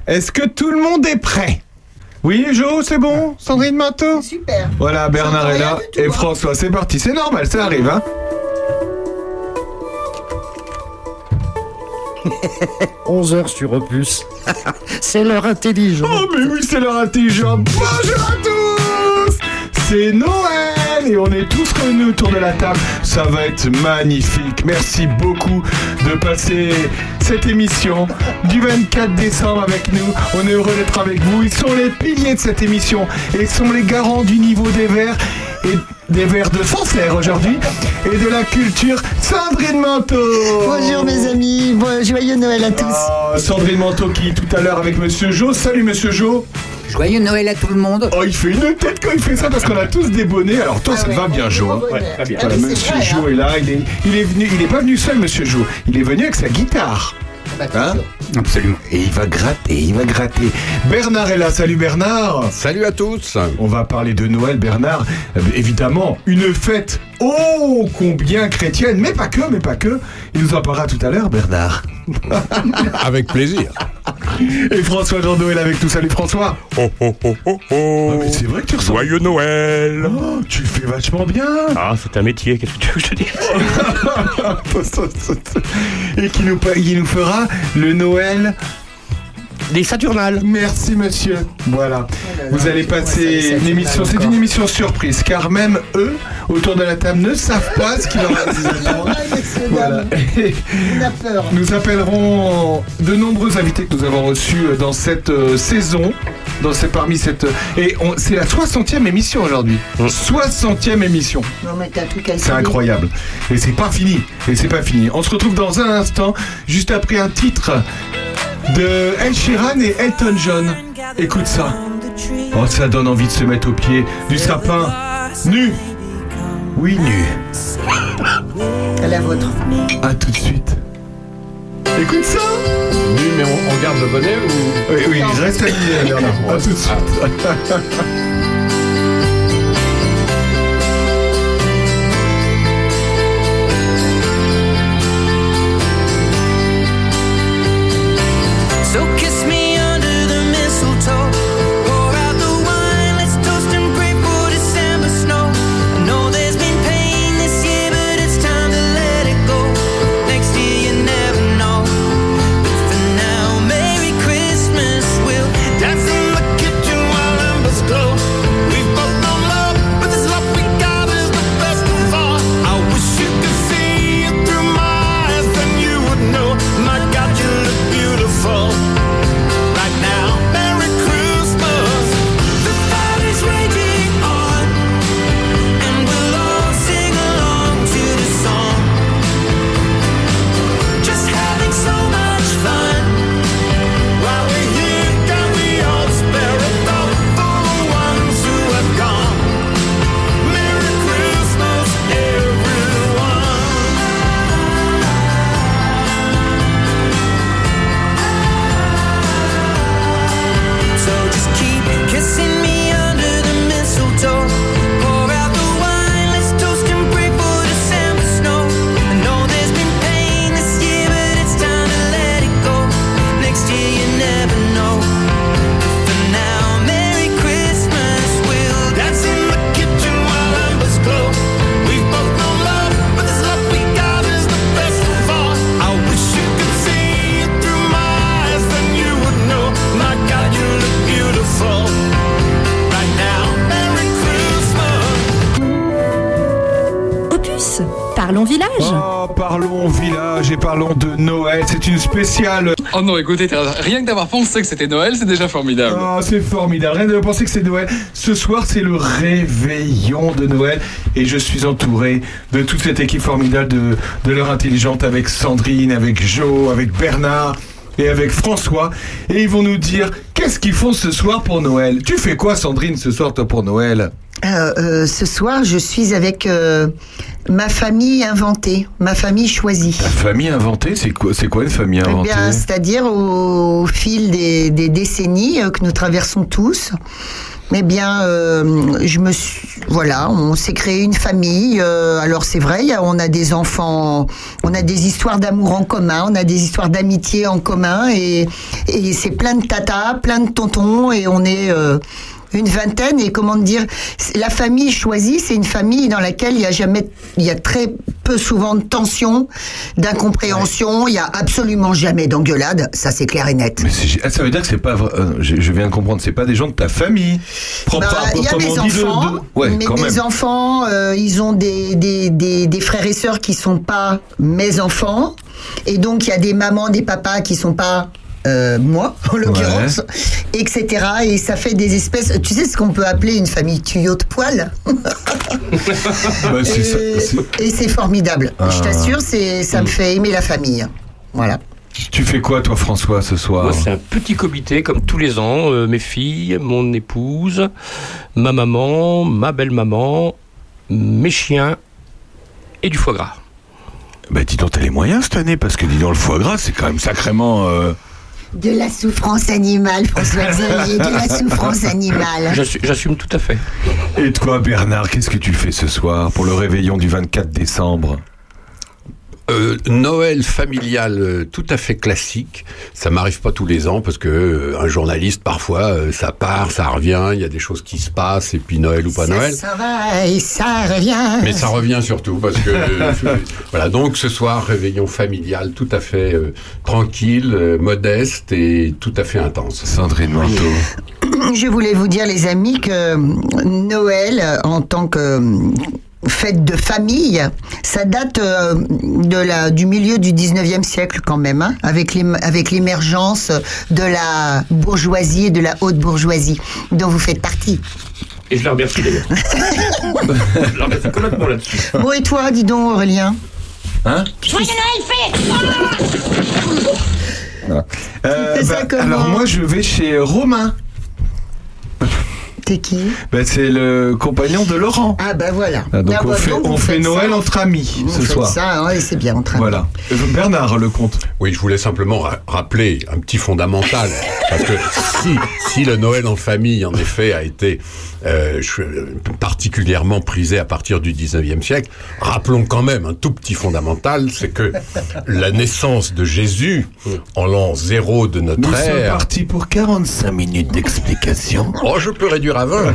Est-ce que tout le monde est prêt? Oui, Jo, c'est bon? Sandrine Manteau? Super. Voilà, Bernard est là tout, et François, c'est parti. C'est normal, ça arrive, hein? 11h sur Opus. C'est l'heure intelligente. Oh, mais oui, c'est l'heure intelligente. Bonjour à tous! C'est Noël et on est tous réunis autour de la table. Ça va être magnifique. Merci beaucoup de passer cette émission du 24 décembre avec nous. On est heureux d'être avec vous. Ils sont les piliers de cette émission et sont les garants du niveau des verres et des verres de Sancerre aujourd'hui et de la culture. Sandrine Manteau. Bonjour mes amis, joyeux Noël à tous. Sandrine Manteau qui tout à l'heure avec Monsieur Jo. Salut Monsieur Jo. Joyeux Noël à tout le monde. Oh, il fait une tête quand il fait ça parce qu'on a tous des bonnets. Alors toi, ça te va bien, Jo. Hein. Ouais, très bien. Voilà, Monsieur Jo est là. Il est venu. Il est pas venu seul, Monsieur Jo. Il est venu avec sa guitare. Hein? Absolument. Et il va gratter. Bernard est là. Salut Bernard. Salut à tous. On va parler de Noël, Bernard. Évidemment, une fête ô combien chrétienne, mais pas que. Il nous en parlera tout à l'heure, Bernard. Avec plaisir. Et François Jandot est là avec nous. Salut François. Oh, oh, oh, oh, oh. Ah, mais c'est vrai que tu ressens. Joyeux Noël. Oh, tu fais vachement bien. Ah, c'est un métier, qu'est-ce que tu veux que je te dise? Et qui nous fera le Noël Des Saturnales. Merci monsieur. Voilà. Vous allez passer une émission. C'est une émission surprise car même eux autour de la table ne savent pas ce qu'il leur a dit. Voilà. Et On a peur. nous appellerons de nombreux invités que nous avons reçus dans cette saison. Parmi cette. C'est la 60e émission aujourd'hui. 60e émission. Non mais t'as tout calculé. C'est incroyable. Et c'est pas fini. On se retrouve dans un instant, juste après un titre de Ed Sheeran et Elton John. Écoute ça. Oh, ça donne envie de se mettre au pied du sapin. Nu. Oui, nu. À la vôtre. À tout de suite. Écoute ça. Oui, mais on garde le bonnet ou... Oui, il reste habillé, Bernard. À tout de suite. So kiss me under the mistletoe. Pour out the wine, let's toast and pray for December snow. I know there's been pain this year, but it's time to let it go. Next year you never know. But for now, Merry Christmas. We'll dance in the kitchen while embers glow. We've both known love, but this love we got is the best of all. I wish you could see it through my eyes, then you would know. My God, you look beautiful. Right now, Merry Christmas. The fight is raging on, and we'll all sing along to the song. Just having so much fun. While we're here, can we all spare a thought for the ones who have gone? Merry Christmas, everyone. So just keep kissing me under the mistletoe. Pour out the wine, let's toast and pray for December snow. I know there's been pain this year, but it's time to let it go. Next year you never know. For now, Merry Christmas. We'll dance in the kitchen while embers glow. We've both known love, but this love we got is the best of all. I wish you could see it through my eyes, then you would know. My God, you look beautiful. Right now, Merry Christmas. Opus, parlons village. Oh, parlons village et parlons de Noël. C'est une spéciale. Oh non, écoutez, rien que d'avoir pensé que c'était Noël, c'est déjà formidable. Oh, c'est formidable. Rien de penser que c'est Noël. Ce soir, c'est le réveillon de Noël. Et je suis entouré de toute cette équipe formidable de l'heure intelligente avec Sandrine, avec Jo, avec Bernard et avec François. Et ils vont nous dire qu'est-ce qu'ils font ce soir pour Noël. Tu fais quoi, Sandrine, ce soir, toi, pour Noël? Ce soir, je suis avec ma famille inventée, ma famille choisie. La famille inventée, c'est quoi une famille Eh inventée? bien, c'est-à-dire au fil des décennies que nous traversons tous. Eh bien, on s'est créé une famille. Alors c'est vrai, on a des enfants, on a des histoires d'amour en commun, on a des histoires d'amitié en commun, et c'est plein de tatas, plein de tontons, et on est une vingtaine. Et comment dire, la famille choisie, c'est une famille dans laquelle il y a très peu souvent de tension, d'incompréhension. Il y a absolument jamais d'engueulade. Ça, c'est clair et net. Mais ça veut dire que c'est pas vrai. Je viens de comprendre, c'est pas des gens de ta famille. Il y a mes enfants. Ouais, mais quand mes même. enfants, ils ont des frères et sœurs qui sont pas mes enfants. Et donc, il y a des mamans, des papas qui sont pas moi, en l'occurrence, etc. Et ça fait des espèces... Tu sais ce qu'on peut appeler une famille tuyau de poil? Et c'est formidable. Je t'assure, ça me fait aimer la famille. Voilà. Tu fais quoi, toi, François, ce soir? Moi, c'est un petit comité, comme tous les ans. Mes filles, mon épouse, ma maman, ma belle-maman, mes chiens et du foie gras. Bah, dis donc, t'as les moyens cette année, parce que dis donc, le foie gras, c'est quand même sacrément... De la souffrance animale, François-Xavier, de la souffrance animale. J'assume tout à fait. Et toi, Bernard, qu'est-ce que tu fais ce soir pour le réveillon du 24 décembre? Noël familial tout à fait classique. Ça m'arrive pas tous les ans parce que un journaliste parfois ça part, ça revient, il y a des choses qui se passent et puis Noël ou pas Noël. Ça va et ça revient. Mais ça revient surtout parce que voilà, donc ce soir réveillon familial tout à fait tranquille, modeste et tout à fait intense. Sandrine Manteau. Je voulais vous dire, les amis, que Noël, en tant que fête de famille, ça date du milieu du 19e siècle quand même, hein, avec l'émergence de la bourgeoisie et de la haute bourgeoisie, dont vous faites partie. Et je la remercie d'ailleurs. Je la remercie complètement là-dessus. Bon, et toi, dis donc, Aurélien? Hein? Joyeux Noël, fait Alors moi, je vais chez Romain. T'es qui? C'est le compagnon de Laurent. Ah bah voilà. Donc on fait Noël entre amis ce soir. Ça, ouais, c'est bien, entre amis. Voilà. Bernard, le comte. Oui, je voulais simplement rappeler un petit fondamental, parce que si le Noël en famille, en effet, a été particulièrement prisé à partir du 19e siècle, rappelons quand même un tout petit fondamental, c'est que la naissance de Jésus, en l'an 0 de notre Nous ère... sommes partis pour 45 minutes d'explication. Oh, je peux réduire à 20.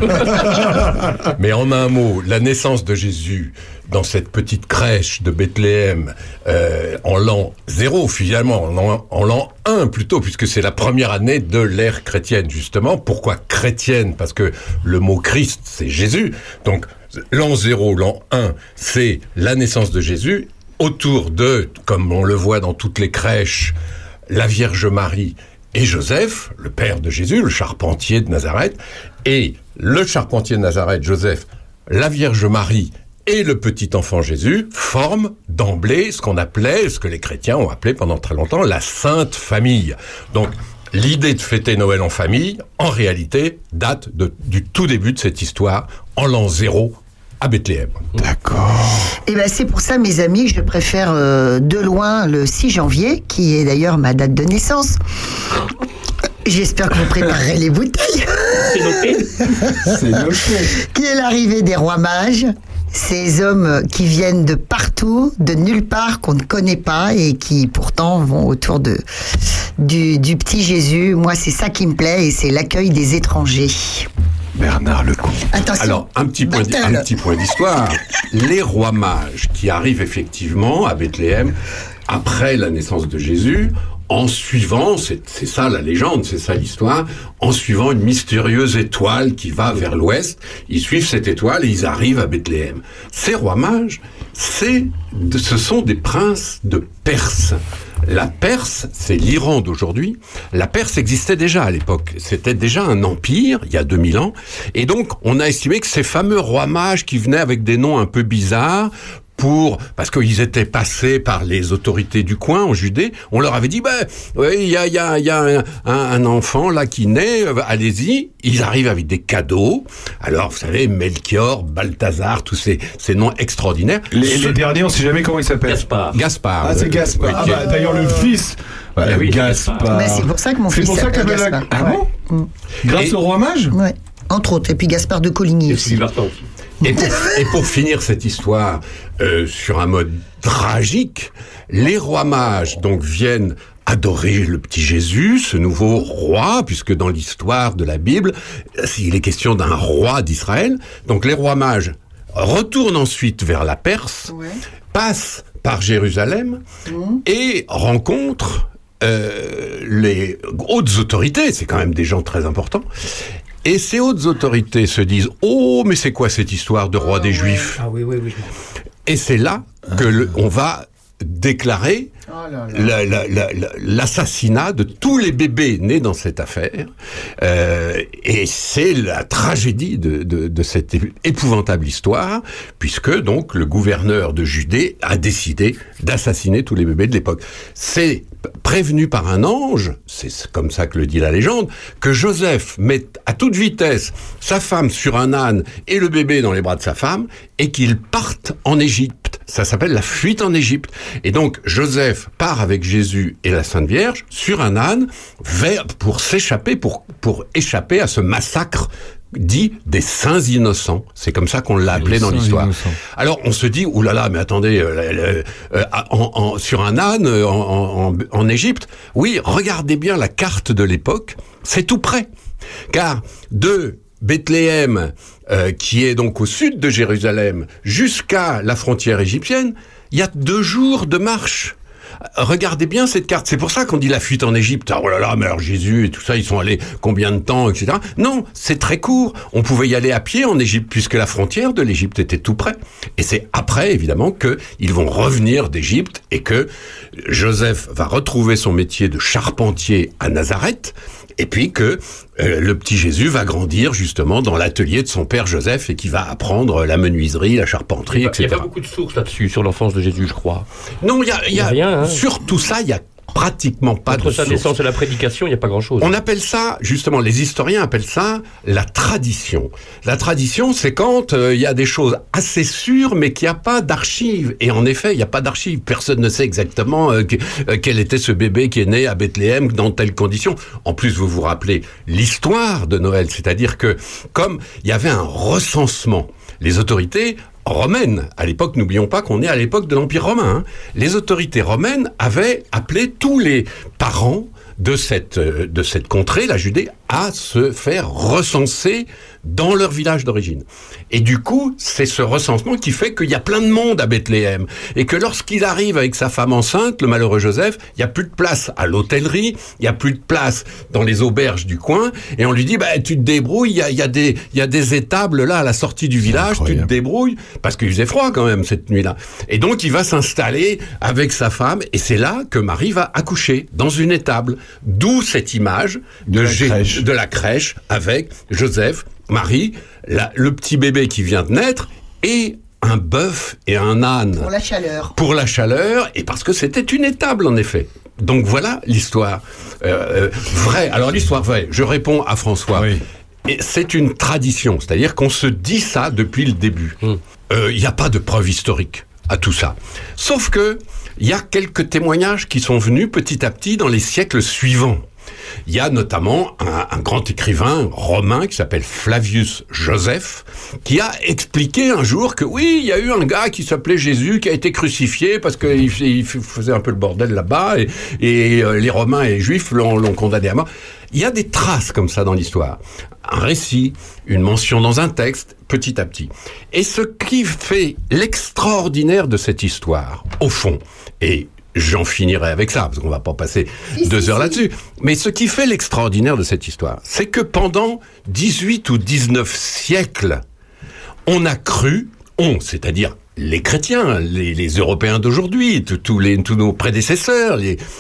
Mais en un mot, la naissance de Jésus dans cette petite crèche de Bethléem en l'an 0, finalement, en l'an 1 plutôt, puisque c'est la première année de l'ère chrétienne, justement. Pourquoi chrétienne? Parce que le mot Christ, c'est Jésus. Donc, l'an 0, l'an 1, c'est la naissance de Jésus, autour de, comme on le voit dans toutes les crèches, la Vierge Marie et Joseph, le père de Jésus, le charpentier de Nazareth, et le charpentier de Nazareth, Joseph, la Vierge Marie et le petit enfant Jésus forment d'emblée ce que les chrétiens ont appelé pendant très longtemps la Sainte Famille. Donc, l'idée de fêter Noël en famille, en réalité, date du tout début de cette histoire, en l'an 0, à Bethléem. D'accord. Et ben c'est pour ça, mes amis, que je préfère de loin le 6 janvier, qui est d'ailleurs ma date de naissance. J'espère que vous préparerez les bouteilles. C'est noté. C'est noté. Qui est l'arrivée des rois mages, ces hommes qui viennent de partout, de nulle part, qu'on ne connaît pas et qui pourtant vont autour du petit Jésus. Moi, c'est ça qui me plaît, et c'est l'accueil des étrangers. Bernard Lecomte. Attention. Alors, un petit point d'histoire. Les rois mages qui arrivent effectivement à Bethléem après la naissance de Jésus, en suivant, c'est ça la légende, c'est ça l'histoire, en suivant une mystérieuse étoile qui va vers l'ouest, ils suivent cette étoile et ils arrivent à Bethléem. Ces rois mages, ce sont des princes de Perse. La Perse, c'est l'Iran d'aujourd'hui. La Perse existait déjà à l'époque. C'était déjà un empire, il y a 2000 ans. Et donc, on a estimé que ces fameux rois mages qui venaient avec des noms un peu bizarres parce qu'ils étaient passés par les autorités du coin en Judée, on leur avait dit, il y a un enfant là qui naît, allez-y. Ils arrivent avec des cadeaux. Alors, vous savez, Melchior, Balthazar, tous ces noms extraordinaires. Les derniers, on sait jamais comment ils s'appellent. Gaspard. Ah, c'est Gaspard. Oui, D'ailleurs, le fils. oui, Gaspard. Mais c'est pour ça que mon fils s'appelle Gaspard. Ah bon? Grâce au roi mage? Ouais. Entre autres. Et puis Gaspard de Coligny aussi. Et pour finir cette histoire sur un mode tragique, les rois mages donc viennent adorer le petit Jésus, ce nouveau roi, puisque dans l'histoire de la Bible, il est question d'un roi d'Israël. Donc les rois mages retournent ensuite vers la Perse, passent par Jérusalem et rencontrent les hautes autorités, c'est quand même des gens très importants. Et ces hautes autorités se disent « Oh, mais c'est quoi cette histoire de roi des Juifs ?» Ah oui. Et c'est là que on va déclarer l'assassinat de tous les bébés nés dans cette affaire. Et c'est la tragédie de cette épouvantable histoire, puisque donc le gouverneur de Judée a décidé d'assassiner tous les bébés de l'époque. C'est prévenu par un ange, c'est comme ça que le dit la légende, que Joseph met à toute vitesse sa femme sur un âne et le bébé dans les bras de sa femme, et qu'ils partent en Égypte. Ça s'appelle la fuite en Égypte. Et donc Joseph part avec Jésus et la Sainte Vierge sur un âne pour s'échapper, pour échapper à ce massacre dit des saints innocents. C'est comme ça qu'on l'a appelé dans l'histoire. Alors on se dit, oulala, mais attendez, sur un âne en Égypte, oui, regardez bien la carte de l'époque, c'est tout près. Car de Bethléem, qui est donc au sud de Jérusalem, jusqu'à la frontière égyptienne, il y a 2 jours de marche. Regardez bien cette carte. C'est pour ça qu'on dit la fuite en Égypte. Oh là là, mais alors Jésus et tout ça, ils sont allés combien de temps, etc. Non, c'est très court. On pouvait y aller à pied en Égypte, puisque la frontière de l'Égypte était tout près. Et c'est après, évidemment, qu'ils vont revenir d'Égypte et que Joseph va retrouver son métier de charpentier à Nazareth. Et puis que le petit Jésus va grandir justement dans l'atelier de son père Joseph et qui va apprendre la menuiserie, la charpenterie, etc. Il n'y a pas beaucoup de sources là-dessus, sur l'enfance de Jésus, je crois. Non, il y a rien, hein. Sur tout ça, il y a pratiquement pas de sources. Entre sa naissance et la prédication, il n'y a pas grand-chose. On appelle ça, justement, les historiens appellent ça la tradition. La tradition, c'est quand il y a des choses assez sûres, mais qu'il n'y a pas d'archives. Et en effet, il n'y a pas d'archives. Personne ne sait exactement quel était ce bébé qui est né à Bethléem, dans telles conditions. En plus, vous vous rappelez l'histoire de Noël, c'est-à-dire que, comme il y avait un recensement, les autorités romaines, à l'époque, n'oublions pas qu'on est à l'époque de l'Empire romain, hein. Les autorités romaines avaient appelé tous les parents de cette contrée, la Judée, à se faire recenser dans leur village d'origine. Et du coup, c'est ce recensement qui fait qu'il y a plein de monde à Bethléem. Et que lorsqu'il arrive avec sa femme enceinte, le malheureux Joseph, il n'y a plus de place à l'hôtellerie, il n'y a plus de place dans les auberges du coin, et on lui dit, tu te débrouilles, il y a des étables là à la sortie du village, tu te débrouilles, parce qu'il faisait froid quand même cette nuit-là. Et donc il va s'installer avec sa femme, et c'est là que Marie va accoucher, dans une étable. D'où cette image de la crèche avec Joseph, Marie, le petit bébé qui vient de naître, et un bœuf et un âne. Pour la chaleur. Pour la chaleur, et parce que c'était une étable, en effet. Donc voilà l'histoire vraie. Alors l'histoire vraie, je réponds à François. Oui. Et c'est une tradition, c'est-à-dire qu'on se dit ça depuis le début. Il n'y a pas de preuve historique à tout ça. Sauf que il y a quelques témoignages qui sont venus petit à petit dans les siècles suivants. Il y a notamment un grand écrivain romain qui s'appelle Flavius Joseph, qui a expliqué un jour que oui, il y a eu un gars qui s'appelait Jésus qui a été crucifié parce qu'il faisait un peu le bordel là-bas et les Romains et les Juifs l'ont condamné à mort. Il y a des traces comme ça dans l'histoire. Un récit, une mention dans un texte, petit à petit. Et ce qui fait l'extraordinaire de cette histoire, au fond, et j'en finirai avec ça, parce qu'on va pas passer 2 heures là-dessus. Mais ce qui fait l'extraordinaire de cette histoire, c'est que pendant 18 ou 19 siècles, on a cru, c'est-à-dire les chrétiens, les Européens d'aujourd'hui, tous nos prédécesseurs,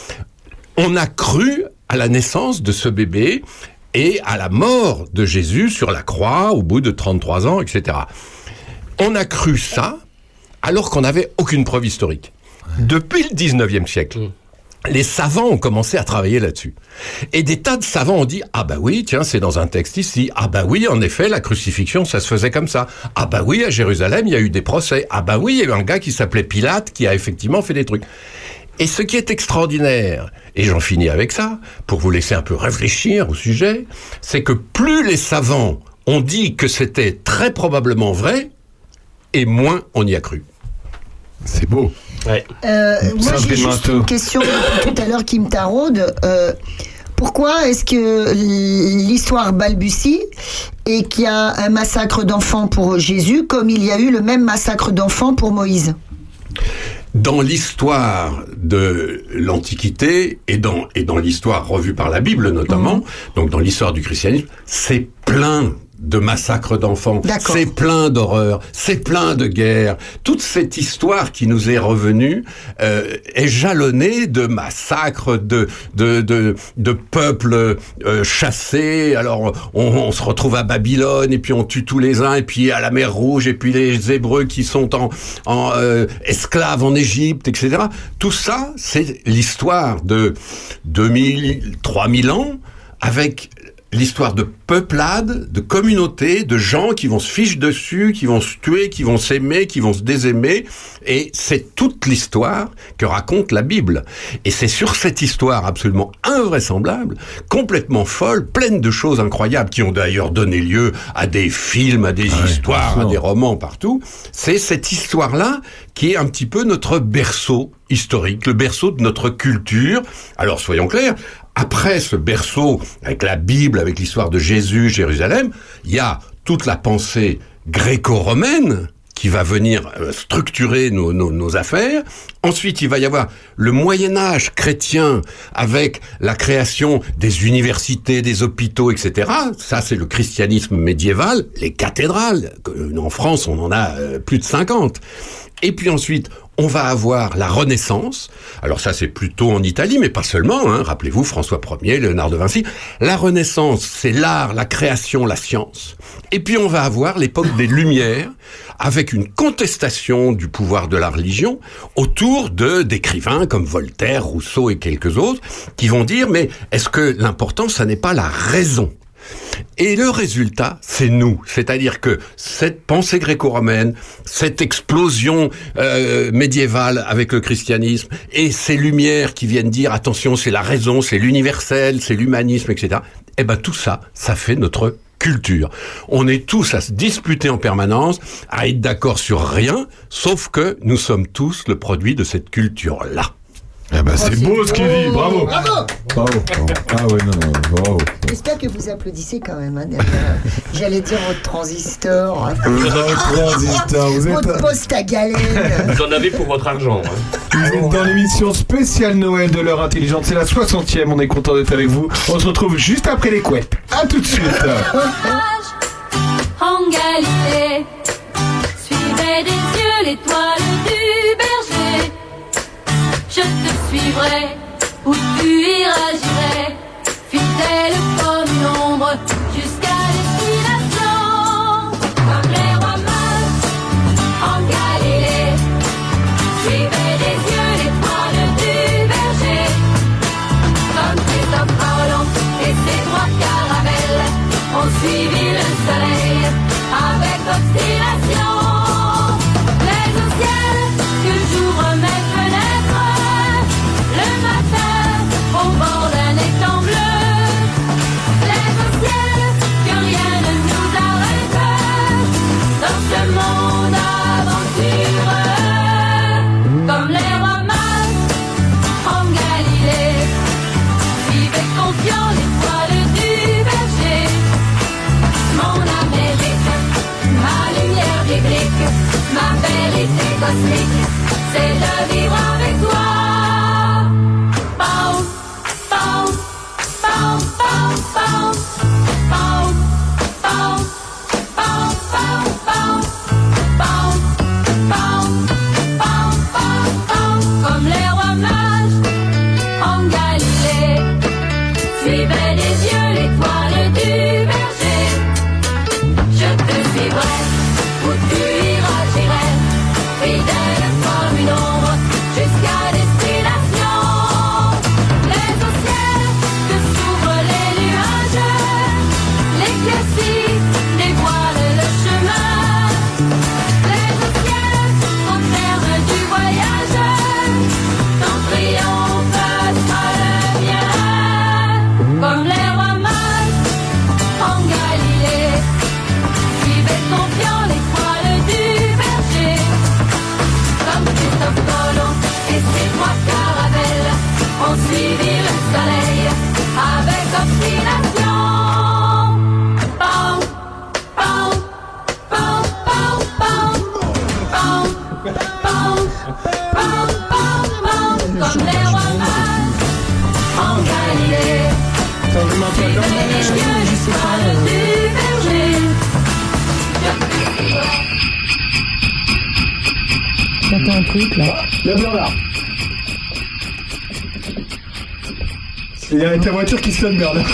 on a cru à la naissance de ce bébé et à la mort de Jésus sur la croix au bout de 33 ans, etc. On a cru ça alors qu'on n'avait aucune preuve historique. Depuis le 19e siècle, les savants ont commencé à travailler là-dessus. Et des tas de savants ont dit « Ah bah oui, tiens, c'est dans un texte ici. Ah bah oui, en effet, la crucifixion, ça se faisait comme ça. Ah bah oui, à Jérusalem, il y a eu des procès. Ah bah oui, il y a eu un gars qui s'appelait Pilate qui a effectivement fait des trucs. » Et ce qui est extraordinaire, et j'en finis avec ça, pour vous laisser un peu réfléchir au sujet, c'est que plus les savants ont dit que c'était très probablement vrai, et moins on y a cru. C'est beau. Ouais. Moi, j'ai Sabrina juste Manteau. une question tout à l'heure qui me taraude. Pourquoi est-ce que l'histoire balbutie et qu'il y a un massacre d'enfants pour Jésus comme il y a eu le même massacre d'enfants pour Moïse? Dans l'histoire de l'Antiquité et dans l'histoire revue par la Bible notamment, donc dans l'histoire du christianisme, c'est plein de massacres d'enfants, D'accord. c'est plein d'horreurs, c'est plein de guerres. Toute cette histoire qui nous est revenue est jalonnée de massacres, de peuples chassés. Alors on se retrouve à Babylone et puis on tue tous les uns et puis à la mer Rouge et puis les Hébreux qui sont en esclaves en Égypte, etc. Tout ça, c'est l'histoire de 2000, 3000 ans avec l'histoire de peuplades, de communautés, de gens qui vont se ficher dessus, qui vont se tuer, qui vont s'aimer, qui vont se désaimer. Et c'est toute l'histoire que raconte la Bible. Et c'est sur cette histoire absolument invraisemblable, complètement folle, pleine de choses incroyables, qui ont d'ailleurs donné lieu à des films, à des histoires, à des romans partout. C'est cette histoire-là qui est un petit peu notre berceau historique, le berceau de notre culture. Alors soyons clairs, après ce berceau, avec la Bible, avec l'histoire de Jésus, Jérusalem, il y a toute la pensée gréco-romaine qui va venir structurer nos affaires. Ensuite, il va y avoir le Moyen-Âge chrétien avec la création des universités, des hôpitaux, etc. Ça, c'est le christianisme médiéval, les cathédrales. En France, on en a plus de 50. Et puis ensuite, on va avoir la Renaissance. Alors ça, c'est plutôt en Italie, mais pas seulement. Rappelez-vous, François Ier, Léonard de Vinci. La Renaissance, c'est l'art, la création, la science. Et puis on va avoir l'époque des Lumières, avec une contestation du pouvoir de la religion autour d'écrivains comme Voltaire, Rousseau et quelques autres, qui vont dire, mais est-ce que l'important, ça n'est pas la raison ? Et le résultat, c'est nous. C'est-à-dire que cette pensée gréco-romaine, cette explosion médiévale avec le christianisme, et ces lumières qui viennent dire, attention, c'est la raison, c'est l'universel, c'est l'humanisme, etc. Eh ben tout ça, ça fait notre culture. On est tous à se disputer en permanence, à être d'accord sur rien, sauf que nous sommes tous le produit de cette culture-là. Eh ben, c'est beau ce qu'il dit, bravo. Bravo. Bravo. Ah ouais, non, bravo. J'espère que vous applaudissez quand même. Derrière. J'allais dire votre transistor, Transistor, vous votre êtes, poste à galène. Vous en avez pour votre argent. vous êtes dans l'émission spéciale Noël de l'heure intelligente. C'est la 60e, on est content d'être avec vous. On se retrouve juste après les couettes. À tout de suite. En Galilée, suivez des yeux l'étoile du berger. Je te suivrai, où tu iras, j'irai, fidèle comme une ombre, jusqu'à destination. Comme les rois mages, en Galilée, suivez des yeux l'étoile du berger. Comme Christophe Colomb et ses trois caravelles ont suivi le soleil avec obstination. Les au ciel que j'ouvre mes fenêtres le matin au bord d'un étang bleu. Les au ciel que rien ne nous arrête dans ce monde aventureux. Comme les rois mages en Galilée, suivez confiant l'étoile du berger. Mon J'entends un truc là. Il y a Bernard. Il y a ta voiture qui sonne, Bernard.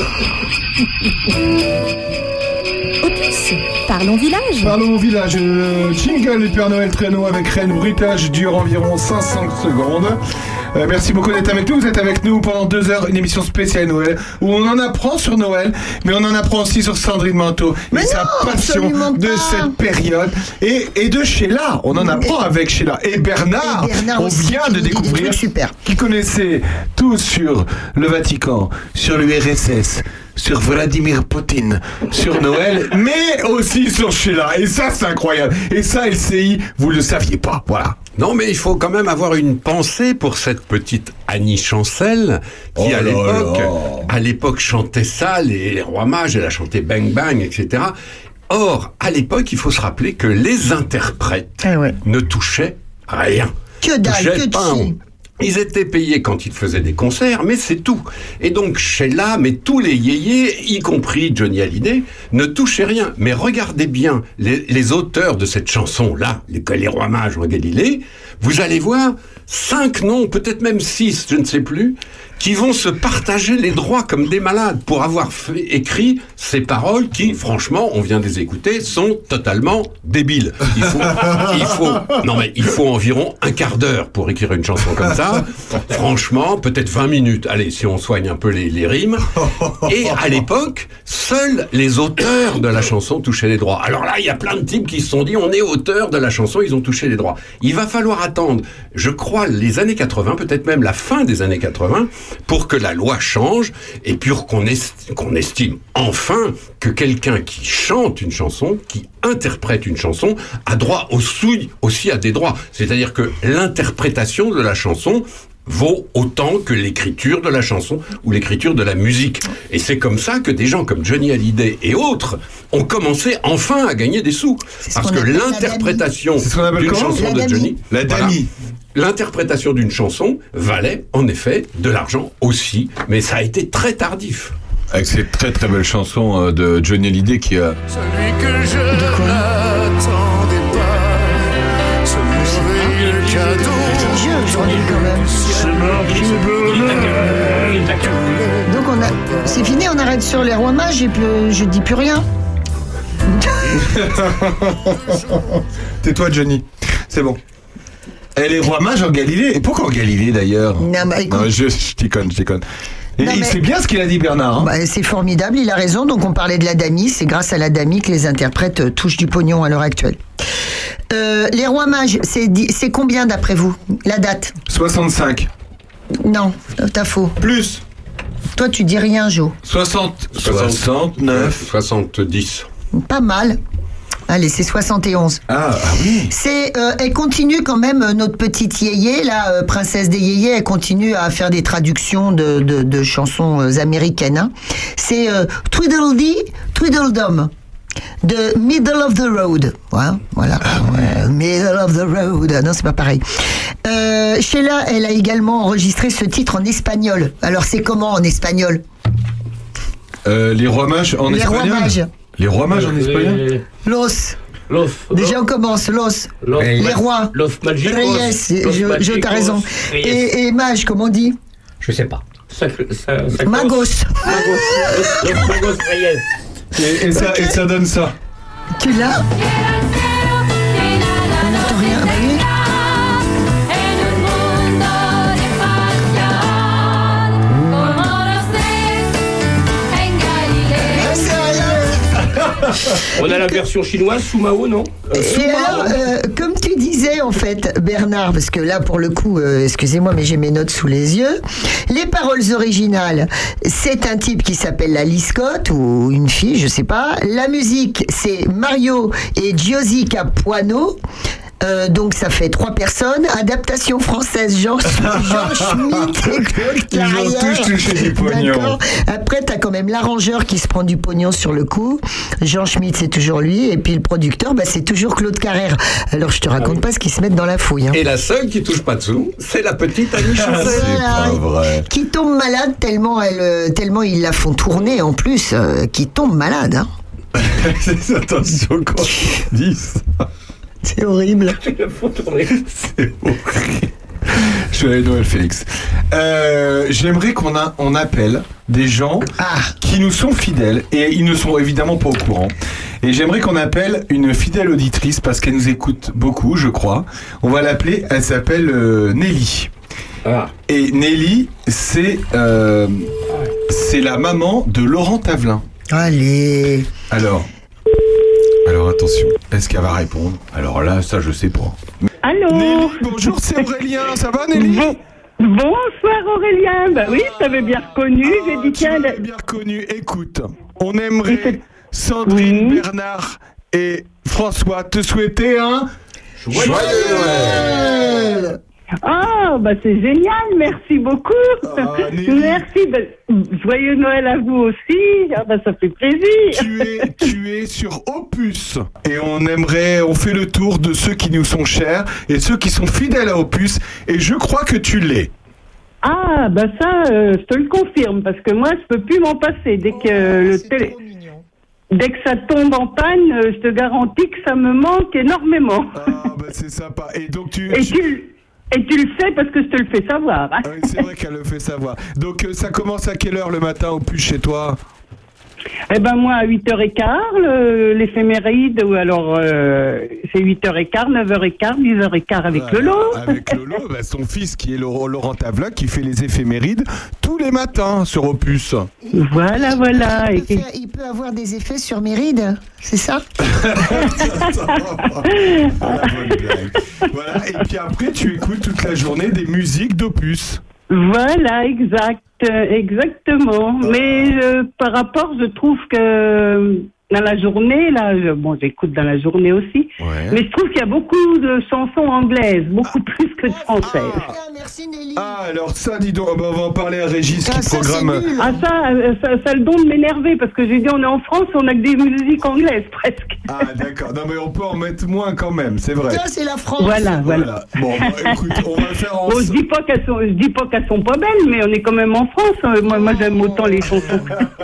Opus, parlons village. Parlons au village. Le jingle du Père Noël Traîneau avec Reine Bruitage dure environ 500 secondes. Merci beaucoup d'être avec nous. Vous êtes avec nous pendant 2 heures, une émission spéciale Noël où on en apprend sur Noël, mais on en apprend aussi sur Sandrine Manteau et sa passion de cette période et de Sheila. On en apprend avec Sheila et Bernard. On vient de découvrir qui connaissait tout sur le Vatican, sur l'URSS, sur Vladimir Poutine, sur Noël, mais aussi sur Sheila. Et ça, c'est incroyable. Et ça, LCI, vous le saviez pas. Voilà. Non, mais il faut quand même avoir une pensée pour cette petite Annie Chancel qui, à l'époque, chantait ça, les Rois Mages, elle a chanté Bang Bang, etc. Or, à l'époque, il faut se rappeler que les interprètes ne touchaient rien. Que dalle, touchaient que pas un chi. rond. Ils étaient payés quand ils faisaient des concerts, mais c'est tout. Et donc, Sheila, mais tous les yéyés, y compris Johnny Hallyday, ne touchaient rien. Mais regardez bien les auteurs de cette chanson-là, les Rois Mages en Galilée, vous allez voir 5 noms, peut-être même 6, je ne sais plus, qui vont se partager les droits comme des malades pour avoir écrit ces paroles qui, franchement, on vient de les écouter, sont totalement débiles. Il faut environ un quart d'heure pour écrire une chanson comme ça. Franchement, peut-être 20 minutes. Allez, si on soigne un peu les rimes. Et à l'époque, seuls les auteurs de la chanson touchaient les droits. Alors là, il y a plein de types qui se sont dit, on est auteur de la chanson, ils ont touché les droits. Il va falloir attendre, je crois, les années 80, peut-être même la fin des années 80, pour que la loi change et pour qu'on estime enfin que quelqu'un qui chante une chanson, qui interprète une chanson, a droit aussi à des droits. C'est-à-dire que l'interprétation de la chanson vaut autant que l'écriture de la chanson ou l'écriture de la musique. Et c'est comme ça que des gens comme Johnny Hallyday et autres ont commencé enfin à gagner des sous. Parce que l'interprétation d'une chanson de Johnny... La Dami. L'interprétation d'une chanson valait en effet de l'argent aussi, mais ça a été très tardif. Avec cette très très belle chanson de Johnny Hallyday qui a... Celui que je n'attendais pas, ce merveilleux cadeau. Donc c'est fini, on arrête sur les Rois Mages et puis je dis plus rien. Tais-toi, Johnny. C'est bon. Et les Rois Mages en Galilée. Et pourquoi en Galilée d'ailleurs? Non, bah, écoute... non, je déconne. Et Non, mais... c'est bien ce qu'il a dit, Bernard. Hein. Bah, c'est formidable, il a raison. Donc on parlait de la Dami, c'est grâce à la Dami que les interprètes touchent du pognon à l'heure actuelle. Les Rois Mages, c'est combien d'après vous, la date? 65. Non, t'as faux. Plus. Toi, tu dis rien, Jo. 69. 70. Pas mal. Allez, c'est 71. Ah oui. Elle continue quand même, notre petite yéyé, la princesse des yéyés, elle continue à faire des traductions de chansons américaines. Hein. C'est Tweedledee, Tweedledum, de Middle of the Road. Ouais, voilà. Middle of the Road. Non, c'est pas pareil. Sheila, elle a également enregistré ce titre en espagnol. Alors, c'est comment en espagnol? Les Rois Mages en espagnol. Les Rois Mages. Les Rois Mages en espagnol. Los. Déjà on commence, les rois, Reyes, je t'as raison. Et mage, comme on dit? Je sais pas. Magos. Magos Reyes. Et ça donne ça. Tu l'as? On n'entend rien. On a la version chinoise sous Mao, non Et alors, comme tu disais en fait, Bernard, parce que là pour le coup, excusez-moi, mais j'ai mes notes sous les yeux. Les paroles originales, c'est un type qui s'appelle Lali Scott ou une fille, je sais pas. La musique, c'est Mario et Giosy Capuano. Donc ça fait 3 personnes. Adaptation française, Jean Schmitt et Claude Ils vont tous toucher du pognon. D'accord. Après, t'as quand même l'arrangeur qui se prend du pognon sur le coup. Jean Schmitt, c'est toujours lui. Et puis le producteur, c'est toujours Claude Carrère. Alors je te raconte pas ce qu'ils se mettent dans la fouille. Hein. Et la seule qui touche pas de sous, c'est la petite Annie Chancel. C'est pas vrai. Qui tombe malade tellement ils la font tourner en plus. Qui tombe malade. Hein. Attention quand ils disent ça. C'est horrible. C'est horrible. Joyeux Noël, Félix. J'aimerais qu'on appelle des gens qui nous sont fidèles et ils ne sont évidemment pas au courant. Et j'aimerais qu'on appelle une fidèle auditrice parce qu'elle nous écoute beaucoup, je crois. On va l'appeler, elle s'appelle Nelly. Et Nelly, c'est la maman de Laurent Tavelin. Allez. Alors attention, est-ce qu'elle va répondre? Alors là, ça je sais pas. Allô. Nelly, bonjour, c'est Aurélien, ça va Nelly? Bonsoir Aurélien, bah oui, je t'avais bien reconnu, j'ai dit tiens... Tu m'avais bien reconnu, écoute, on aimerait, Sandrine, Bernard et François, te souhaiter un joyeux Noël. Ah, c'est génial, merci beaucoup. Merci, joyeux Noël à vous aussi. Ça fait plaisir. Tu es sur Opus et on fait le tour de ceux qui nous sont chers et ceux qui sont fidèles à Opus et je crois que tu l'es. Ah, ça, je te le confirme parce que moi, je peux plus m'en passer dès que dès que ça tombe en panne, je te garantis que ça me manque énormément. C'est sympa. Et donc Et tu le sais parce que je te le fais savoir. Hein. Oui, c'est vrai qu'elle le fait savoir. Donc, ça commence à quelle heure le matin au plus chez toi? Moi, à 8h15, l'éphéméride, ou alors c'est 8h15, 9h15, 10h15 avec Lolo. Avec Lolo, son fils qui est Laurent Tavelin, qui fait les éphémérides tous les matins sur Opus. Voilà. Il peut avoir des effets sur mes rides, c'est ça? Voilà, et puis après, tu écoutes toute la journée des musiques d'Opus. Voilà, exactement. Mais par rapport, je trouve que dans la journée, là, j'écoute dans la journée aussi, mais je trouve qu'il y a beaucoup de chansons anglaises, beaucoup plus que de françaises. Merci Nelly. Alors ça, dis donc, on va en parler à Régis qui programme. Ça le don de m'énerver parce que j'ai dit on est en France, on a que des musiques anglaises presque. Ah d'accord, non mais on peut en mettre moins quand même, c'est vrai. Ça c'est la France. Voilà. Bon, écoute, on va faire en... je dis pas qu'elles sont pas belles, mais on est quand même en France. Moi j'aime autant les chansons.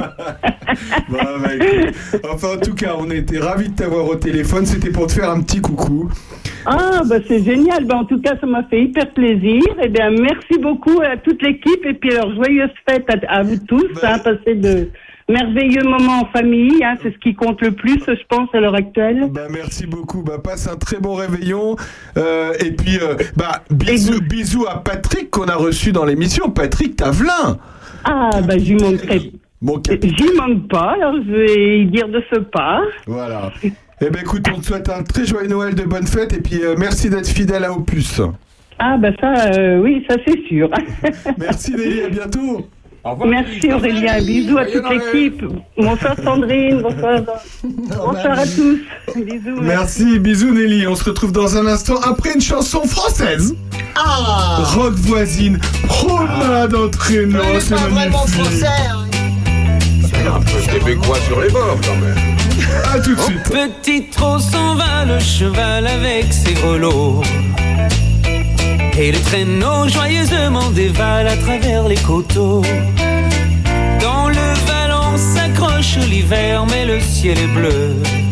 Écoute, enfin en tout cas, on était ravis de t'avoir au téléphone, c'était pour te faire un petit coucou. Ah c'est génial, en tout cas ça m'a fait hyper plaisir. Et bien merci beaucoup à toute l'équipe et puis alors joyeuses fêtes à vous tous, passez de merveilleux moments en famille, c'est ce qui compte le plus je pense à l'heure actuelle. Merci beaucoup, passe un très bon réveillon et puis bisous à Patrick qu'on a reçu dans l'émission, Patrick Tavelin. J'y manquerai. J'y manque pas, alors je vais y dire de ce pas. Voilà. Écoute, on te souhaite un très joyeux Noël, de bonnes fêtes et puis merci d'être fidèle à Opus. Oui, ça c'est sûr. Merci Nelly, à bientôt. Au revoir. Merci Aurélien, bisous à toute l'équipe. Bonsoir Sandrine, bonsoir à tous. Bisous. Merci, bisous Nelly. On se retrouve dans un instant après une chanson française. Rock voisine, promenade entraînant, c'est pas vraiment français. Un peu québécois sur les bords quand même. A tout de suite. Petit trot s'en va le cheval avec ses grelots. Et le traîneau joyeusement dévale à travers les coteaux. Dans le vallon s'accroche l'hiver, mais le ciel est bleu.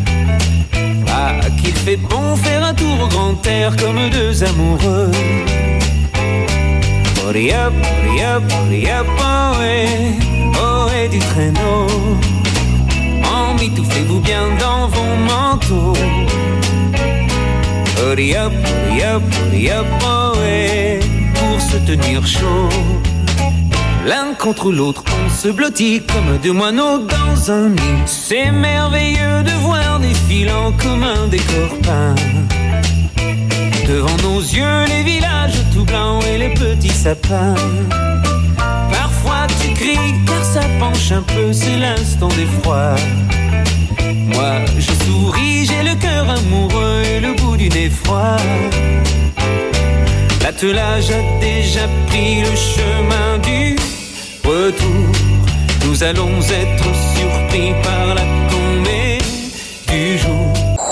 Qu'il fait bon faire un tour au grand air comme deux amoureux. Hurry up, ohé du traîneau. Emmitouflez-vous bien dans vos manteaux. Hurry up, ohé, pour se tenir chaud. L'un contre l'autre, on se blottit comme deux moineaux dans un nid. C'est merveilleux de voir défiler en commun des décor peint. Devant nos yeux, les villages tout blancs et les petits sapins. Parfois tu cries car ça penche un peu, c'est l'instant d'effroi. Moi je souris, j'ai le cœur amoureux et le bout du du nez froid. L'attelage a déjà pris le chemin du retour. Nous allons être surpris par la tombée du jour.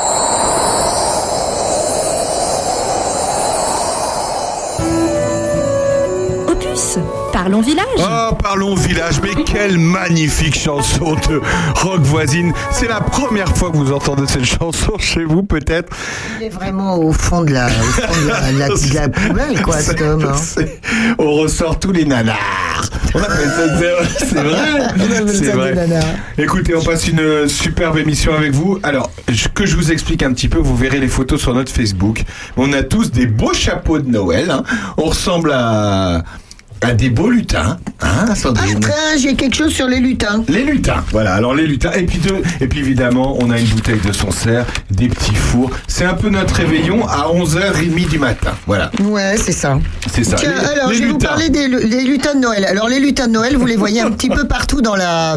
Opus, parlons village. Oh, parlons village, mais quelle magnifique chanson de Rock Voisine. C'est la première fois que vous entendez cette chanson chez vous, peut-être. Il est vraiment au fond de la poubelle, quoi, cet homme. Hein. On ressort tous les nanars. On appelle ça, c'est vrai. On appelle C'est ça vrai. des nanars. Écoutez, on passe une superbe émission avec vous. Alors, que je vous explique un petit peu, vous verrez les photos sur notre Facebook. On a tous des beaux chapeaux de Noël. Hein. On ressemble à des beaux lutins, hein, Sandrine? J'ai quelque chose sur les lutins. Les lutins, voilà, alors les lutins. Et puis évidemment, on a une bouteille de Sancerre, des petits fours. C'est un peu notre réveillon à 11h30 du matin, voilà. Ouais, c'est ça. C'est ça. Tiens, alors, je vais vous parler des lutins de Noël. Alors, les lutins de Noël, vous les voyez un petit peu partout dans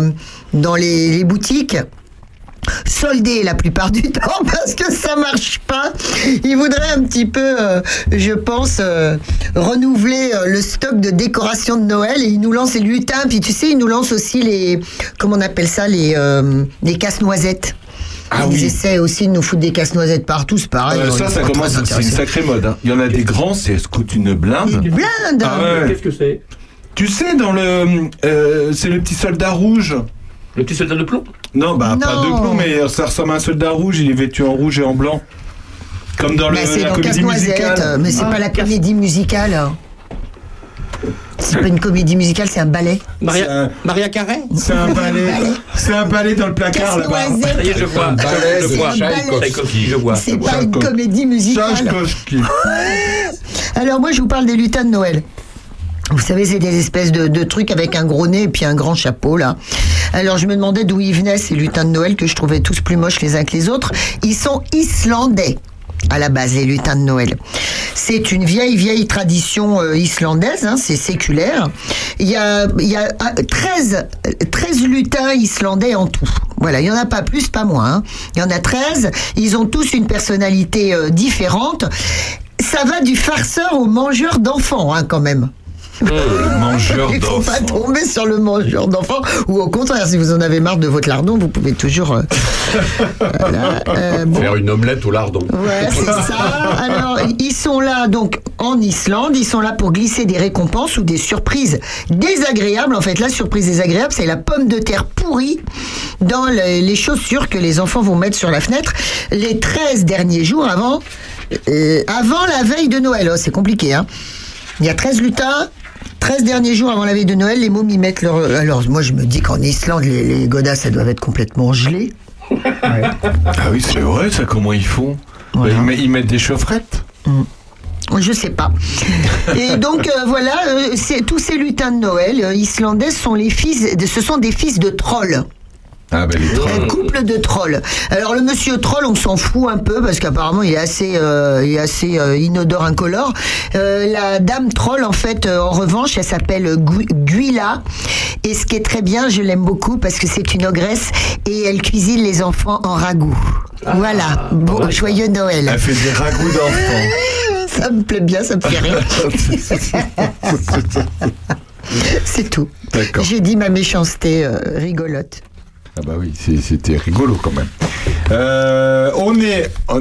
les boutiques. Soldés la plupart du temps parce que ça marche pas. Ils voudraient un petit peu, je pense, renouveler le stock de décoration de Noël et ils nous lancent les lutins. Puis tu sais, ils nous lancent aussi les, comment on appelle ça, les casse-noisettes. Ah ils oui. essaient aussi de nous foutre des casse-noisettes partout, c'est pareil. Ça commence, c'est une sacrée mode. Hein. Il y en a des grands, ça coûte une blinde. Une blinde. Ah ouais. Qu'est-ce que c'est? Tu sais, dans c'est le petit soldat rouge. Le petit soldat de plomb? Non, pas de plomb, mais ça ressemble à un soldat rouge. Il est vêtu en rouge et en blanc. Comme dans c'est la dans comédie musicale. Mais c'est pas la comédie musicale. C'est pas une comédie musicale, c'est un ballet. Maria Carré? C'est un ballet. C'est un ballet dans le placard là-bas. Casse-noisette. Ça y est, je vois. ballet, Je vois. c'est un ballet. Tchaïkovski, je vois. C'est pas une comédie musicale. Tchaïkovski. Alors moi je vous parle des lutins de Noël. Vous savez, c'est des espèces de trucs avec un gros nez et puis un grand chapeau, là. Alors, je me demandais d'où ils venaient, ces lutins de Noël, que je trouvais tous plus moches les uns que les autres. Ils sont islandais, à la base, les lutins de Noël. C'est une vieille tradition islandaise, hein, c'est séculaire. Il y a 13 lutins islandais en tout. Voilà, il n'y en a pas plus, pas moins. Hein. Il y en a 13. Ils ont tous une personnalité différente. Ça va du farceur au mangeur d'enfants, hein, quand même. Le mangeur Il ne faut pas d'enfants. tomber sur le mangeur d'enfants. Ou au contraire, si vous en avez marre de votre lardon, vous pouvez toujours faire une omelette au lardon. Ouais, c'est ça. Alors, ils sont là, donc, en Islande. Ils sont là pour glisser des récompenses ou des surprises désagréables. En fait, la surprise désagréable, c'est la pomme de terre pourrie dans les chaussures que les enfants vont mettre sur la fenêtre les 13 derniers jours avant la veille de Noël. Oh, c'est compliqué, hein. Il y a 13 lutins. 13 derniers jours avant la veille de Noël, les mômes y mettent leur... Alors, moi, je me dis qu'en Islande, les godasses, ça doivent être complètement gelées. Ouais. Ah oui, c'est vrai, ça, comment ils font? Voilà. Ils mettent des chaufferettes. Je sais pas. Et donc, voilà, tous ces lutins de Noël islandais ce sont des fils de trolls. Ah ben les trolls. Un couple de trolls. Alors le monsieur troll, on s'en fout un peu parce qu'apparemment il est assez inodore, incolore. La dame troll, en fait, en revanche, elle s'appelle Guila. Et ce qui est très bien, je l'aime beaucoup parce que c'est une ogresse et elle cuisine les enfants en ragoût. Voilà. Bon, joyeux Noël. Elle fait des ragoûts d'enfants. Ça me plaît bien, ça me fait rire. C'est tout. D'accord. J'ai dit ma méchanceté rigolote. Ah bah oui, c'était rigolo quand même. On est... Quand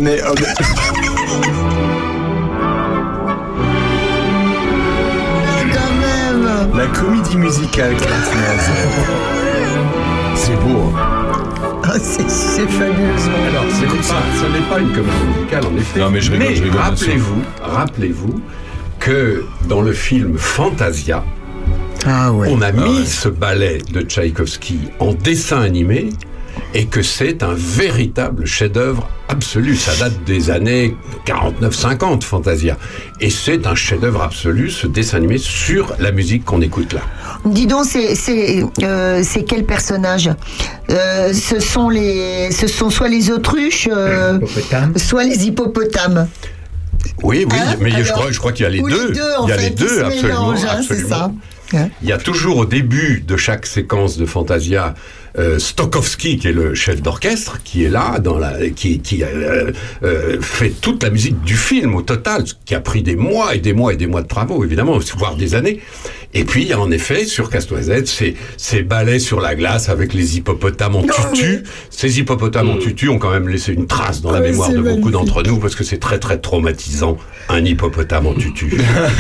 même. La comédie musicale, Casse-Noisette. C'est beau. Hein. Ah, c'est fabuleusement. Alors, ce n'est pas une comédie musicale, en effet. Non, mais je rigole, bien sûr. Rappelez-vous que dans le film Fantasia, on a mis ce ballet de Tchaïkovski en dessin animé et que c'est un véritable chef-d'œuvre absolu. Ça date des années 49-50, Fantasia. Et c'est un chef-d'œuvre absolu, ce dessin animé, sur la musique qu'on écoute là. Dis donc, c'est quel personnage? Ce sont soit les autruches, soit les hippopotames. Oui, Hein? mais Alors, je crois qu'il y a les deux. Il y a les deux, absolument. C'est ça. Il y a toujours au début de chaque séquence de Fantasia Stokowski, qui est le chef d'orchestre, qui est là, qui fait toute la musique du film au total, qui a pris des mois et des mois et des mois de travaux, évidemment, voire des années. Et puis, il y a en effet, sur Casse-Noisette, ces ballets sur la glace avec les hippopotames en tutu. Ces hippopotames en tutu ont quand même laissé une trace dans la mémoire de beaucoup d'entre nous, parce que c'est très, très traumatisant, un hippopotame en tutu.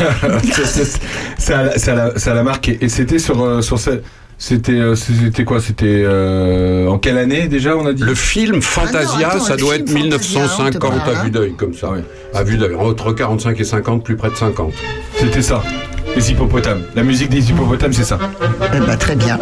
ça l'a marqué. Et c'était sur c'était quoi? C'était en quelle année déjà, on a dit? Le film Fantasia, attends, ça doit être 1950 Fantasia, à vue d'œil, comme ça. À vue d'œil, entre 45 et 50, plus près de 50. C'était ça. Les hippopotames. La musique des hippopotames, c'est ça. Très bien.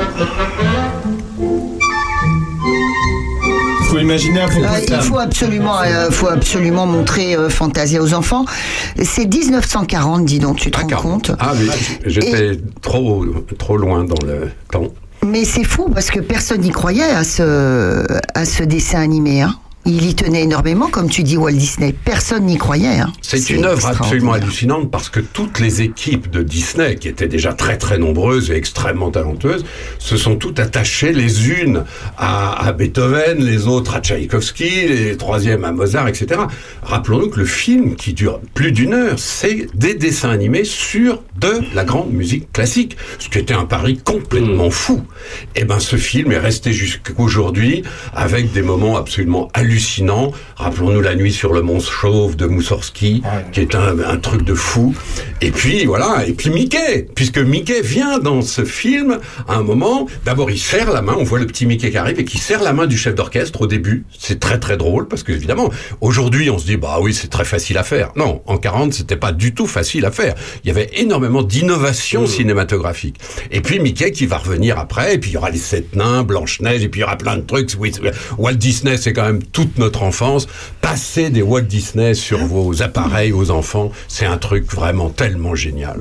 Faut imaginer un Il faut absolument montrer Fantasia aux enfants. C'est 1940, dis donc, tu te rends compte? Ah oui, j'étais trop loin dans le temps. Mais c'est fou parce que personne n'y croyait à ce dessin animé. Hein. Il y tenait énormément, comme tu dis, Walt Disney. Personne n'y croyait. Hein. C'est une œuvre absolument hallucinante parce que toutes les équipes de Disney, qui étaient déjà très très nombreuses et extrêmement talentueuses, se sont toutes attachées les unes à Beethoven, les autres à Tchaïkovski, les troisièmes à Mozart, etc. Rappelons-nous que le film, qui dure plus d'1 heure, c'est des dessins animés sur de la grande musique classique, ce qui était un pari complètement fou. Et ben, ce film est resté jusqu'aujourd'hui avec des moments absolument hallucinant. Rappelons-nous La nuit sur le mont Chauve de Moussorgsky, qui est un truc de fou. Et puis voilà, et puis Mickey, puisque Mickey vient dans ce film à un moment. D'abord, il serre la main. On voit le petit Mickey qui arrive et qui serre la main du chef d'orchestre au début. C'est très très drôle parce que évidemment, aujourd'hui, on se dit bah oui, c'est très facile à faire. Non, en 40, c'était pas du tout facile à faire. Il y avait énormément d'innovations cinématographiques. Et puis Mickey qui va revenir après. Et puis il y aura les 7 nains, Blanche-Neige, et puis il y aura plein de trucs. Oui, Walt Disney, c'est quand même toute notre enfance. Passer des Walt Disney sur vos appareils aux enfants, c'est un truc vraiment tellement génial.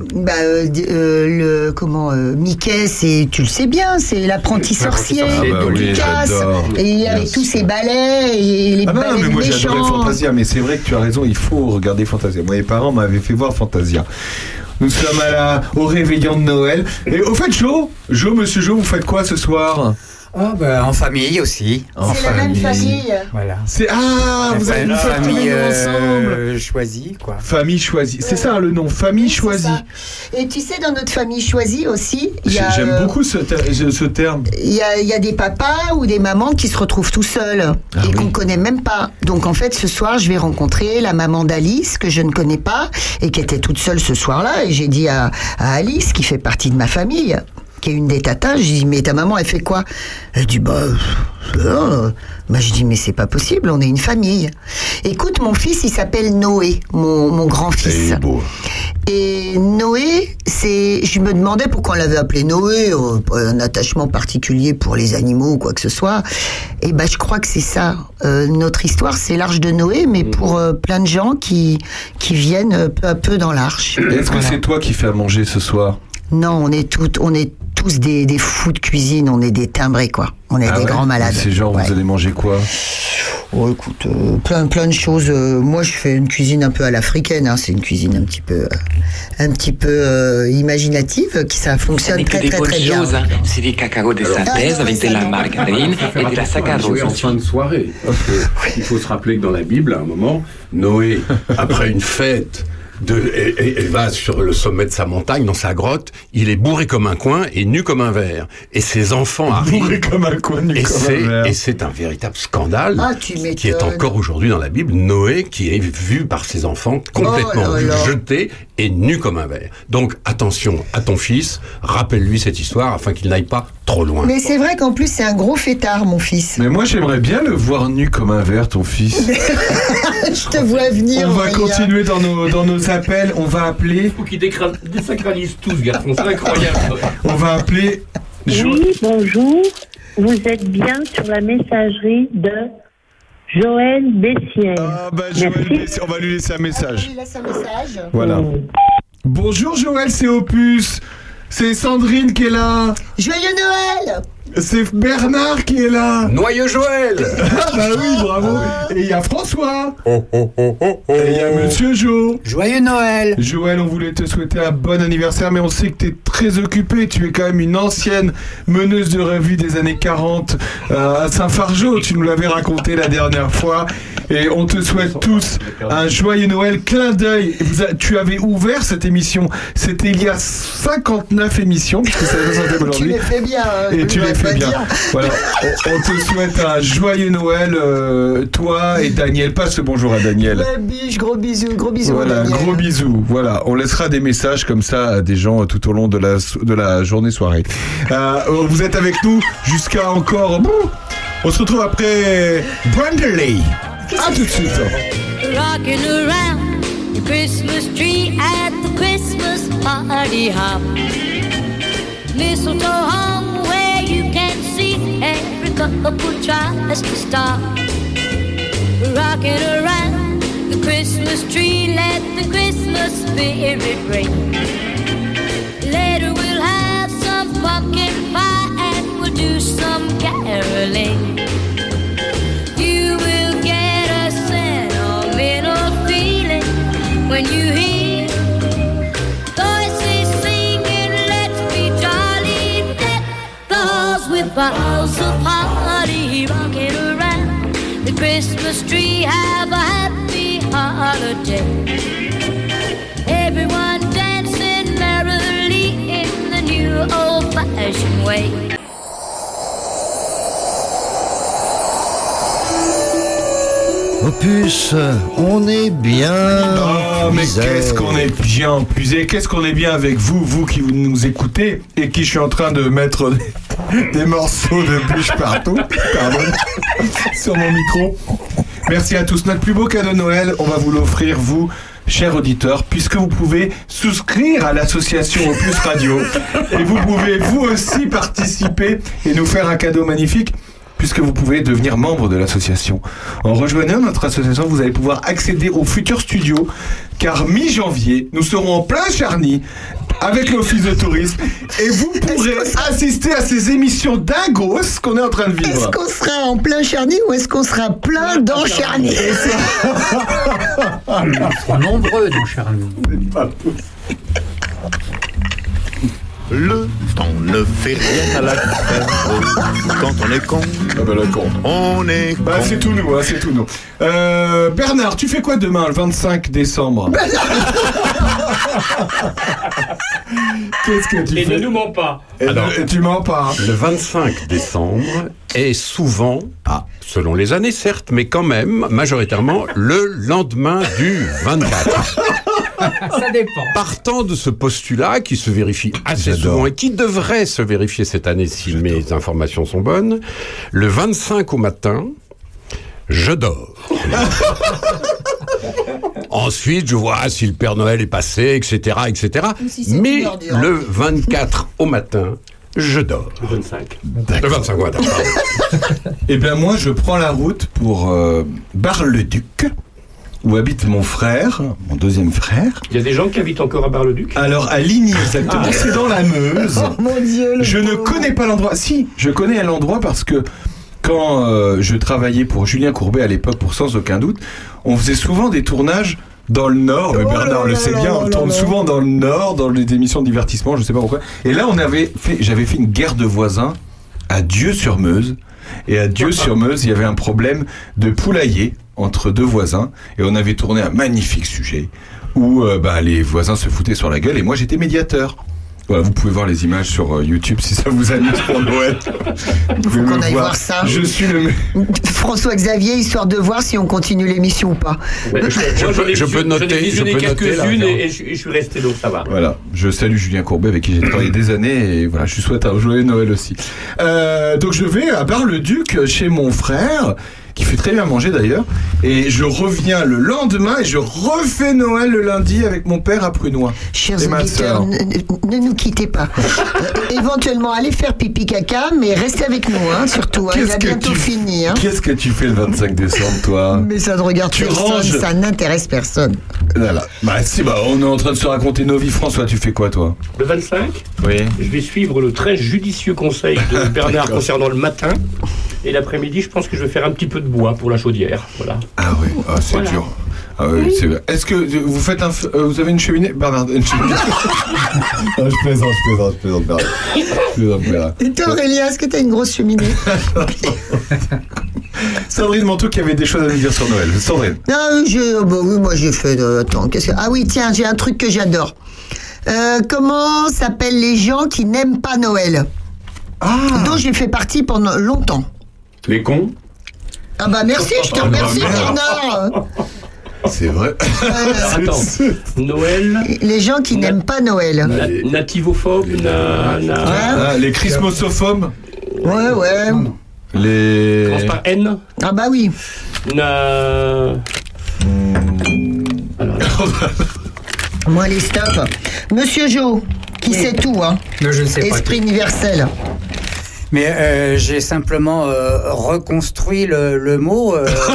Mickey, tu le sais bien, c'est l'apprenti sorcier de Lucas, et avec tous ses balais et les balais mais moi méchants. j'adorais Fantasia, mais c'est vrai que tu as raison, il faut regarder Fantasia. Moi, mes parents m'avaient fait voir Fantasia. Nous sommes au réveillon de Noël. Et au fait, Monsieur Jo, vous faites quoi ce soir? En famille aussi. C'est la même famille. Voilà. Vous avez une famille ensemble. Choisie, quoi. Famille choisie. C'est ça le nom, famille choisie. Et tu sais, dans notre famille choisie aussi, j'aime beaucoup ce terme. Il y a des papas ou des mamans qui se retrouvent tout seuls et qu'on connaît même pas. Donc en fait, ce soir, je vais rencontrer la maman d'Alice que je ne connais pas et qui était toute seule ce soir-là. Et j'ai dit à Alice, qui fait partie de ma famille, qui est une des tatas, je dis mais ta maman elle fait quoi? Elle dit je dis mais c'est pas possible, on est une famille. Écoute, mon fils il s'appelle Noé, mon grand-fils. Et Noé, je me demandais pourquoi on l'avait appelé Noé, un attachement particulier pour les animaux ou quoi que ce soit. Et je crois que c'est ça. Notre histoire, c'est l'Arche de Noé, mais pour plein de gens qui viennent peu à peu dans l'Arche. Est-ce que c'est toi qui fais à manger ce soir? Non, on est tous des fous de cuisine, on est des timbrés, quoi. On est des grands malades. C'est genre, vous allez manger quoi? Écoute, plein de choses. Moi, je fais une cuisine un peu à l'africaine. Hein. C'est une cuisine un petit peu imaginative, ça fonctionne très bien. Hein. C'est des cacao de synthèse avec de la margarine et de la saccharose. En fin de soirée. Il faut se rappeler que dans la Bible, à un moment, Noé, après une fête, et va sur le sommet de sa montagne, dans sa grotte, il est bourré comme un coin et nu comme un verre. Et ses enfants arrivent. Bourré comme un coin, nu comme un verre. Et c'est un véritable scandale qui est m'étonnes. encore aujourd'hui dans la Bible. Noé qui est vu par ses enfants complètement jeté et nu comme un verre. Donc attention à ton fils, rappelle-lui cette histoire afin qu'il n'aille pas trop loin. Mais c'est vrai qu'en plus c'est un gros fêtard, mon fils. Mais moi j'aimerais bien le voir nu comme un verre, ton fils. Je te vois venir. On va continuer dans nos appels. On va appeler. Il faut qu'il désacralise tout ce garçon, c'est incroyable. On va appeler. Oui, bonjour. Vous êtes bien sur la messagerie de Joël Bessières. Joël Bessières, on va lui laisser un message. Il laisse un message. Voilà. Bonjour Joël, c'est Opus. C'est Sandrine qui est là. Joyeux Noël. C'est Bernard qui est là. Noyeux Joël. Ah bah oui, bravo. Et il y a François. Et il y a Monsieur Jo. Joyeux Noël. Joël, on voulait te souhaiter un bon anniversaire, mais on sait que tu es très occupé. Tu es quand même une ancienne meneuse de revue des années 40 à Saint-Fargeau. Tu nous l'avais raconté la dernière fois. Et on te souhaite tous un joyeux Noël. Clin d'œil. Tu avais ouvert cette émission. C'était il y a 59 émissions, puisque c'est la santé aujourd'hui. Tu les fais bien. Et tu les fais bien. Voilà. On te souhaite un joyeux Noël, toi et Daniel. Passe le bonjour à Daniel. Ouais, biche, gros bisous. Voilà, Daniel. gros bisous. Voilà, on laissera des messages comme ça à des gens tout au long de la journée-soirée. Vous êtes avec nous jusqu'à encore... On se retrouve après Branderley. À tout de suite. Rocking around the Christmas tree at the Christmas party hop. Mistletoe hung where you can see every couple tries to stop. Rocking around the Christmas tree, let the Christmas spirit ring. Later we'll have some pumpkin pie and we'll do some caroling. You will get a sentimental feeling when you hear voices singing, let's be jolly, deck the halls with boughs of holly, rocking around the Christmas tree, have a happy holiday. Everyone dancing merrily in the new old-fashioned way. Opus, on est bien. Oh, mais qu'est-ce qu'on est bien puisé, qu'est-ce qu'on est bien avec vous qui nous écoutez et qui je suis en train de mettre des morceaux de bûche partout, pardon, sur mon micro. Merci à tous. Notre plus beau cadeau de Noël, on va vous l'offrir, vous, chers auditeurs, puisque vous pouvez souscrire à l'association Opus Radio et vous pouvez vous aussi participer et nous faire un cadeau magnifique, puisque vous pouvez devenir membre de l'association. En rejoignant notre association, vous allez pouvoir accéder au futur studio, car mi-janvier, nous serons en plein Charny avec l'office de tourisme et vous pourrez assister à ces émissions dingos qu'on est en train de vivre. Est-ce qu'on sera en plein Charny ou est-ce qu'on sera plein dans Charny? Ils seront nombreux dans Charny. C'est pas possible. Le temps ne fait rien à la fête. Quand on est con, ah bah, con. On est con. Bah, c'est tout nous, hein, c'est tout nous. Bernard, tu fais quoi demain, le 25 décembre? Qu'est-ce que tu fais? Et ne nous mens pas. Alors, tu mens pas. Le 25 décembre est souvent, selon les années certes, mais quand même, majoritairement, le lendemain du 24. Ça dépend. Partant de ce postulat qui se vérifie assez souvent et qui devrait se vérifier cette année si mes informations sont bonnes, le 25 au matin, je dors. Ensuite, je vois si le Père Noël est passé, etc., etc. Mais le 24 au matin, je dors. Le 25. Le 25 au matin. Eh bien, moi, je prends la route pour Bar-le-Duc, où habite mon frère, mon deuxième frère. Il y a des gens qui habitent encore à Bar-le-Duc? Alors, à Ligny, exactement. C'est dans la Meuse. Oh mon Dieu, je ne connais pas l'endroit. Si, je connais l'endroit parce que quand je travaillais pour Julien Courbet à l'époque, pour Sans Aucun Doute, on faisait souvent des tournages dans le Nord. Mais Bernard le sait bien, on tourne souvent dans le Nord, dans les émissions de divertissement, je sais pas pourquoi. Et là, j'avais fait une guerre de voisins à Dieu-sur-Meuse. Et à Dieu-sur-Meuse, il y avait un problème de poulailler entre deux voisins. Et on avait tourné un magnifique sujet où les voisins se foutaient sur la gueule et moi j'étais médiateur. Voilà, vous pouvez voir les images sur YouTube si ça vous amuse pour Noël. Il faut qu'on aille voir ça. Je suis le... François-Xavier, histoire de voir si on continue l'émission ou pas. Je peux noter quelques-unes et je suis resté, donc ça va. Voilà, je salue Julien Courbet avec qui j'ai travaillé des années et voilà, je lui souhaite un joyeux Noël aussi. Donc je vais à Bar-le-Duc chez mon frère qui fait très bien manger d'ailleurs. Et je reviens le lendemain et je refais Noël le lundi avec mon père à Prunois. Chers et ma auditeurs, sœur. ne nous quittez pas. Éventuellement, allez faire pipi caca, mais restez avec nous, hein, surtout. Hein, il va bientôt finir. Hein. Qu'est-ce que tu fais le 25 décembre, toi? Mais ça ne regarde personne, ça n'intéresse personne. Voilà. Bah si, on est en train de se raconter nos vies. François, tu fais quoi, toi? Le 25, oui. Je vais suivre le très judicieux conseil de Bernard concernant le matin. Et l'après-midi, je pense que je vais faire un petit peu de bois pour la chaudière. Voilà. Ah oui, c'est dur. Ah oui, c'est vrai. Est-ce que vous faites vous avez une cheminée, Bernard? Une cheminée? Je plaisante, Bernard. Et toi, Aurélien, est-ce que tu as une grosse cheminée? Sandrine Manteau qui avait des choses à nous dire sur Noël. Sandrine. Non, oui, moi j'ai fait. Attends, ah oui, tiens, j'ai un truc que j'adore. Comment s'appellent les gens qui n'aiment pas Noël? Dont j'ai fait partie pendant longtemps. Les cons? Ah bah merci, je te remercie, Bernard. C'est vrai. Attends, Noël. Les gens qui n'aiment pas Noël. Nativophobes, les christmosophobes. Ouais. Les. Commence par N. Ah bah oui. Moi, les stop. Monsieur Jo, qui sait tout, hein. Mais je ne sais pas. Esprit universel. Mais j'ai simplement reconstruit le mot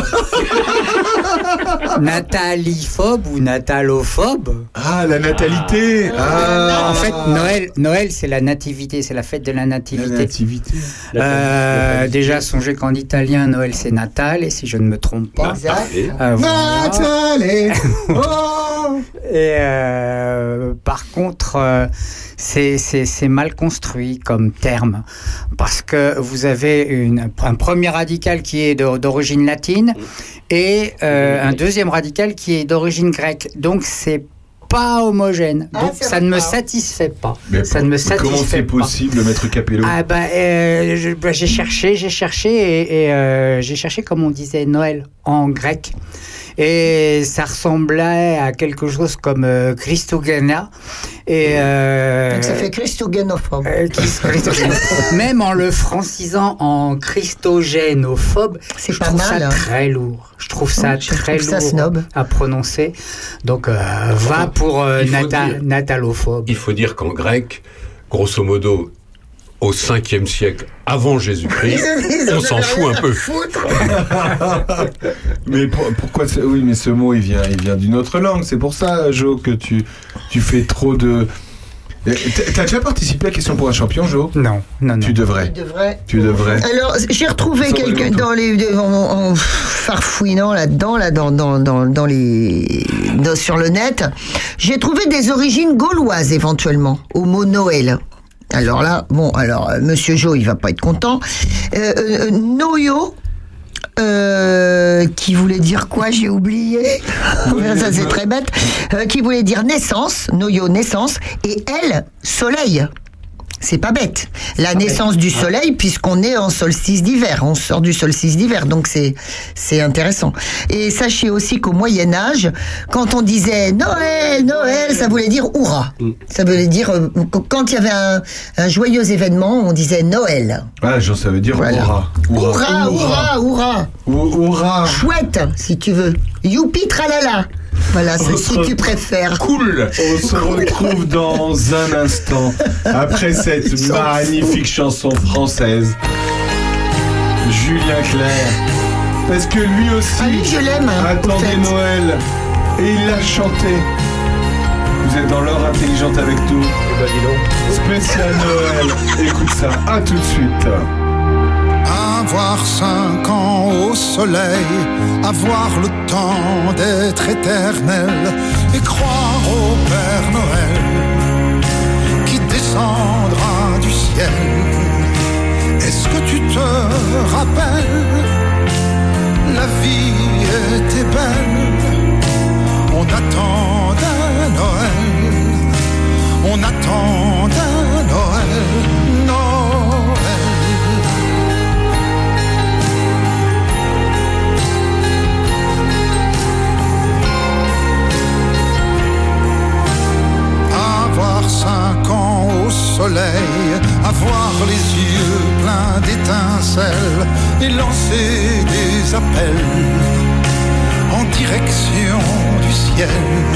nataliphobe ou natalophobe. Ah, la natalité. En fait, Noël, c'est la nativité, c'est la fête de la nativité. La nativité. Déjà, songez qu'en italien, Noël, c'est Natal, et si je ne me trompe pas. Natale. Et par contre, c'est mal construit comme terme, parce que vous avez un premier radical qui est d'origine latine et un deuxième radical qui est d'origine grecque. Donc c'est pas homogène. Donc ça ne me satisfait pas. Mais comment c'est possible, Maître Capello? J'ai cherché et j'ai cherché comme on disait Noël en grec. Et ça ressemblait à quelque chose comme Christogena. Donc ça fait christogénophobe. Même en le francisant en christogénophobe, je trouve ça très lourd. Je trouve ça très lourd snob à prononcer. Donc va pour natalophobe. Il faut dire qu'en grec, grosso modo, au 5e siècle avant Jésus-Christ, on s'en fout un peu. Mais pourquoi oui, mais ce mot il vient d'une autre langue. C'est pour ça, Jo, que tu fais trop de. T'as déjà participé à Question pour un champion, Jo? Non. Tu devrais. Tu devrais. Alors, j'ai retrouvé quelqu'un en farfouinant là-dedans, sur le net. J'ai trouvé des origines gauloises éventuellement au mot Noël. Alors là, Monsieur Jo, il va pas être content. Noyo, qui voulait dire quoi? J'ai oublié. Ça, c'est très bête. Qui voulait dire naissance, Noyo, naissance, et elle, soleil. C'est pas bête. La naissance du soleil, puisqu'on est en solstice d'hiver. On sort du solstice d'hiver, donc c'est intéressant. Et sachez aussi qu'au Moyen-Âge, quand on disait Noël, ça voulait dire hurrah. Ça voulait dire, quand il y avait un joyeux événement, on disait Noël. Ah, ça veut dire hurrah. Hurrah. Chouette, si tu veux. Youpi tralala. Voilà, c'est si tu préfères. Cool. On se retrouve dans un instant après cette magnifique chanson française. Julien Clerc. Parce que lui aussi je l'aime, attendait Noël et il l'a chanté. Vous êtes dans l'heure intelligente avec nous. Spécial Noël. Écoute ça, à tout de suite. Avoir 5 ans au soleil, avoir le temps d'être éternel et croire au Père Noël qui descendra du ciel. Est-ce que tu te rappelles, la vie était belle, on attendait Noël, on attendait Noël, Noël. Avoir 5 ans au soleil, avoir les yeux pleins d'étincelles et lancer appels en direction du ciel.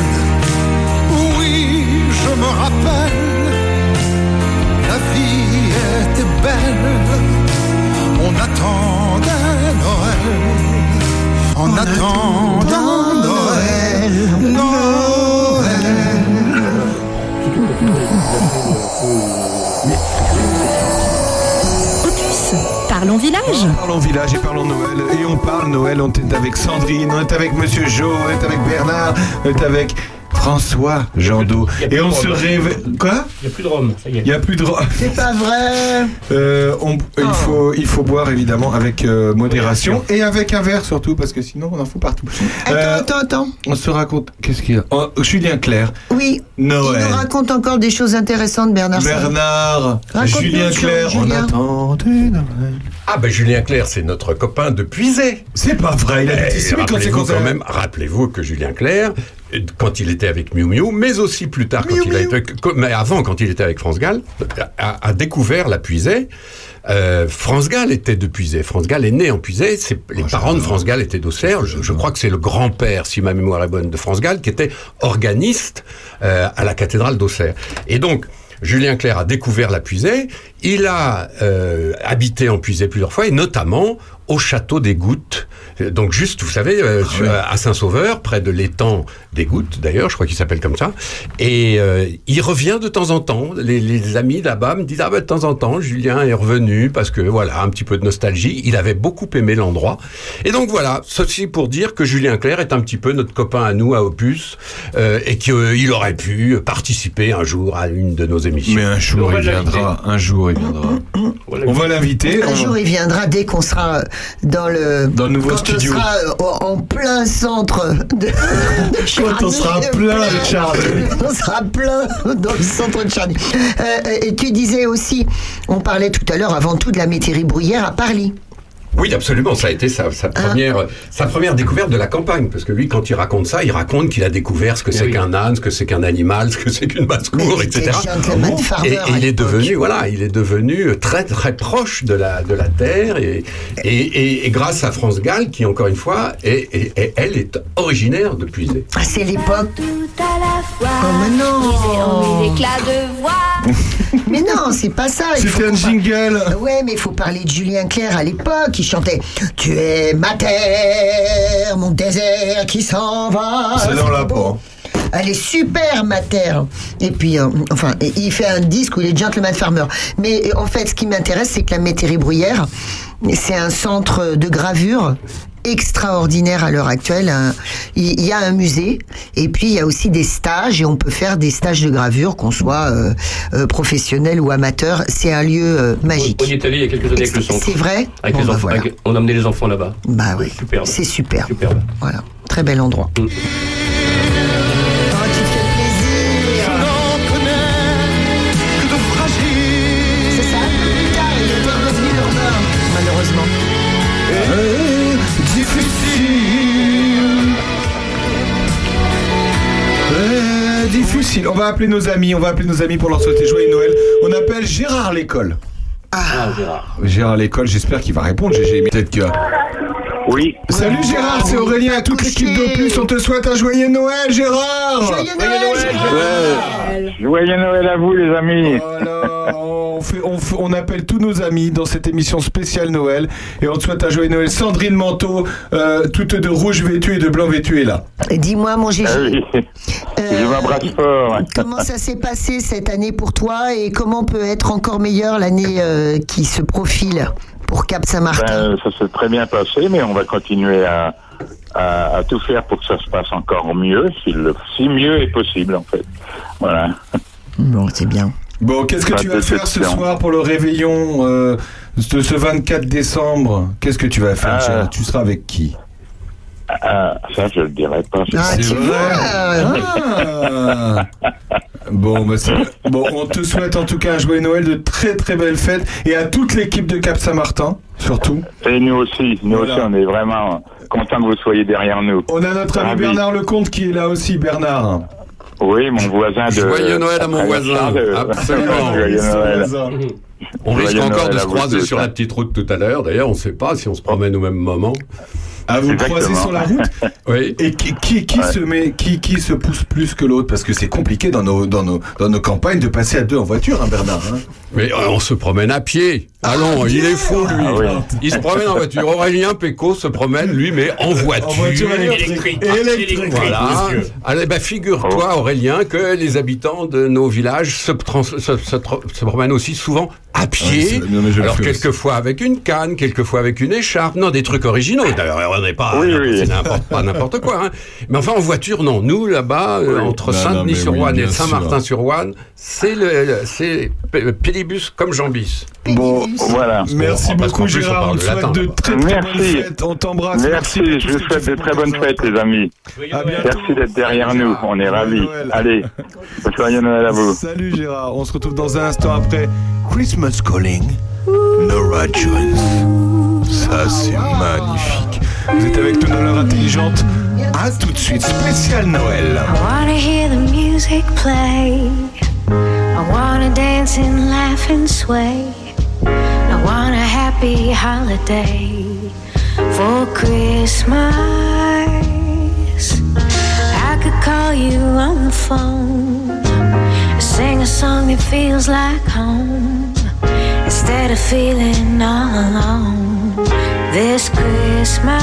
Oui, je me rappelle, la vie était belle. On attendait Noël, en attendant Noël, Opus, parlons village. Parlons village et parlons Noël. Et on parle Noël, on est avec Sandrine, on est avec Monsieur Jo, on est avec Bernard, on est avec François Jandot. Et on se réveille. Quoi ? Il n'y a plus de rhum, ça y est. Il n'y a plus de rhum. C'est pas vrai. Il faut boire évidemment avec modération et avec un verre surtout parce que sinon on en fout partout. Attends. On se raconte. Qu'est-ce qu'il y a ? Julien Clerc. Oui. Noël. Il nous raconte encore des choses intéressantes, Bernard. Julien Clerc. On attendait Noël. Ah ben Julien Clerc, c'est notre copain de Puisay. C'est pas vrai. Il a participé quand même. Rappelez-vous que Julien Clerc, quand il était avec Miu Miu, mais aussi plus tard mais avant quand il était avec France Gall, a découvert la Puisay. France Gall était de Puisay. France Gall est né en Puisay. Les parents de France Gall étaient d'Auxerre. Je crois que c'est le grand-père, si ma mémoire est bonne, de France Gall, qui était organiste à la cathédrale d'Auxerre. Et donc, Julien Clerc a découvert la Puisay. Il a habité en Puisay plusieurs fois, et notamment au château des Gouttes. Donc juste, vous savez, à Saint-Sauveur, près de l'étang des Gouttes, d'ailleurs, je crois qu'il s'appelle comme ça. Et il revient de temps en temps. Les amis là-bas me disent, de temps en temps, Julien est revenu parce que, voilà, un petit peu de nostalgie. Il avait beaucoup aimé l'endroit. Et donc voilà, ceci pour dire que Julien Clerc est un petit peu notre copain à nous, à Opus, et qu'il aurait pu participer un jour à une de nos émissions. Mais un jour, il viendra. On va l'inviter. Un jour, il viendra dès qu'on sera dans le nouveau studio. On sera en plein centre de Charny. Quand on sera plein de Charny. On sera plein dans le centre de Charny. Et tu disais aussi, on parlait tout à l'heure avant tout de la métairie Bruyère à Parly. Oui, absolument. Ça a été sa première découverte de la campagne. Parce que lui, quand il raconte ça, il raconte qu'il a découvert ce que c'est qu'un âne, ce que c'est qu'un animal, ce que c'est qu'une basse-cour, etc. Et il est devenu très, très proche de la terre. Et grâce à France Gall, qui, encore une fois, elle est originaire de Puisay. Ah, c'est l'époque. Tout à la fois. Oh, mais non. L'éclat de voix. Mais non, c'est pas ça. C'était un jingle. Ouais, mais il faut parler de Julien Clerc à l'époque. Il chantait « Tu es ma terre, mon désert qui s'en va ». C'est dans la peau. Elle est super, ma terre. Et puis, il fait un disque où il est Gentleman Farmer. Mais en fait, ce qui m'intéresse, c'est que la métairie Bruyère, c'est un centre de gravure extraordinaire à l'heure actuelle. Il y a un musée et puis il y a aussi des stages et on peut faire des stages de gravure, qu'on soit professionnel ou amateur. C'est un lieu magique. On y est allé il y a quelques années avec le centre. C'est vrai. Avec les enfants. Voilà. On a amené les enfants là-bas. Bah oui. Superbe. C'est superbe. Superbe. Voilà. Très bel endroit. Difficile. On va appeler nos amis pour leur souhaiter joyeux Noël. On appelle Gérard L'École. Gérard L'École, j'espère qu'il va répondre. J'ai peut-être que... Oui. Salut Gérard, c'est Aurélien et toute l'équipe d'Opus. On te souhaite un joyeux Noël, Gérard. Joyeux Noël. Joyeux Noël à vous, les amis. Voilà, on appelle tous nos amis dans cette émission spéciale Noël et on te souhaite un joyeux Noël. Sandrine Manteau, toute de rouge vêtue et de blanc vêtue est là. Dis-moi, mon Gégé. Je m'embrasse fort. Comment ça s'est passé cette année pour toi et comment peut être encore meilleure l'année qui se profile pour Cap Saint-Martin? Ça s'est très bien passé, mais on va continuer à tout faire pour que ça se passe encore mieux, si mieux est possible, en fait. Voilà. Bon, c'est bien. Bon, qu'est-ce que tu vas faire ce soir pour le réveillon de ce 24 décembre? Qu'est-ce que tu vas faire, Gérard? Tu seras avec qui? Ça, je le dirai pas. C'est vrai. Bon, on te souhaite en tout cas un joyeux Noël, de très très belles fêtes et à toute l'équipe de Cap Saint-Martin, surtout. Et nous aussi, on est vraiment contents que vous soyez derrière nous. On a notre ami Bernard Lecomte qui est là aussi, Bernard. Oui, mon voisin de... Joyeux Noël à mon voisin, absolument. Joyeux Noël. On risque Joyeux encore Noël de à se vous croiser tous, sur hein. la petite route tout à l'heure. D'ailleurs, on ne sait pas si on se promène au même moment. À vous Exactement. croiser sur la route. Oui. Et qui se pousse plus que l'autre? Parce que c'est compliqué dans nos campagnes de passer à deux en voiture, hein, Bernard. Hein. Mais on se promène à pied. Allons, il est fou, lui. Ah oui. Il se promène en voiture. Aurélien Péco se promène, lui, mais en voiture. En voiture électrique. Voilà. Allez, figure-toi, Aurélien, que les habitants de nos villages se promènent aussi souvent à pied. Non, mais je le Alors, fais aussi. quelquefois avec une canne, quelquefois avec une écharpe. Non, des trucs originaux. D'ailleurs, on n'est pas, Oui, oui. c'est pas n'importe quoi. Hein. Mais enfin, en voiture, non. Nous, là-bas, entre Non, Saint-Denis-sur-Ouane mais oui, et bien Saint-Martin-sur-Ouane, c'est Pélibus comme Jambis. Bon, Voilà. merci Parce qu'en beaucoup, plus, on Gérard. parle On te de souhaite latin, de là-bas. très bonnes Merci. fêtes. On t'embrasse. Merci, pour je tout vous ce que souhaite tu de fais très pour bonnes notre fêtes, les amis. À bientôt. Merci d'être derrière nous, on est ravis. Noël. Allez, joyeux Noël à vous. Salut Gérard, on se retrouve dans un instant après Christmas Calling, Nora Jones. Ça c'est magnifique. Vous êtes avec nous dans l'heure intelligente. À tout de suite, spécial Noël. I wanna hear the music play. I wanna dance and laugh and sway. I want a happy holiday for Christmas. I could call you on the phone, sing a song that feels like home, instead of feeling all alone this Christmas.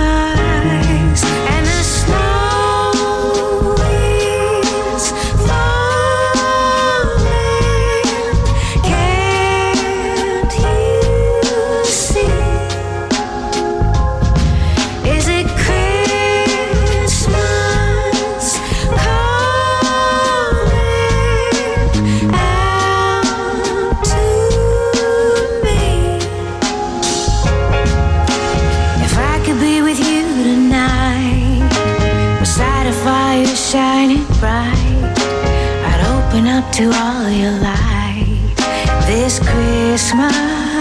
And the snow is falling. Can't you see? Is it Christmas calling out to me? If I could be with you tonight, beside a fire shining bright, I'd open up to all your light this Christmas.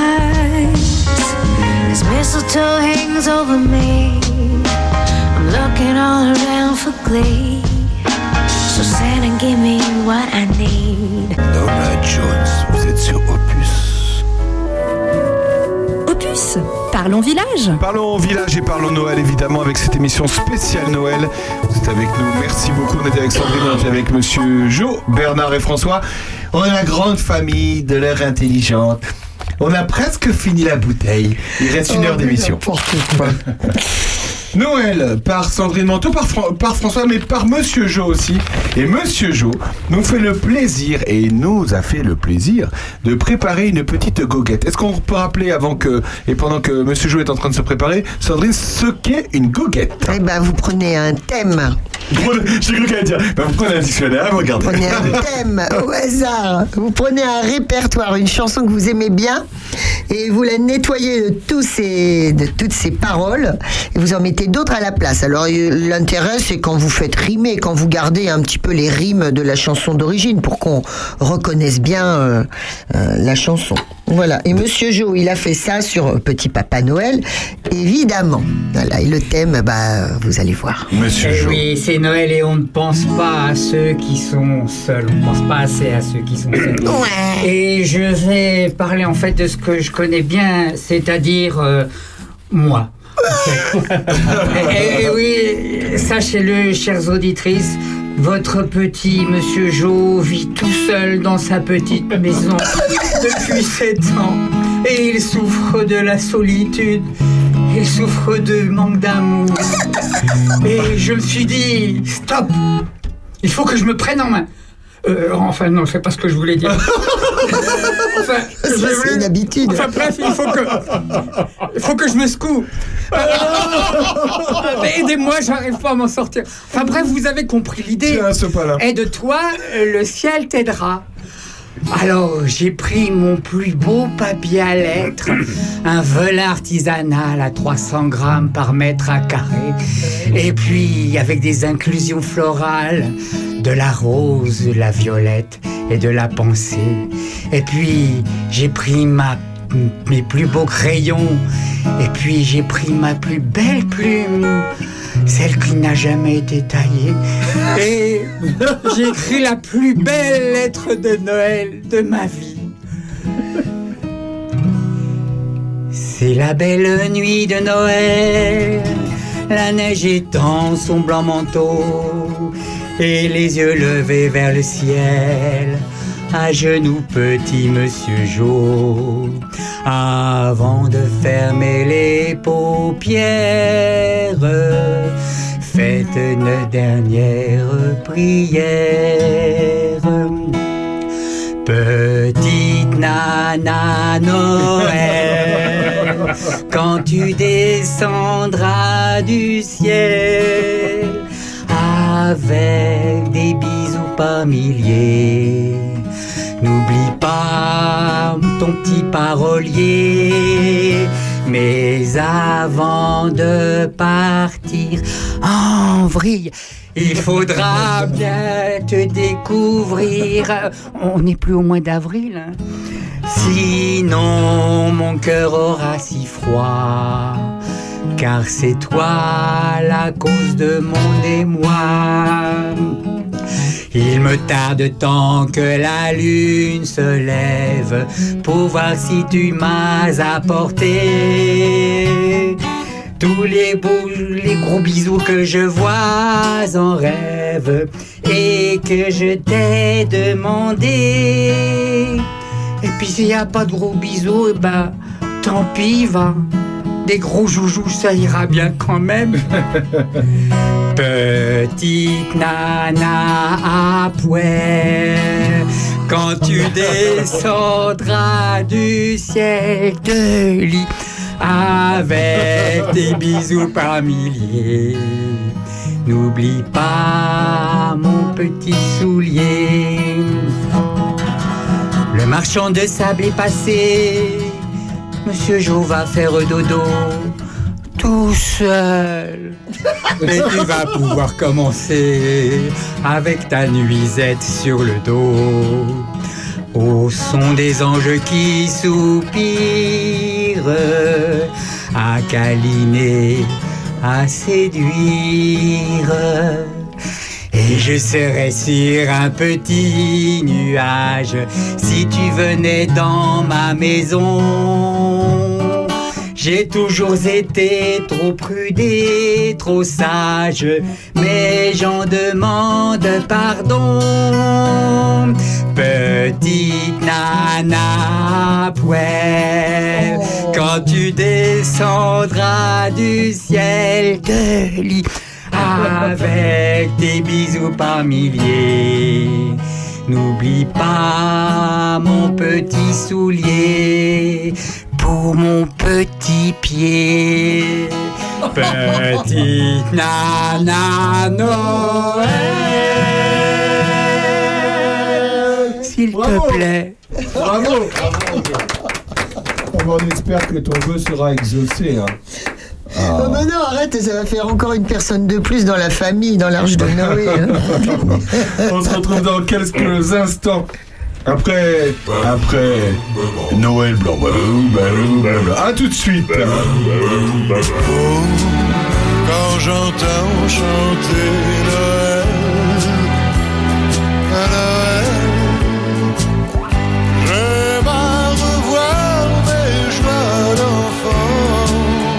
'Cause mistletoe hangs over me, I'm looking all around for glee. So Santa, give me what I need. Nora Jones, vous êtes sur Opus. Opus, parlons village. Parlons village et parlons Noël évidemment avec cette émission spéciale Noël. Vous êtes avec nous, merci beaucoup. On était avec Sandrine, on était avec Monsieur Jo, Bernard et François. On est la grande famille de l'heure intelligente. On a presque fini la bouteille. Il reste une heure d'émission. Noël par Sandrine Manteau, par François, mais par Monsieur Jo aussi. Et Monsieur Jo nous fait le plaisir, et nous a fait le plaisir, de préparer une petite goguette. Est-ce qu'on peut rappeler pendant que Monsieur Jo est en train de se préparer, Sandrine, ce qu'est une goguette? Eh ben, vous prenez un thème. J'ai cru qu'elle allait dire, vous prenez un dictionnaire, vous regardez. Vous prenez un thème au hasard. Vous prenez un répertoire, une chanson que vous aimez bien, et vous la nettoyez de toutes ces paroles, et vous en mettez d'autres à la place. Alors l'intérêt, c'est quand vous faites rimer, quand vous gardez un petit peu les rimes de la chanson d'origine pour qu'on reconnaisse bien la chanson. Voilà. Et Monsieur Jo, il a fait ça sur Petit Papa Noël, évidemment. Voilà. Et le thème, vous allez voir. Monsieur Jo. Oui, c'est Noël et on ne pense pas à ceux qui sont seuls. On ne pense pas assez à ceux qui sont seuls. Ouais. Et je vais parler en fait de ce que je connais bien, c'est-à-dire moi. Et oui, sachez-le, chères auditrices, votre petit Monsieur Jo vit tout seul dans sa petite maison depuis 7 ans et il souffre de la solitude, il souffre de manque d'amour. Et je me suis dit, stop, il faut que je me prenne en main. Enfin non, c'est pas ce que je voulais dire. Enfin, c'est une habitude. Enfin bref, il faut que je me secoue. Aidez-moi, j'arrive pas à m'en sortir. Enfin bref, vous avez compris l'idée. Tiens, ce pas-là. Aide-toi, le ciel t'aidera. Alors, j'ai pris mon plus beau papier à lettres, un venin artisanal à 300 grammes par mètre à carré, et puis avec des inclusions florales, de la rose, de la violette et de la pensée. Et puis, j'ai pris ma mes plus beaux crayons. Et puis j'ai pris ma plus belle plume, celle qui n'a jamais été taillée. Et j'ai écrit la plus belle lettre de Noël de ma vie. C'est la belle nuit de Noël, la neige étend son blanc manteau et les yeux levés vers le ciel. À genoux, petit monsieur Jo, avant de fermer les paupières, faites une dernière prière. Petite nana Noël, quand tu descendras du ciel, avec des bisous par milliers, n'oublie pas ton petit parolier. Mais avant de partir en vrille, il faudra bien te découvrir. On n'est plus au mois d'avril, hein. Sinon mon cœur aura si froid, car c'est toi la cause de mon émoi. Il me tarde tant que la lune se lève pour voir si tu m'as apporté tous les gros bisous que je vois en rêve et que je t'ai demandé. Et puis s'il n'y a pas de gros bisous, ben tant pis, va. Des gros joujoux, ça ira bien quand même. Petite nana à poil, quand tu descendras du ciel de lit, avec des bisous par milliers, n'oublie pas mon petit soulier. Le marchand de sable est passé, Monsieur Jo va faire dodo tout seul. Mais tu vas pouvoir commencer avec ta nuisette sur le dos, au son des anges qui soupirent, à câliner, à séduire. Et je serai sur un petit nuage si tu venais dans ma maison. J'ai toujours été trop prudé, trop sage, mais j'en demande pardon. Petite nana poêle, quand tu descendras du ciel de lit, avec des bisous par milliers, n'oublie pas mon petit soulier pour mon petit pied. Petite nana Noël, s'il te plaît. Bravo. On espère que ton vœu sera exaucé, hein. Oh mais non, arrête, ça va faire encore une personne de plus dans la famille, dans l'arche de Noé. On se retrouve dans quelques instants. Après Noël blanc. A tout de suite. Quand j'entends chanter Noël, à Noël, j'aime à revoir mes joies d'enfant.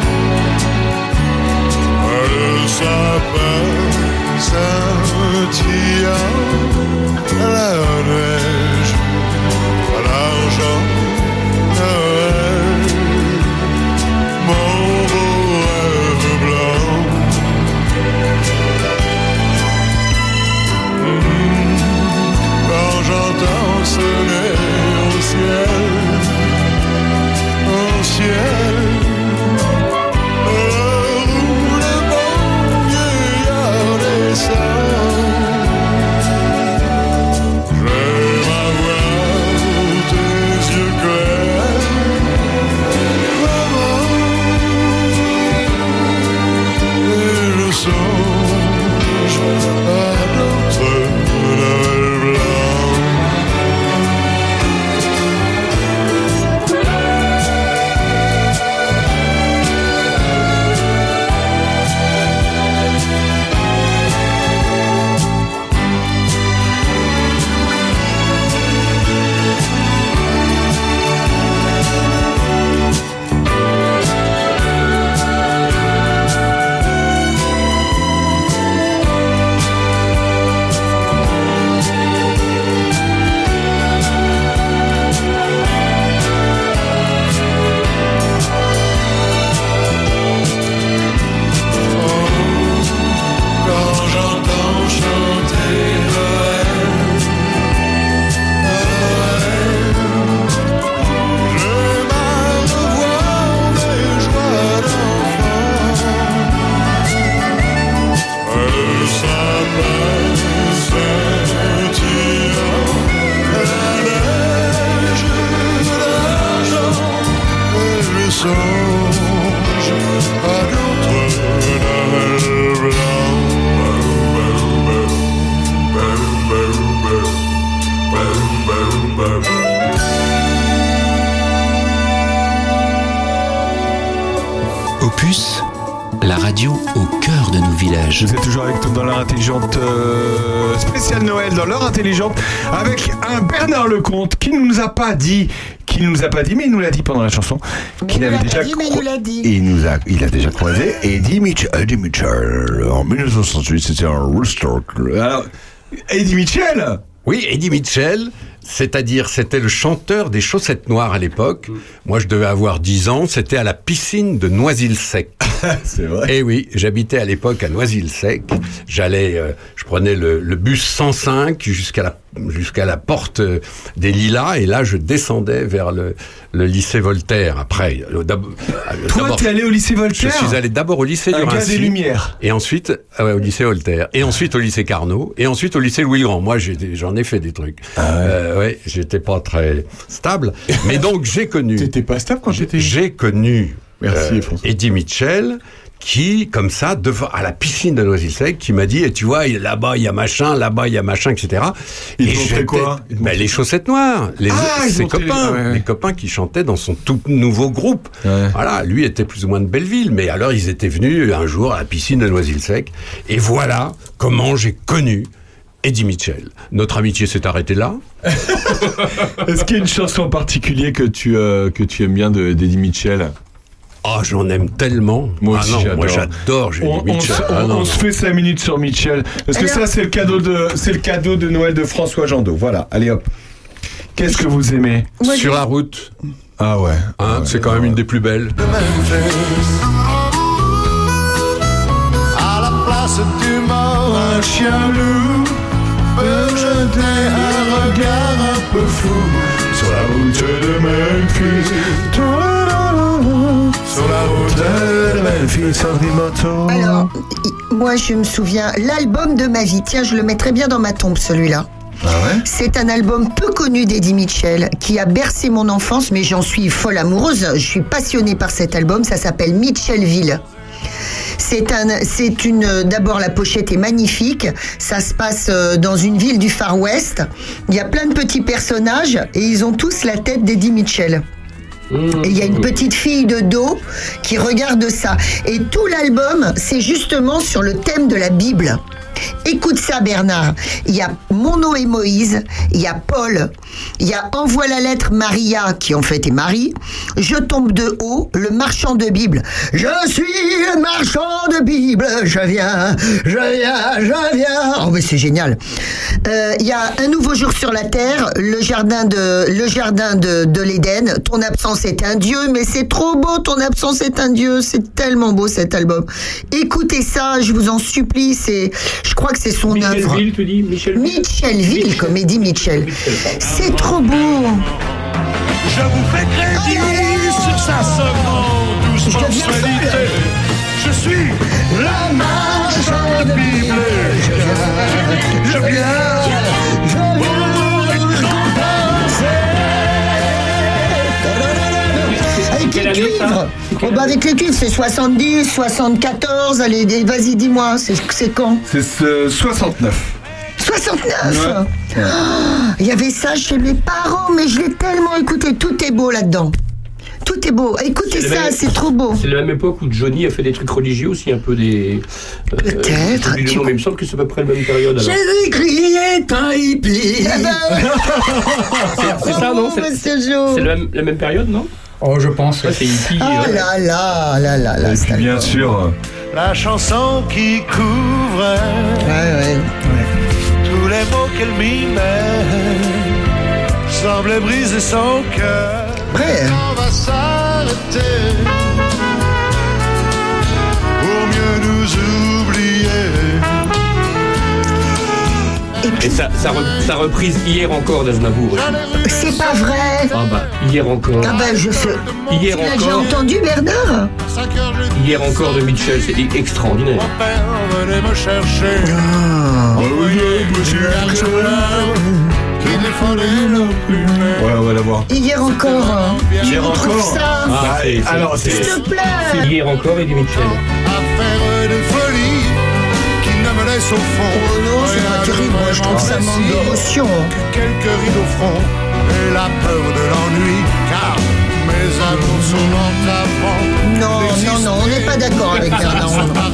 Le sapin scintillant, la neige, l'argent, Noël, mon beau rêve blanc. radio au cœur de nos villages. Vous êtes toujours avec nous dans l'heure intelligente, spéciale Noël dans l'heure intelligente, avec un Bernard Lecomte qui ne nous a pas dit, mais il nous l'a dit pendant la chanson, qu'il avait déjà il a déjà croisé Eddie Mitchell. En 1968, c'était un rooster. Alors, Eddie Mitchell. Oui, Eddie Mitchell, c'est-à-dire c'était le chanteur des Chaussettes Noires à l'époque. Moi, je devais avoir 10 ans, c'était à la piscine de Noisy-le-Sec. C'est vrai. Et oui, j'habitais à l'époque à Noisy-le-Sec. Je prenais le bus 105 jusqu'à la porte des Lilas, et là, je descendais vers le lycée Voltaire. Après, toi, t'es allé au lycée Voltaire? Je suis allé d'abord au lycée du Raincy, des Lumières. Et ensuite, au lycée Voltaire. Et ensuite au lycée Carnot. Et ensuite au lycée Louis-Grand. Moi, j'en ai fait des trucs. Ouais, j'étais pas très stable. Mais donc, j'ai connu. T'étais pas stable quand j'étais. J'ai connu. Merci, François. Eddie Mitchell, qui, comme ça, à la piscine de Noisy-le-Sec, qui m'a dit, et tu vois, là-bas, il y a machin, etc. Il montrait quoi? Les Chaussettes Noires, ses copains, les copains qui chantaient dans son tout nouveau groupe. Ouais. Voilà, lui était plus ou moins de Belleville, mais alors ils étaient venus un jour à la piscine de Noisy-le-Sec, et voilà comment j'ai connu Eddie Mitchell. Notre amitié s'est arrêtée là. Est-ce qu'il y a une chanson en particulier que tu aimes bien d'Eddie Mitchell? Ah, j'en aime tellement. Moi aussi, j'adore Mitchell. On se fait 5 minutes sur Mitchell. Parce que ça, c'est le cadeau de Noël de François Jandot. Voilà, allez hop. Qu'est-ce que vous aimez? Sur la route. Ah ouais. C'est quand même une des plus belles. À la place du mort, un chien loup peut jeter un regard un peu fou sur la route de Memphis. Sur la route de Memphis, alors, moi je me souviens, l'album de ma vie, tiens, je le mettrais bien dans ma tombe celui-là. Ah ouais? C'est un album peu connu d'Eddie Mitchell qui a bercé mon enfance, mais j'en suis folle amoureuse. Je suis passionnée par cet album, ça s'appelle Mitchellville. D'abord la pochette est magnifique, ça se passe dans une ville du Far West. Il y a plein de petits personnages et ils ont tous la tête d'Eddie Mitchell. Et il y a une petite fille de dos qui regarde ça. Et tout l'album, c'est justement sur le thème de la Bible. Écoute ça, Bernard. Il y a Mon et Moïse, il y a Paul, il y a Envoie la lettre Maria, qui en fait est Marie. Je tombe de haut, le marchand de Bible. Je suis le marchand de Bible, je viens. Oh, mais c'est génial. Il y a Un nouveau jour sur la terre, le jardin de l'Éden. Ton absence est un dieu, mais c'est trop beau, ton absence est un dieu. C'est tellement beau cet album. Écoutez ça, je vous en supplie, je crois que c'est son œuvre. Mitchellville, tu dis Mitchellville, comme Eddie Mitchell. C'est trop beau. Je vous fais crédit sur sa seconde douce mensualité. Je suis la marchand de Bible. Je viens avec les cuivres. Avec les cuivres, c'est 70, 74. Allez, vas-y, dis-moi, c'est quand? C'est 69. 69 ouais. Il y avait ça chez mes parents, mais je l'ai tellement écouté. Tout est beau là-dedans. Tout est beau. Écoutez ça, c'est trop beau. C'est la même époque où Johnny a fait des trucs religieux aussi, un peu des... Peut-être. Mais il me semble que c'est à peu près la même période. J'ai crié un hippie. C'est ça, non? C'est la même période, non? Oh, je pense. C'est hippie. Ah là. Et puis bien sûr, la chanson qui couvre tous les mots qu'elle m'y met semblait briser son cœur. On va s'arrêter pour mieux nous oublier. Et sa reprise hier encore d'Aznavour. C'est pas vrai. Ah bah, hier encore. Ah bah, je sais. Hier tu l'as encore. déjà entendu, Bernard? Hier encore de Mitchell, c'était extraordinaire. Mon père venait me chercher. Ouais, on va la voir. Hier encore. Hier encore. Ça. Alors, s'il te plaît. C'est hier encore Eddie Mitchell. Affaire de folie qui ne me laisse au fond. Oh non, c'est pas terrible. Moi, je trouve ça manque d'émotion. Quelques rides au front et la peur de l'ennui. Car mes annonces sont Non, on n'est pas d'accord avec Bernard.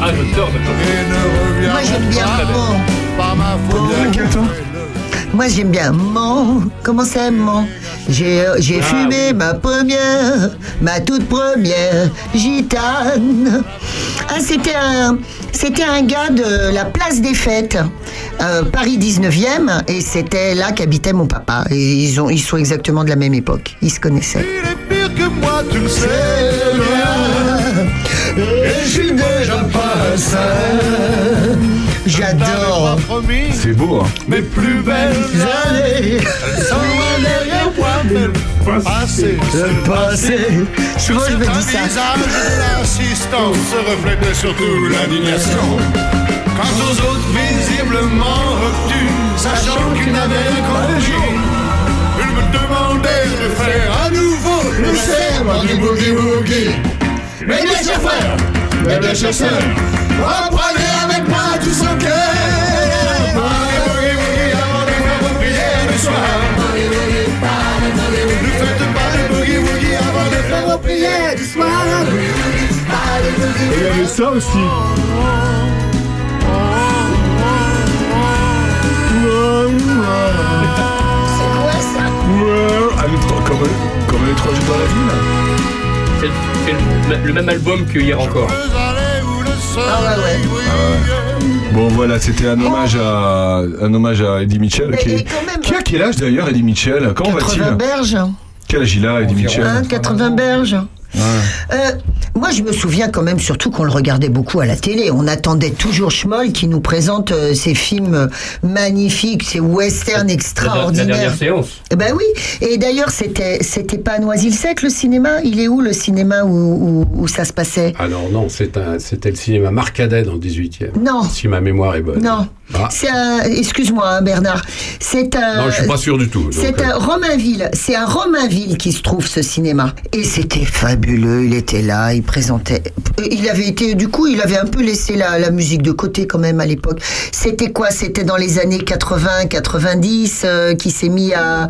Moi j'aime bien par ma faute. Moi j'aime bien comment c'est j'ai fumé ma toute première gitane. Ah, c'était un gars de la place des Fêtes, Paris 19e, et c'était là qu'habitait mon papa. Et ils sont exactement de la même époque. Ils se connaissaient. Il est pire que moi, tu le sais bien. Et je suis déjà pas seul. J'adore. C'est beau, hein. Mes plus belles années, elles sont loin derrière moi, mais le passé. Souvent je me dis ça. Visage de l'assistance se reflétait surtout l'indignation. Quant aux autres visiblement obtus, sachant qu'ils n'avaient rien compris, ils me demandaient de faire à nouveau le serment du boogie-woogie. Mais bien cher frère, mais bien cher sœur, reprenez avec moi tout son cœur. Boogie-woogie avant de faire vos prières du soir. Ne faites pas de boogie-woogie avant de faire vos prières du soir. Il y avait ça aussi. C'est quoi ça? Comme les trois jeux dans la ville. C'est le même album que hier encore. Ah ouais. Bon voilà, c'était un hommage à Eddie Mitchell qui a quel âge d'ailleurs Eddie Mitchell? Comment va-t-il? 80 berges. Quel âge il a Eddie Mitchell? 80 berges. Moi, je me souviens quand même, surtout qu'on le regardait beaucoup à la télé. On attendait toujours Schmoll qui nous présente ces films magnifiques, ces westerns extraordinaires. La dernière séance. Ben oui. Et d'ailleurs, c'était pas à Noisy-le-Sec le cinéma. Il est où le cinéma où ça se passait? Alors non, c'était le cinéma Marcadet dans le 18e. Non. Si ma mémoire est bonne. Non. Ah. Excuse-moi, hein, Bernard. Non, je suis pas sûr du tout. C'est à Romainville. C'est à Romainville qui se trouve ce cinéma. Et c'était fabuleux. Il était là, il présentait. Il avait été, du coup, il avait un peu laissé la musique de côté quand même à l'époque. C'était quoi? C'était dans les années 80, 90 qui s'est mis à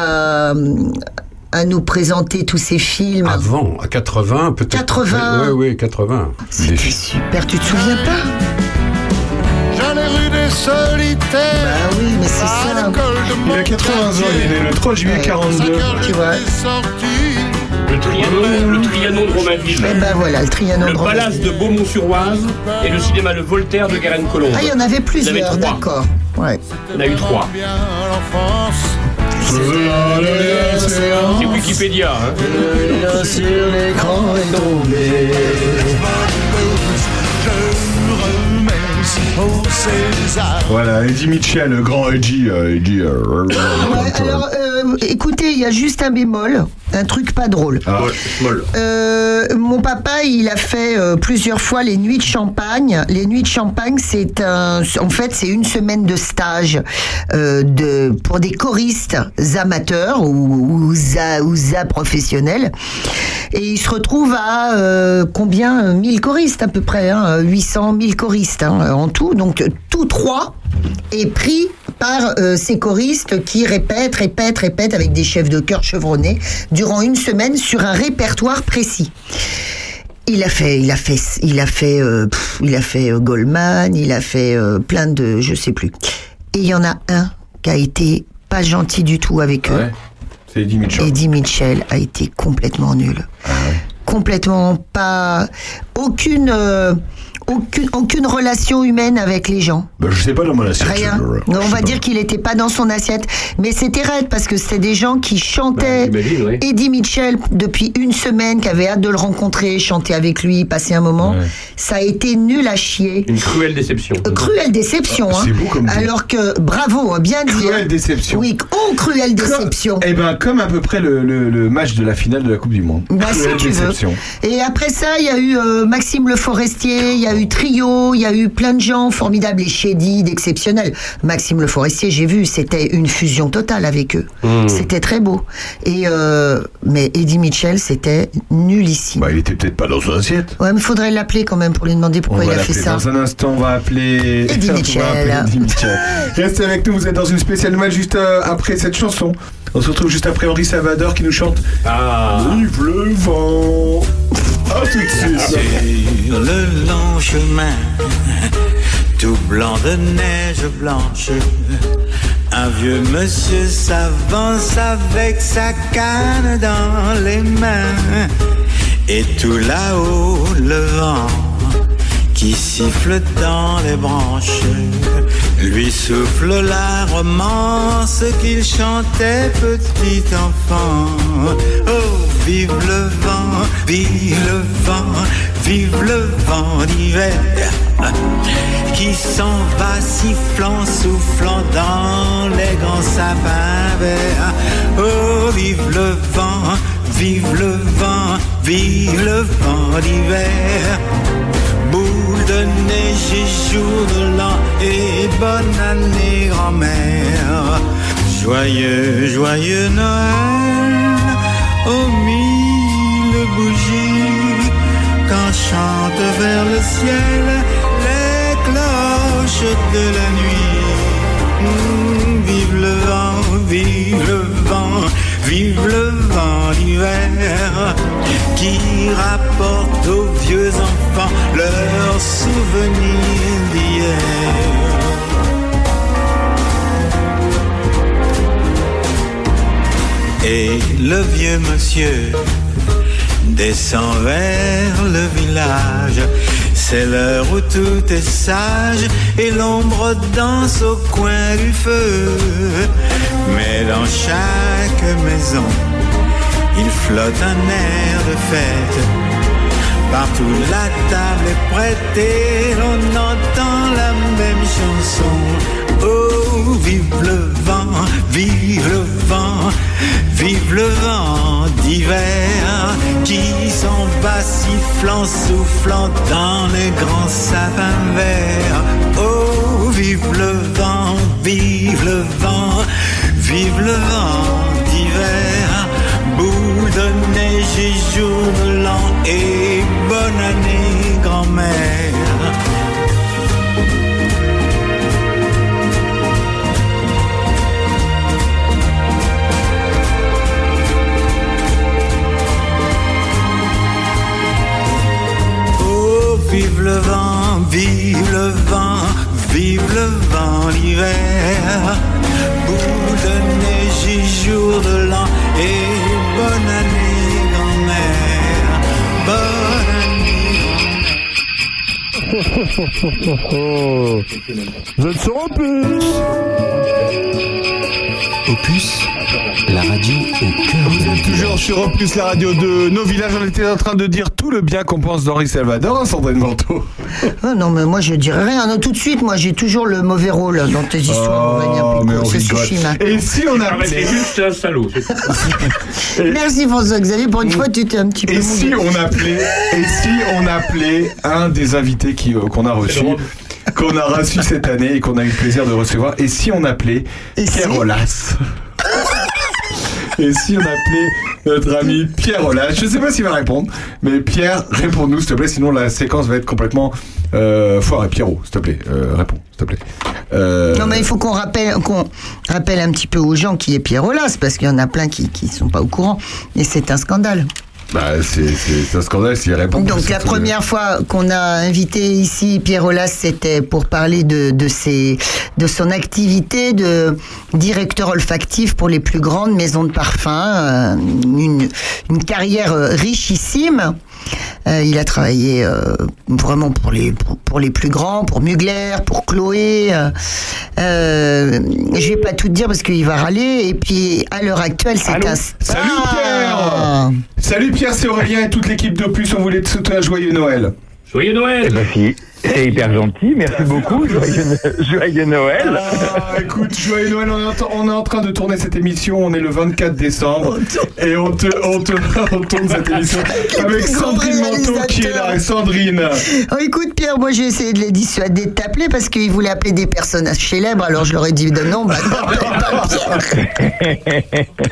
nous présenter tous ces films. Avant, à 80 peut-être. 80. Oui, 80. C'était super. Tu te souviens pas? J'allais rue des solitaires. Bah oui, mais c'est ça. Il a 80 ans, il est né le 3 juillet 42. Tu vois. Le Trianon de Romainville. Et ben voilà, le Trianon de Le Romainville. Palace de Beaumont-sur-Oise et le cinéma Le Voltaire de Guérin-Colombe. Ah, il y en avait plusieurs, Il y en avait 3. d'accord. Ouais. On a eu 3. C'est Wikipédia, hein. Sur l'écran est tombé. Voilà, Eddie Mitchell, le grand Eddie. Alors, écoutez, il y a juste un bémol, un truc pas drôle. Mon papa, il a fait plusieurs fois les Nuits de Champagne. Les Nuits de Champagne, c'est une semaine de stage pour des choristes amateurs ou professionnels. Et il se retrouve à combien 1000 choristes à peu près, 800 000 choristes en tout. Donc tous trois est pris par ces choristes qui répètent avec des chefs de chœur chevronnés durant une semaine sur un répertoire précis. Il a fait Goldman, il a fait plein de, je sais plus. Et il y en a un qui a été pas gentil du tout avec eux. Ouais. C'est Eddie Mitchell. Eddie Mitchell a été complètement nul. Ah ouais. Complètement pas... Aucune relation humaine avec les gens. Bah, je sais pas dans mon assiette. Rien. On va dire qu'il était pas dans son assiette. Mais c'était raide parce que c'était des gens qui chantaient Eddie Mitchell depuis une semaine, qui avaient hâte de le rencontrer, chanter avec lui, passer un moment. Ouais. Ça a été nul à chier. Une cruelle déception. Cruelle déception. C'est beau comme alors que, bravo, bien dit. Cruelle déception. Oui, cruelle déception. Comme à peu près le match de la finale de la Coupe du Monde. Bah, si tu veux. Et après ça, il y a eu Maxime Le Forestier, il y a eu eu Trio, il y a eu plein de gens formidables, et Shady, d'exceptionnels. Maxime Le Forestier, j'ai vu, c'était une fusion totale avec eux. C'était très beau. Et mais Eddie Mitchell, c'était nullissime. Bah, il était peut-être pas dans son assiette. Ouais, mais faudrait l'appeler quand même pour lui demander pourquoi il a fait ça. Dans un instant, on va appeler Eddie Mitchell. Restez avec nous, vous êtes dans une spéciale nouvelle juste après cette chanson. On se retrouve juste après Henri Salvador qui nous chante Vive le vent. Ah, tout de suite. Sur le long chemin, tout blanc de neige blanche, un vieux monsieur s'avance avec sa canne dans les mains. Et tout là-haut, le vent qui siffle dans les branches lui souffle la romance qu'il chantait petit enfant. Oh, vive le vent, vive le vent, vive le vent d'hiver qui s'en va sifflant, soufflant dans les grands sapins verts. Oh, vive le vent, vive le vent, vive le vent d'hiver. Boule de neige et jour de l'an et bonne année grand-mère. Joyeux, joyeux Noël, aux mille bougies, quand chantent vers le ciel les cloches de la nuit. Vive le vent, vive le vent, vive le vent d'hiver qui rapporte aux vieux enfants leurs souvenirs d'hier. Et le vieux monsieur descend vers le village. C'est l'heure où tout est sage et l'ombre danse au coin du feu. Mais dans chaque maison, il flotte un air de fête. Partout la table est prête et l'on entend la même chanson. Oh, vive le vent, vive le vent, vive le vent d'hiver qui s'en va sifflant, soufflant dans les grands sapins verts. Oh, vive le vent, vive le vent, vive le vent d'hiver. Boule de neige et jour de l'an et bonne année grand-mère. Oh, vive le vent, vive le vent, vive le vent l'hiver. Boule de neige et jour de l'an et bonne année grand-mère, bonne année. Vous êtes sur Opus. Opus, la radio au cœur. Vous êtes toujours sur Opus, la radio de nos villages. On était en train de dire tout le bien qu'on pense d'Henri Salvador, Sandrine Manteau. Oh non, mais moi je dirais rien. Non, tout de suite, moi j'ai toujours le mauvais rôle dans tes histoires. Mais on rigole. Et si on appelait... C'est juste un salaud. Merci François-Xavier, pour une fois tu t'es un petit peu... Et si on appelait un des invités qu'on a reçu, cette année et qu'on a eu le plaisir de recevoir, et si on appelait Pierre Olas? Et si on appelait notre ami Pierre Olas? Je ne sais pas s'il va répondre, mais Pierre, réponds-nous s'il te plaît, sinon la séquence va être complètement foirée. Pierrot, s'il te plaît, réponds, s'il te plaît. Non, mais il faut qu'on rappelle un petit peu aux gens qui est Pierre Olas, parce qu'il y en a plein qui ne sont pas au courant, et c'est un scandale. Bah, c'est un scandale s'il répond. Donc la première fois qu'on a invité ici Pierre Olas, c'était pour parler de son activité de directeur olfactif pour les plus grandes maisons de parfums, une carrière richissime. Il a travaillé vraiment pour les plus grands, pour Mugler, pour Chloé. Je vais pas tout dire parce qu'il va râler. Et puis à l'heure actuelle, c'est un star. Salut Pierre. Salut Pierre, c'est Aurélien et toute l'équipe d'Opus. On voulait te souhaiter un joyeux Noël. Joyeux Noël. Eh ben, C'est hyper gentil, merci beaucoup. Joyeux Noël. Ah, écoute, joyeux Noël, on est en train de tourner cette émission, on est le 24 décembre et on tourne cette émission avec Sandrine Manteau qui est là. Sandrine. Oh, écoute Pierre, moi j'ai essayé de les dissuader de t'appeler parce qu'ils voulaient appeler des personnages célèbres, alors je leur ai dit non, bah pas Pierre.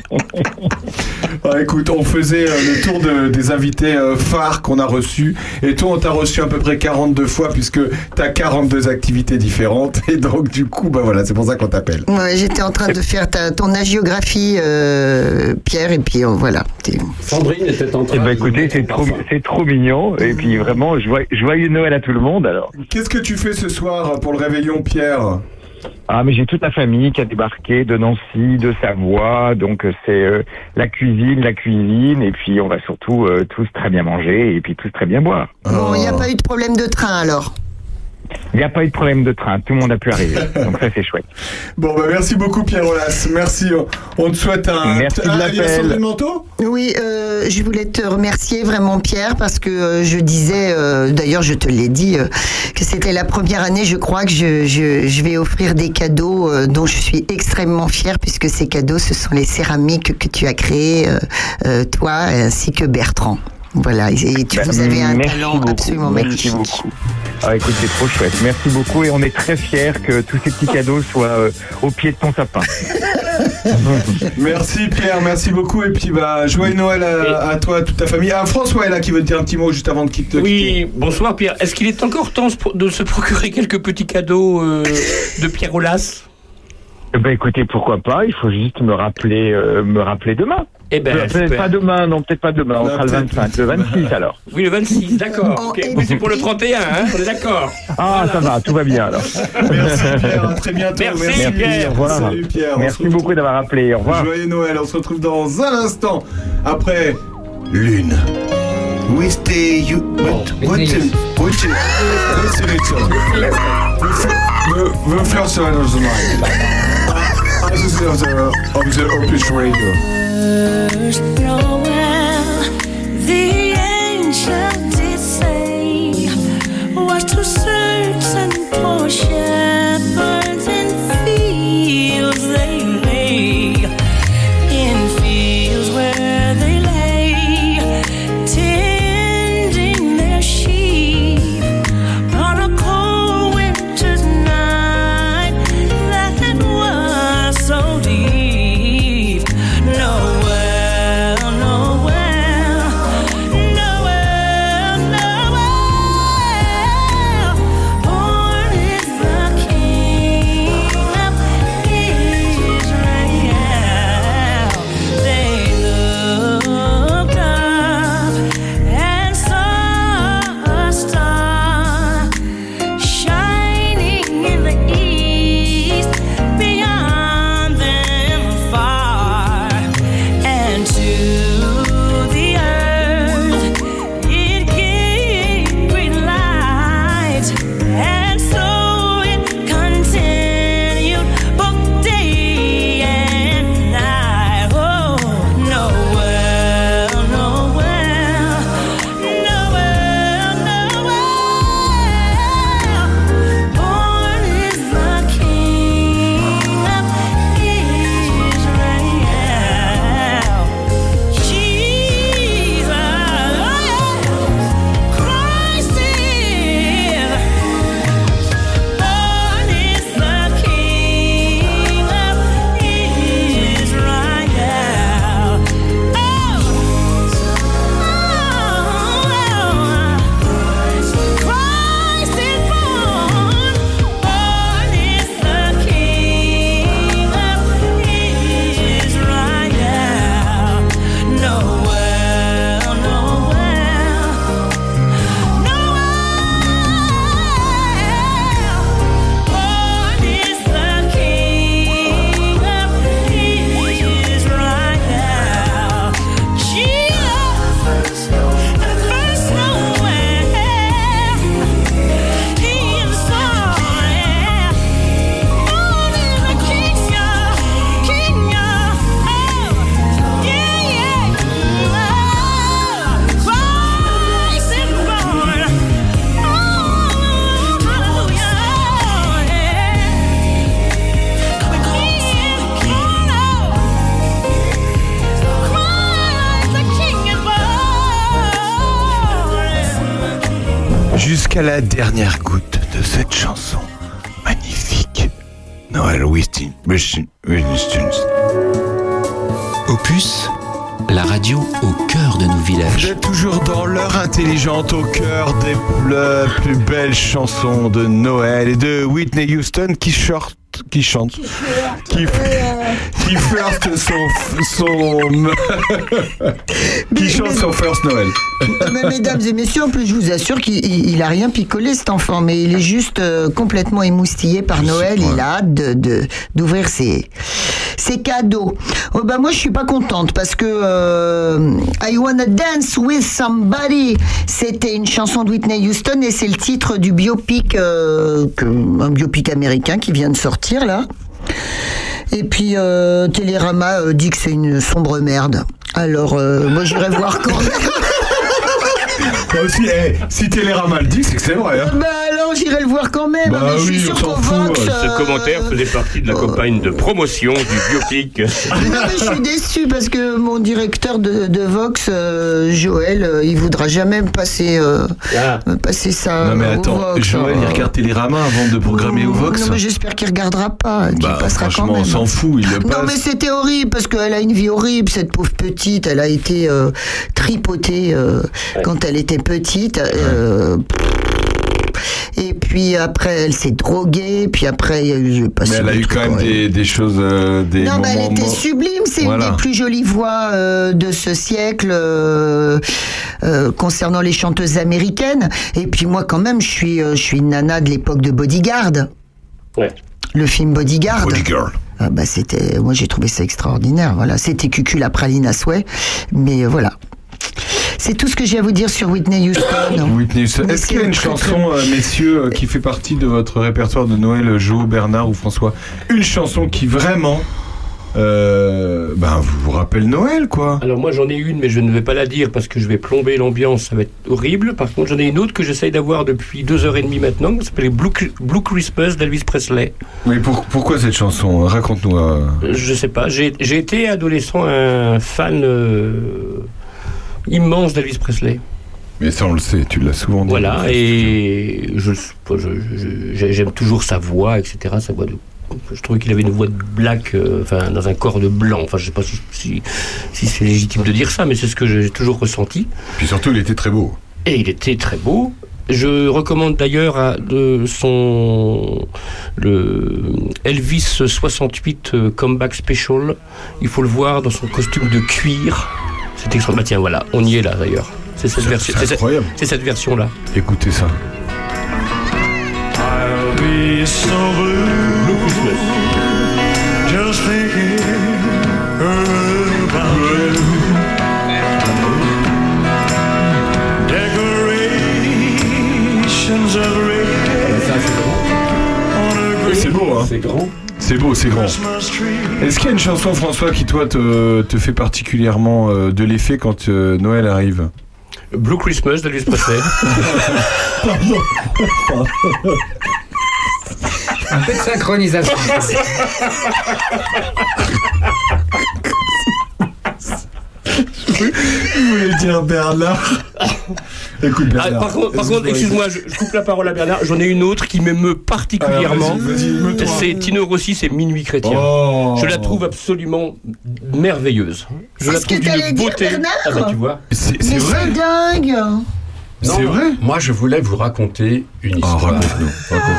Ah, écoute, on faisait le tour des invités phares qu'on a reçus et toi on t'a reçu à peu près 42 fois puisque t'as 42 activités différentes et donc du coup bah voilà, c'est pour ça qu'on t'appelle. Ouais, j'étais en train de faire ton agiographie Pierre et puis voilà. Sandrine était en train de... écoutez, c'est trop mignon et puis vraiment joyeux Noël à tout le monde alors. Qu'est-ce que tu fais ce soir pour le réveillon Pierre ? Ah mais j'ai toute la famille qui a débarqué de Nancy, de Savoie, donc c'est la cuisine et puis on va surtout tous très bien manger et puis tous très bien boire. Bon, il n'y a pas eu de problème de train alors ? Il n'y a pas eu de problème de train, tout le monde a pu arriver, donc ça c'est chouette. Bon bah merci beaucoup Pierre Olas, merci, on te souhaite un... Merci de l'appel. Oui, je voulais te remercier vraiment Pierre parce que je disais, d'ailleurs je te l'ai dit, que c'était la première année je crois que je vais offrir des cadeaux dont je suis extrêmement fière puisque ces cadeaux ce sont les céramiques que tu as créées toi ainsi que Bertrand. Voilà, et vous avez un talent absolument magnifique. Merci beaucoup. Ah, écoute, c'est trop chouette. Merci beaucoup et on est très fiers que tous ces petits cadeaux soient au pied de ton sapin. Merci Pierre, merci beaucoup et puis bah joyeux Noël à toi, à toute ta famille. Ah, François est là qui veut te dire un petit mot juste avant de quitter. Oui, bonsoir Pierre. Est-ce qu'il est encore temps de se procurer quelques petits cadeaux de Pierre Olas ? Ben écoutez, pourquoi pas, il faut juste me rappeler demain. Eh ben, peut-être pas demain, on sera le 25, le 26 alors. Oui, le 26, d'accord. Okay. Bon, c'est pour le 31, hein, on est d'accord. Ah, voilà. Ça va, tout va bien alors. Merci Pierre, à très bientôt. Merci Pierre. Au revoir. Salut Pierre. Merci beaucoup d'avoir appelé, au revoir. Joyeux Noël, on se retrouve dans un instant après Lune. We stay you. What? The first one of the night. This is of the Opus Radio. Noel, the ancient did say, was to certain poor shepherds in fields they lay, in fields where they lay, tending their sheep on a cold winter's night that was so deep. Noel, Noel, Noel. jusqu'à la dernière goutte de cette chanson magnifique. Noël Winston. Opus, la radio au cœur de nos Vous villages. êtes toujours dans l'heure intelligente au cœur des plus belles chansons de Noël et de Whitney Houston qui chante son first Noël. Mais mesdames et messieurs, en plus, je vous assure qu'il a rien picolé, cet enfant, mais il est juste complètement émoustillé par Noël. Il a hâte d'ouvrir ses cadeaux. Oh, bah, moi, je suis pas contente parce que I Wanna Dance with Somebody, c'était une chanson de Whitney Houston et c'est le titre du biopic, un biopic américain qui vient de sortir, là. Et puis Télérama dit que c'est une sombre merde. Alors moi j'irai voir quand même. Aussi, si Télérama le dit, c'est que c'est vrai. Hein. Bah alors j'irai le voir quand même. Bah mais je suis sûr qu'au Vox. Ce commentaire faisait partie de la campagne de promotion du biopic. Non, mais je suis déçu parce que mon directeur de Vox, Joël, il voudra jamais me passer ça. Non mais au attends, Vox, Joël il regarde Télérama avant de programmer au Vox. Non mais j'espère qu'il regardera pas, qu'il passera quand franchement, même. on s'en fout, il le passe. Non mais c'était horrible parce qu'elle a une vie horrible, cette pauvre petite. Elle a été tripotée quand elle était petite. Et puis après, elle s'est droguée. Puis après, je sais pas. Mais elle a eu quand même des choses, des non, moments. mais elle était sublime. C'est une des plus jolies voix de ce siècle concernant les chanteuses américaines. Et puis moi, quand même, je suis une nana de l'époque de Bodyguard. Ouais. Le film Bodyguard. Bodyguard. Bah c'était, moi j'ai trouvé ça extraordinaire. Voilà, c'était cucul à praline à souhait, mais voilà. C'est tout ce que j'ai à vous dire sur Whitney Houston. Whitney Houston. Est-ce qu'il y a une chanson, messieurs, qui fait partie de votre répertoire de Noël, Jo, Bernard ou François, une chanson qui vraiment vous rappelle Noël, quoi? Alors moi j'en ai une, mais je ne vais pas la dire parce que je vais plomber l'ambiance, ça va être horrible. Par contre j'en ai une autre que j'essaye d'avoir depuis 2h30 maintenant, ça s'appelle Blue Christmas d'Elvis Presley. Mais pourquoi cette chanson? Raconte-nous. Je sais pas, j'ai été adolescent un fan immense d'Elvis Presley. Mais ça on le sait, tu l'as souvent dit. Voilà, et j'aime toujours sa voix, etc. Sa voix je trouvais qu'il avait une voix de black, dans un corps de blanc. Enfin, je sais pas si c'est légitime de dire ça, mais c'est ce que j'ai toujours ressenti. Puis surtout, il était très beau. Et il était très beau. Je recommande d'ailleurs le Elvis 68 Comeback Special. Il faut le voir dans son costume de cuir. C'est extraordinaire. Bah tiens, voilà, on y est là d'ailleurs. C'est cette version. C'est incroyable. C'est cette version-là. Écoutez ça. I'll be so blue, just thinking about you. Decorations of red on a Oui, c'est beau, hein. C'est grand. C'est beau, c'est grand. Est-ce qu'il y a une chanson, François, qui toi te fait particulièrement de l'effet quand Noël arrive? Blue Christmas d'Elvis Presley. Pardon. Un peu de synchronisation. Je voulais dire Bernard. Écoute Bernard. Par contre, excuse-moi, je coupe la parole à Bernard. J'en ai une autre qui m'émeut particulièrement. Vas-y, c'est Tino Rossi, c'est Minuit chrétien. Oh. Je la trouve absolument merveilleuse. Je la trouve d'une beauté. Ah bah tu vois. C'est vrai. C'est dingue. C'est vrai. Moi, je voulais vous raconter une histoire. Raconte-nous.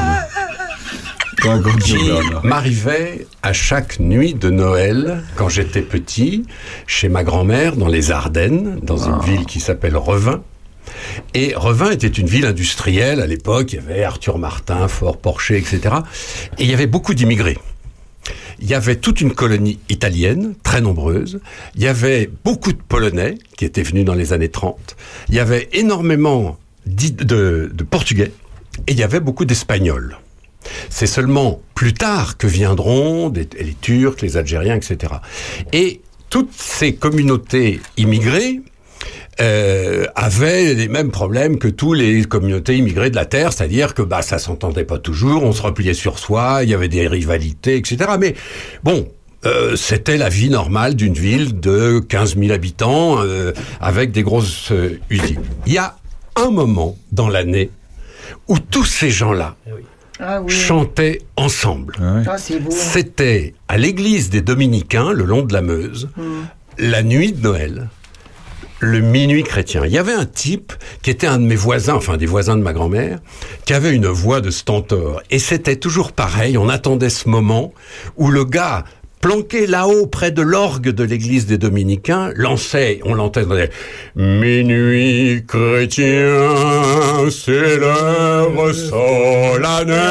Qui m'arrivait à chaque nuit de Noël, quand j'étais petit, chez ma grand-mère, dans les Ardennes, dans une ville qui s'appelle Revin. Et Revin était une ville industrielle à l'époque. Il y avait Arthur Martin, Fort Porcher, etc. Et il y avait beaucoup d'immigrés. Il y avait toute une colonie italienne, très nombreuse. Il y avait beaucoup de Polonais qui étaient venus dans les années 30. Il y avait énormément de Portugais. Et il y avait beaucoup d'Espagnols. C'est seulement plus tard que viendront les Turcs, les Algériens, etc. Et toutes ces communautés immigrées avaient les mêmes problèmes que tous les communautés immigrées de la Terre, c'est-à-dire que ça s'entendait pas toujours, on se repliait sur soi, il y avait des rivalités, etc. Mais bon, c'était la vie normale d'une ville de 15 000 habitants avec des grosses usines. Il y a un moment dans l'année où tous ces gens-là chantaient ensemble. C'est beau. C'était à l'église des Dominicains, le long de la Meuse, la nuit de Noël, le minuit chrétien. Il y avait un type qui était un de mes voisins, enfin des voisins de ma grand-mère, qui avait une voix de stentor. Et c'était toujours pareil, on attendait ce moment où le gars, planqué là-haut près de l'orgue de l'église des Dominicains, on l'entendait « Minuit chrétien, c'est l'heure solennelle,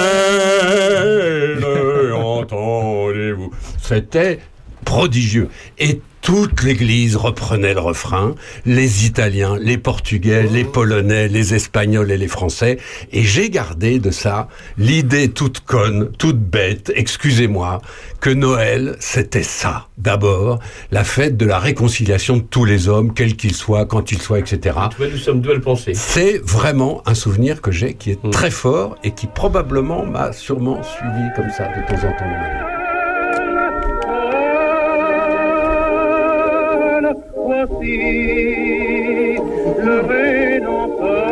entendez-vous » C'était prodigieux. Et toute l'église reprenait le refrain, les Italiens, les Portugais, les Polonais, les Espagnols et les Français. Et j'ai gardé de ça l'idée toute conne, toute bête, excusez-moi, que Noël, c'était ça. D'abord, la fête de la réconciliation de tous les hommes, quels qu'ils soient, quand ils soient, etc. Nous sommes deux à le penser. C'est vraiment un souvenir que j'ai qui est très fort et qui probablement m'a sûrement suivi comme ça de temps en temps dans ma vie. Voici le Rédempteur.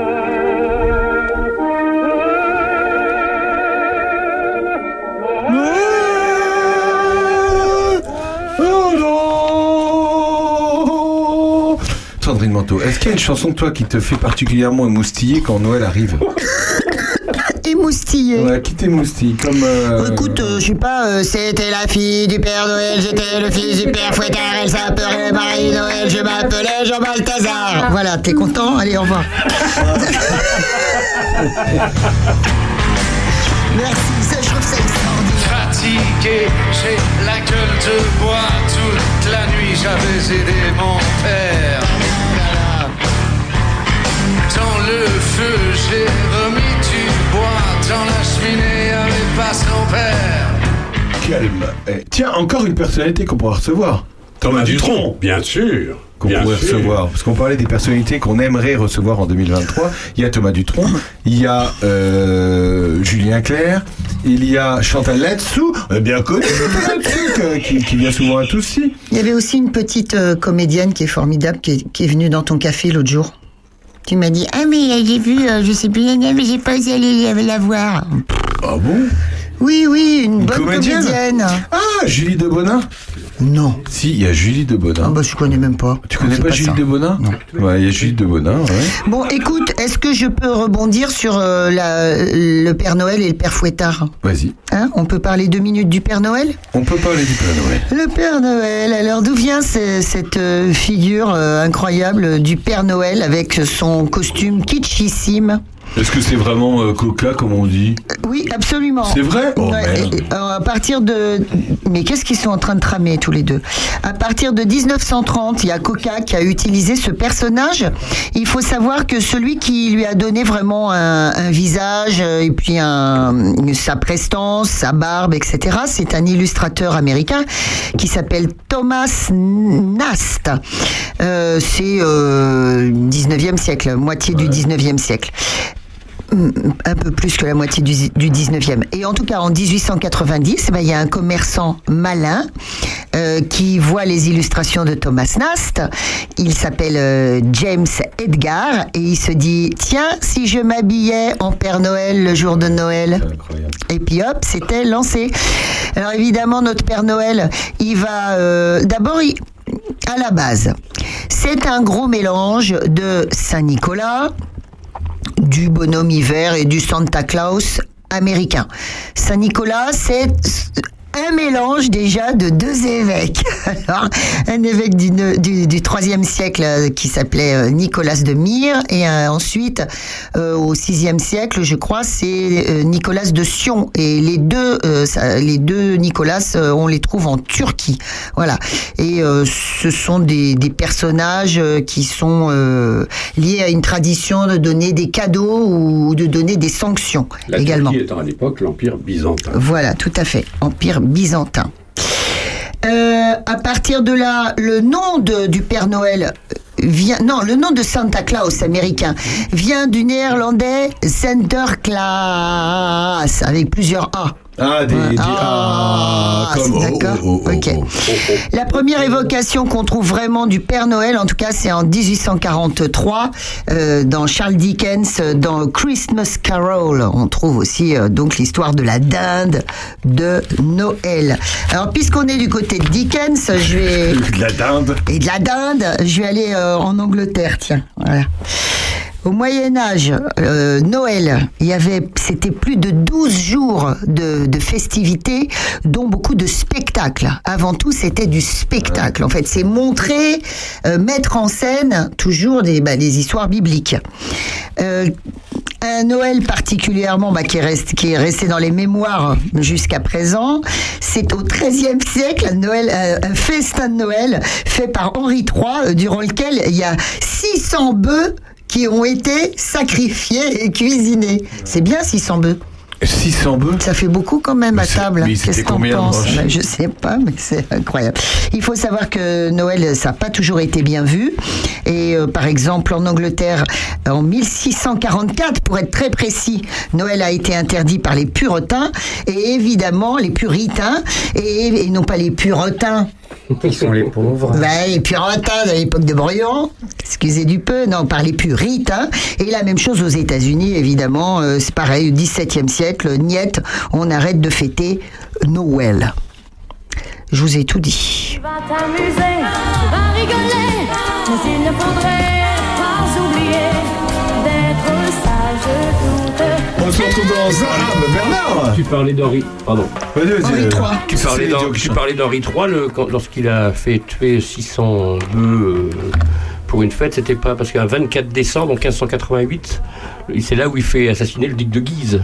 Sandrine Manteau, est-ce qu'il y a une chanson de toi qui te fait particulièrement émoustiller quand Noël arrive? Émoustillé. Ouais, qui t'émoustille comme. Écoute, je sais pas, c'était la fille du Père Noël, j'étais le fils du Père Fouettard, elle s'appelait Marie-Noël, je m'appelais Jean Balthazar. Voilà, t'es content? Allez, au revoir. Merci, ça, je trouve ça extraordinaire. Fatigué, j'ai la gueule de bois. Toute la nuit, j'avais aidé mon père. Dans le feu, j'ai remis du bois. Dans la cheminée, avait pas son père. Calme. Tiens, encore une personnalité qu'on pourra recevoir. Thomas Dutronc, bien sûr. Qu'on pourrait recevoir. Parce qu'on parlait des personnalités qu'on aimerait recevoir en 2023. Il y a Thomas Dutronc, il y a Julien Clerc, il y a Chantal Latsou, bien connu, qui vient souvent à Toussy. Il y avait aussi une petite comédienne qui est formidable, qui est venue dans ton café l'autre jour. Tu m'as dit, ah mais j'ai vu, je sais plus, mais j'ai pas osé aller la voir. Ah bon? Oui, une bonne comédienne. Ah, Julie Debonin? Non. Si, il y a Julie Debonin. Ah bah je connais même pas. Tu connais pas Julie Debonin? Non. Ouais, il y a Julie Debonin, ouais. Bon, écoute, est-ce que je peux rebondir sur le Père Noël et le Père Fouettard? Vas-y. Hein, on peut parler 2 minutes du Père Noël? On peut parler du Père Noël. Le Père Noël, alors d'où vient cette figure incroyable du Père Noël avec son costume kitschissime? Est-ce que c'est vraiment Coca, comme on dit? Oui, absolument. C'est vrai? Oh, merde. À partir de... Mais qu'est-ce qu'ils sont en train de tramer, tous les deux? À partir de 1930, il y a Coca qui a utilisé ce personnage. Il faut savoir que celui qui lui a donné vraiment un visage, et puis sa prestance, sa barbe, etc., c'est un illustrateur américain qui s'appelle Thomas Nast. C'est 19e siècle, moitié du 19e siècle. Un peu plus que la moitié du 19e. Et en tout cas, en 1890, il y a un commerçant malin qui voit les illustrations de Thomas Nast. Il s'appelle James Edgar et il se dit, tiens, si je m'habillais en Père Noël le jour de Noël. Et puis hop, c'était lancé. Alors évidemment, notre Père Noël, il va... d'abord, à la base, c'est un gros mélange de Saint-Nicolas, du bonhomme hiver et du Santa Claus américain. Saint-Nicolas, c'est un mélange déjà de 2 évêques. Alors, un évêque du 3e siècle qui s'appelait Nicolas de Myre et ensuite au 6e siècle, je crois, c'est Nicolas de Sion. Et les deux Nicolas, on les trouve en Turquie. Voilà. Et ce sont des personnages qui sont liés à une tradition de donner des cadeaux ou de donner des sanctions également. La Turquie étant à l'époque l'Empire byzantin. Voilà, tout à fait. Empire byzantin. À partir de là, le nom du Père Noël le nom de Santa Claus américain vient du néerlandais Sinterklaas avec plusieurs A. D'accord. Ok. La première évocation qu'on trouve vraiment du Père Noël, en tout cas, c'est en 1843 dans Charles Dickens, dans Christmas Carol. On trouve aussi donc l'histoire de la dinde de Noël. Alors, puisqu'on est du côté de Dickens, je vais de la dinde. Et de la dinde, je vais aller en Angleterre. Tiens, voilà. Au Moyen-Âge, Noël, c'était plus de 12 jours de festivités, dont beaucoup de spectacles. Avant tout, c'était du spectacle. En fait, c'est montrer, mettre en scène toujours des histoires bibliques. Un Noël particulièrement qui est resté dans les mémoires jusqu'à présent, c'est au XIIIe siècle, un festin de Noël fait par Henri III, durant lequel il y a 600 bœufs qui ont été sacrifiés et cuisinés. C'est bien 600 bœufs. 600 bœufs. Ça fait beaucoup quand même à table. Qu'est-ce que t'en penses? Je sais pas, mais c'est incroyable. Il faut savoir que Noël, ça n'a pas toujours été bien vu. Et par exemple, en Angleterre, en 1644, pour être très précis, Noël a été interdit par les puritains. Et évidemment, les puritains, et non pas les puritains. Qui sont les pauvres. Les puritains de l'époque de Briand, excusez du peu, non, par les puritains. Et la même chose aux États-Unis, évidemment, c'est pareil, au XVIIe siècle, niet, on arrête de fêter Noël. Je vous ai tout dit. Tu vas t'amuser, tu vas rigoler, mais il ne faudrait pas oublier d'être sage toute. On se retrouve dans un... Bernard. Tu parlais d'Henri... Pardon. Henri III. Tu parlais d'Henri III lorsqu'il a fait tuer 600 bœufs pour une fête. C'était pas parce qu'un 24 décembre en 1588, c'est là où il fait assassiner le duc de Guise.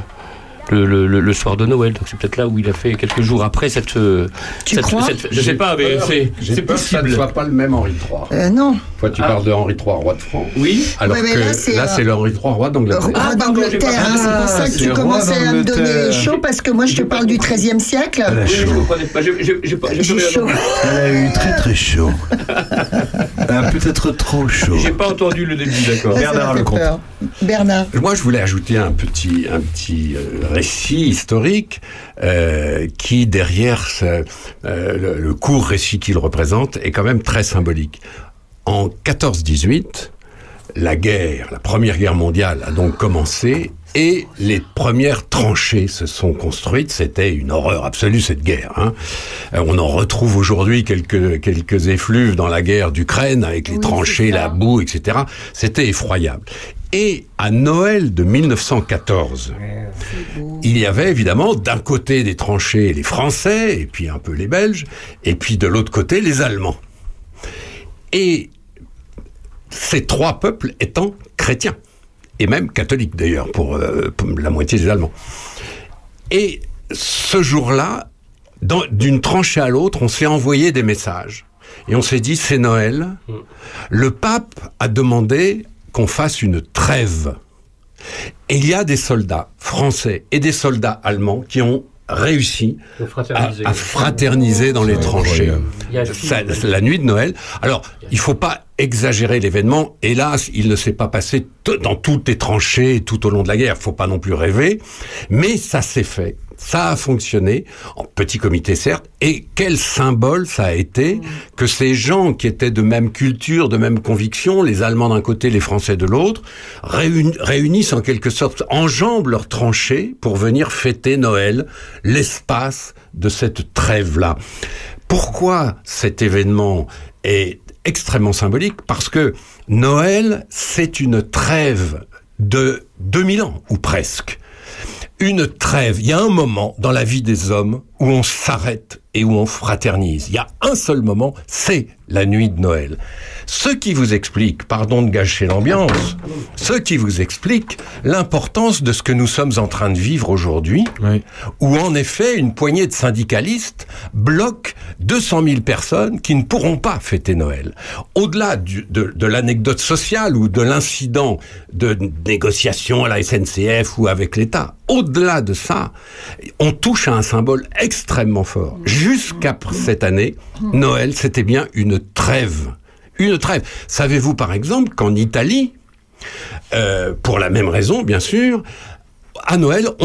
Le soir de Noël, donc c'est peut-être là où il a fait quelques jours après cette. Crois je sais pas, mais c'est peur que ça ne soit pas le même Henri III. Non. Toi, tu parles de Henri III, roi de France. Oui. Alors que là, c'est le Henri III, roi d'Angleterre. Roi d'Angleterre, c'est pour ça que tu commençais à me donner chaud, parce que moi, je te parle du XIIIe siècle. Je ne comprenais pas. J'ai chaud. Elle a eu très très chaud. Peut-être trop chaud. J'ai pas entendu le début, d'accord. Bernard Lecomte. Bernard. Moi, je voulais ajouter un petit récit historique qui, derrière le court récit qu'il représente, est quand même très symbolique. En 14-18, la Première Guerre mondiale a donc commencé et les premières tranchées se sont construites. C'était une horreur absolue, cette guerre. Hein. On en retrouve aujourd'hui quelques effluves dans la guerre d'Ukraine avec les tranchées, la boue, etc. C'était effroyable. Et à Noël de 1914, il y avait évidemment d'un côté des tranchées les Français, et puis un peu les Belges, et puis de l'autre côté les Allemands. Et ces trois peuples étant chrétiens, et même catholiques d'ailleurs, pour la moitié des Allemands. Et ce jour-là, d'une tranchée à l'autre, on s'est envoyé des messages. Et on s'est dit, c'est Noël. Le pape a demandé qu'on fasse une trêve. Et il y a des soldats français et des soldats allemands qui ont réussi à fraterniser dans les tranchées. La nuit de Noël. Alors, il ne faut pas exagérer l'événement. Hélas, il ne s'est pas passé dans toutes les tranchées tout au long de la guerre. Il ne faut pas non plus rêver. Mais ça s'est fait. Ça a fonctionné, en petit comité certes, et quel symbole ça a été que ces gens qui étaient de même culture, de même conviction, les Allemands d'un côté, les Français de l'autre, réunissent en quelque sorte, enjambent leurs tranchées pour venir fêter Noël, l'espace de cette trêve-là. Pourquoi cet événement est extrêmement symbolique? Parce que Noël, c'est une trêve de 2000 ans, ou presque. Une trêve. Il y a un moment dans la vie des hommes où on s'arrête et où on fraternise. Il y a un seul moment, c'est la nuit de Noël. Ce qui vous explique, pardon de gâcher l'ambiance, ce qui vous explique l'importance de ce que nous sommes en train de vivre aujourd'hui, où en effet une poignée de syndicalistes bloque 200 000 personnes qui ne pourront pas fêter Noël. Au-delà de l'anecdote sociale ou de l'incident de négociation à la SNCF ou avec l'État, au-delà de ça, on touche à un symbole extrêmement fort. Jusqu'à cette année, Noël, c'était bien une trêve. Une trêve. Savez-vous, par exemple, qu'en Italie, pour la même raison, bien sûr, à Noël, on n'a pas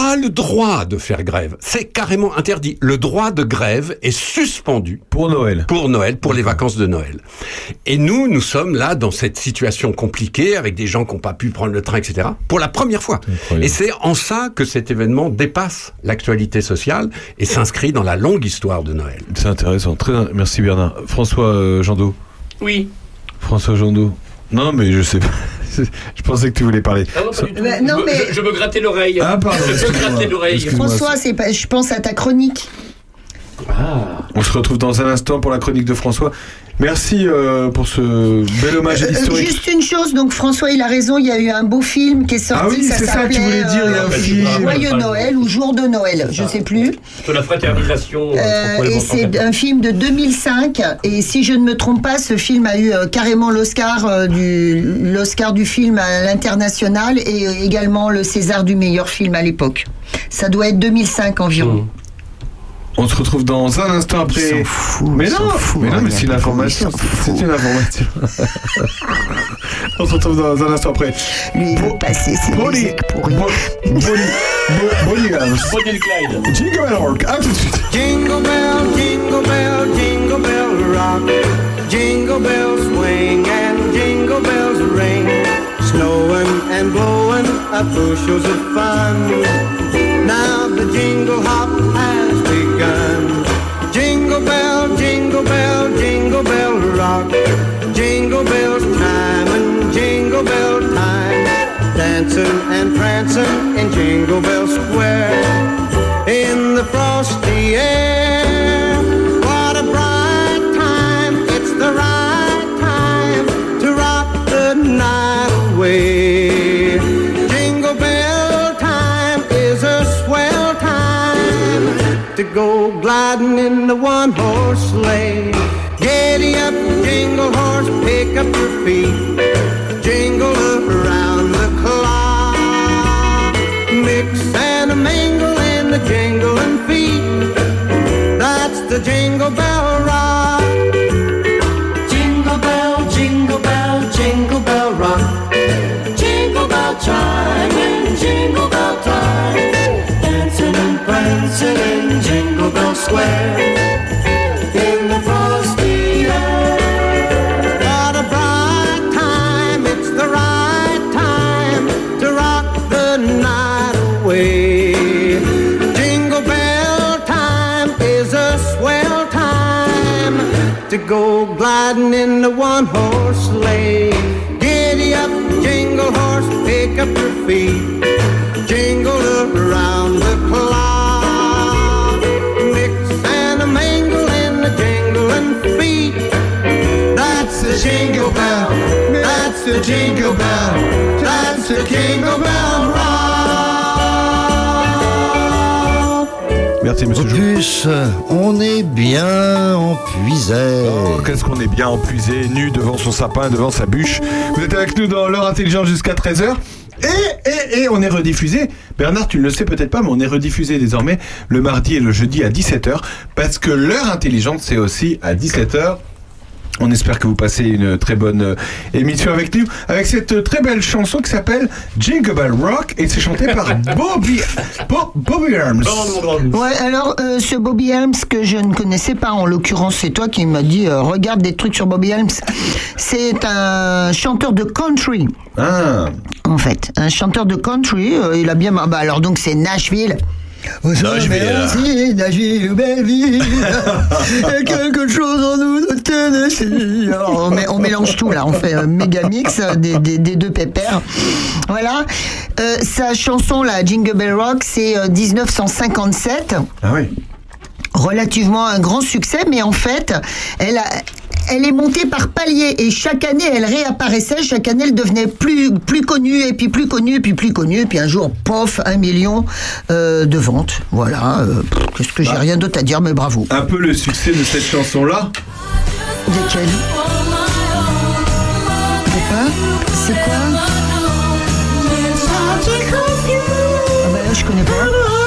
pas le droit de faire grève. C'est carrément interdit. Le droit de grève est suspendu. Pour Noël. Pour Noël, pour les vacances de Noël. Et nous sommes là dans cette situation compliquée avec des gens qui n'ont pas pu prendre le train, etc. pour la première fois. Incroyable. Et c'est en ça que cet événement dépasse l'actualité sociale et s'inscrit dans la longue histoire de Noël. C'est intéressant. Merci Bernard. François Jandot. Oui. François Jandot. Non, mais je sais pas. Je pensais que tu voulais parler. Ah non, pas du tout. Non, mais- Je me grattais l'oreille. Ah, pardon, Je me excuse-moi. grattais l'oreille. Excuse-moi. François, je pense à ta chronique. On se retrouve dans un instant pour la chronique de François. Merci pour ce bel hommage historique. Juste une chose, donc François, il a raison, il y a eu un beau film qui est sorti. Ah oui, c'est ça que tu voulais dire, il y a un film. Joyeux Noël ou Jour de Noël, je sais plus. Sur la fraternisation. Et c'est un film de 2005. Et si je ne me trompe pas, ce film a eu carrément l'Oscar du film à l'international et également le César du meilleur film à l'époque. Ça doit être 2005 environ. On se retrouve dans un instant après. Mais c'est une information. C'est une information. On se retrouve dans un instant après. Lui, il veut passer ses musiques pourries. Bonnie Clyde. Jingle Bell Rock. À tout de suite. Jingle bell, jingle bell, jingle bell rock. Jingle bells swing and jingle bells ring. Snowing and blowing up bushels of fun. Now the jingle hop has begun. Jingle bell, jingle bell, jingle bell rock. Jingle bells time and jingle bell time. Dancing and prancing in Jingle Bell Square. In the frosty air. What a bright time. It's the right time to rock the night away. Jingle bell time is a swell time to go gliding in the one-horse sleigh. Giddy up, jingle horse, pick up your feet. Jingle around the clock. Mix and a mingle in the jingling feet. That's the Jingle Bell Rock. Jingle bell, jingle bell, jingle bell rock. Jingle bell chime in Jingle Bell time. Dancing and prancing in Jingle Bell Square. In the frosty air. What a bright time, it's the right time to rock the night away. Jingle bell time is a swell time to go gliding in the one-horse sleigh. Giddy up, jingle horse, pick up your feet. Jingle around the clock. Mix and a mingle in the jingling feet. That's the Jingle Bell. That's the Jingle Bell. That's the Jingle Bell Rock. Merci, monsieur Opus, on est bien en puisée. Oh, qu'est-ce qu'on est bien empuisé, nu devant son sapin, devant sa bûche. Vous êtes avec nous dans l'heure intelligente jusqu'à 13h. Et on est rediffusé. Bernard, tu ne le sais peut-être pas, mais on est rediffusé désormais le mardi et le jeudi à 17h. Parce que l'heure intelligente, c'est aussi à 17h. On espère que vous passez une très bonne émission avec nous, avec cette très belle chanson qui s'appelle Jingle Bell Rock et c'est chanté par Bobby Helms. Ouais, alors ce Bobby Helms que je ne connaissais pas, en l'occurrence c'est toi qui m'as dit regarde des trucs sur Bobby Helms. C'est un chanteur de country. Ah. En fait, un chanteur de country, il a bien... Bah alors donc c'est Nashville. Nashville, Belleville, il y a quelque chose en nous de Tennessee. Alors, on mélange tout là, on fait un méga mix des deux pépères. Voilà. Sa chanson là, Jingle Bell Rock, c'est 1957. Ah oui. Relativement un grand succès, mais en fait, elle est montée par paliers et chaque année elle réapparaissait, chaque année elle devenait plus connue et puis plus connue et puis plus connue et puis un jour, pof, 1 million de ventes. Voilà, qu'est-ce que j'ai rien d'autre à dire, mais bravo. Un peu le succès de cette chanson-là. Desquelles ? C'est quoi ? Ah bah là je connais pas.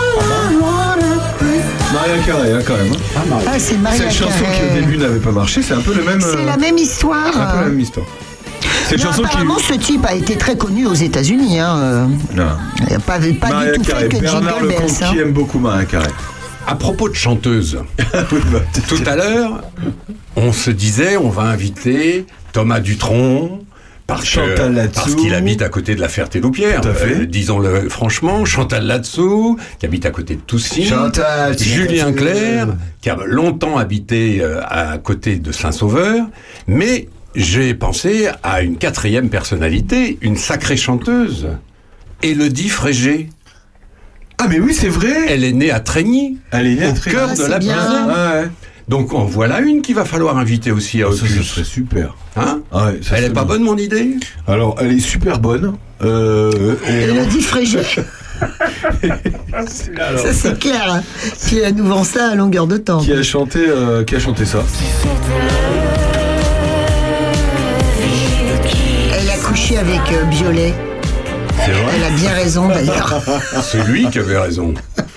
Maria Carey, quand même. Ah, c'est Maria Cette chanson Carey. qui au début n'avait pas marché, c'est un peu le même. C'est la même histoire. Un peu la même histoire. C'est une chanson apparemment, ce type a été très connu aux États-Unis. Hein. Non. Il n'y a pas du tout fait que Bernard Jingle Lecomte Bells. qui aime beaucoup Mariah Carey. À propos de chanteuses, tout à l'heure, on se disait, on va inviter Thomas Dutronc, parce qu'il habite à côté de la Ferté-Loupière. Disons-le franchement, Chantal Latsou, qui habite à côté de Toussy. Julien Clerc, qui a longtemps habité à côté de Saint-Sauveur. Mais j'ai pensé à une quatrième personnalité, une sacrée chanteuse, Élodie Frégé. Ah mais oui, c'est vrai. Elle est née à Trégny, au cœur de la Brisée. Ouais. Donc en voilà une qu'il va falloir inviter aussi à Opus. Ça serait super. Hein? Ouais, elle est pas bonne, mon idée? Alors, elle est super bonne. Élodie Frégé. Ça c'est clair. Hein. Puis elle nous vend ça à longueur de temps. Qui a chanté ça? Elle a couché avec Biolay. C'est vrai. Elle a bien raison d'ailleurs. C'est lui qui avait raison.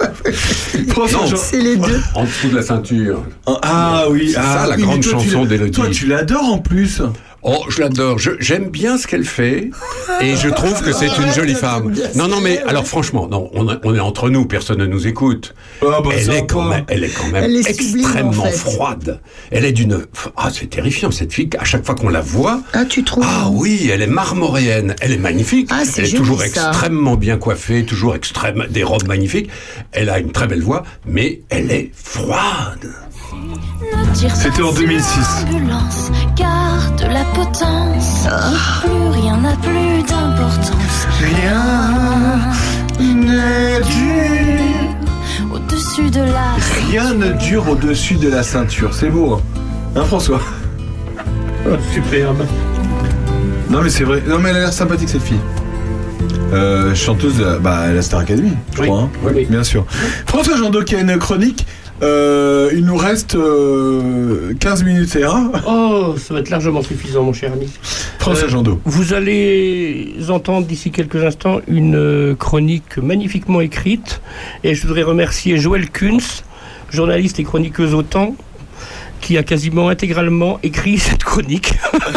Non, c'est les deux. En dessous de la ceinture. Ah oui, c'est ça la grande chanson d'Élodie. Toi, tu l'adores en plus. Oh, je l'adore. J'aime bien ce qu'elle fait et je trouve que c'est une jolie femme. Non, mais alors franchement, non, on est entre nous, personne ne nous écoute. Elle est quand même extrêmement froide. Elle est c'est terrifiant cette fille. À chaque fois qu'on la voit. Ah, tu trouves? Ah oui, elle est marmoréenne. Elle est magnifique. Ah, elle est toujours extrêmement bien coiffée, toujours des robes magnifiques. Elle a une très belle voix, mais elle est froide. C'était en 2006. Garde la potence. Plus rien n'a plus d'importance. Rien ne dure au-dessus de la. Rien ne dure au-dessus de la ceinture. C'est beau, hein, François? Superbe. Non mais c'est vrai. Non mais elle a l'air sympathique cette fille. Chanteuse de la Star Academy, je crois. Hein. Oui, bien sûr. François Jandot qui a une chronique. Il nous reste 15 minutes, c'est un. Oh, ça va être largement suffisant, mon cher ami. François Jandot. Vous allez entendre d'ici quelques instants une chronique magnifiquement écrite. Et je voudrais remercier Joël Kunz, journaliste et chroniqueuse au temps, qui a quasiment intégralement écrit cette chronique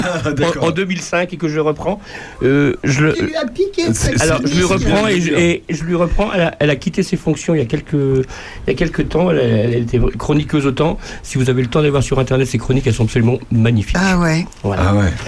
en 2005 et que je reprends. Tu lui as piqué. Alors je lui reprends et je lui reprends. Elle a quitté ses fonctions il y a quelques temps. Elle était chroniqueuse au temps. Si vous avez le temps d'aller voir sur internet, ces chroniques, elles sont absolument magnifiques. Ah ouais. Voilà. Ah ouais.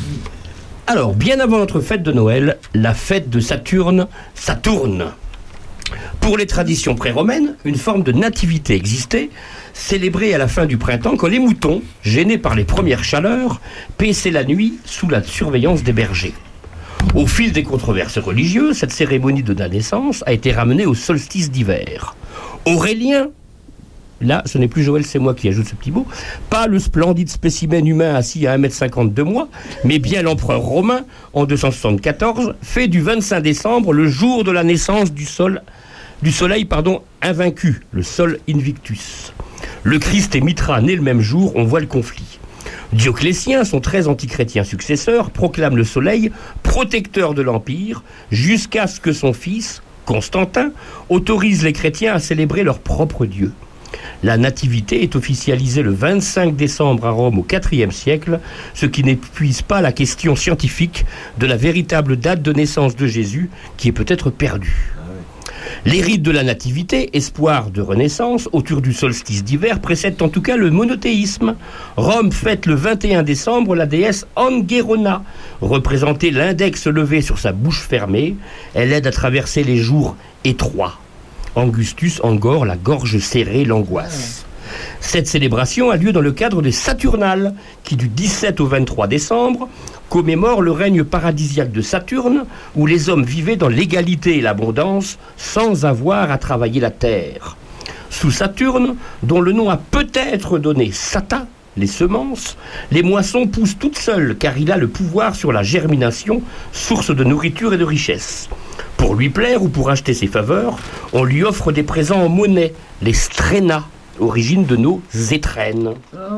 Alors, bien avant notre fête de Noël, la fête de Saturne, ça tourne. Pour les traditions pré-romaines, une forme de nativité existait, célébrée à la fin du printemps quand les moutons, gênés par les premières chaleurs, paissaient la nuit sous la surveillance des bergers. Au fil des controverses religieuses, cette cérémonie de la naissance a été ramenée au solstice d'hiver. Aurélien, là ce n'est plus Joël, c'est moi qui ajoute ce petit mot, pas le splendide spécimen humain assis à 1m50 de moi, mais bien l'empereur romain, en 274, fait du 25 décembre le jour de la naissance du soleil invaincu, le sol invictus. Le Christ et Mithra, nés le même jour, on voit le conflit. Dioclétien, son très antichrétien successeur, proclame le soleil protecteur de l'Empire jusqu'à ce que son fils, Constantin, autorise les chrétiens à célébrer leur propre Dieu. La nativité est officialisée le 25 décembre à Rome au IVe siècle, ce qui n'épuise pas la question scientifique de la véritable date de naissance de Jésus, qui est peut-être perdue. Les rites de la nativité, espoir de renaissance, autour du solstice d'hiver, précèdent en tout cas le monothéisme. Rome fête le 21 décembre la déesse Anguerona, représentée l'index levé sur sa bouche fermée. Elle aide à traverser les jours étroits. Angustus, Angor, la gorge serrée, l'angoisse. Cette célébration a lieu dans le cadre des Saturnales, qui du 17 au 23 décembre commémorent le règne paradisiaque de Saturne, où les hommes vivaient dans l'égalité et l'abondance, sans avoir à travailler la terre. Sous Saturne, dont le nom a peut-être donné Sata, les semences, les moissons poussent toutes seules, car il a le pouvoir sur la germination, source de nourriture et de richesse. Pour lui plaire ou pour acheter ses faveurs, on lui offre des présents en monnaie, les strénas, origine de nos étrennes.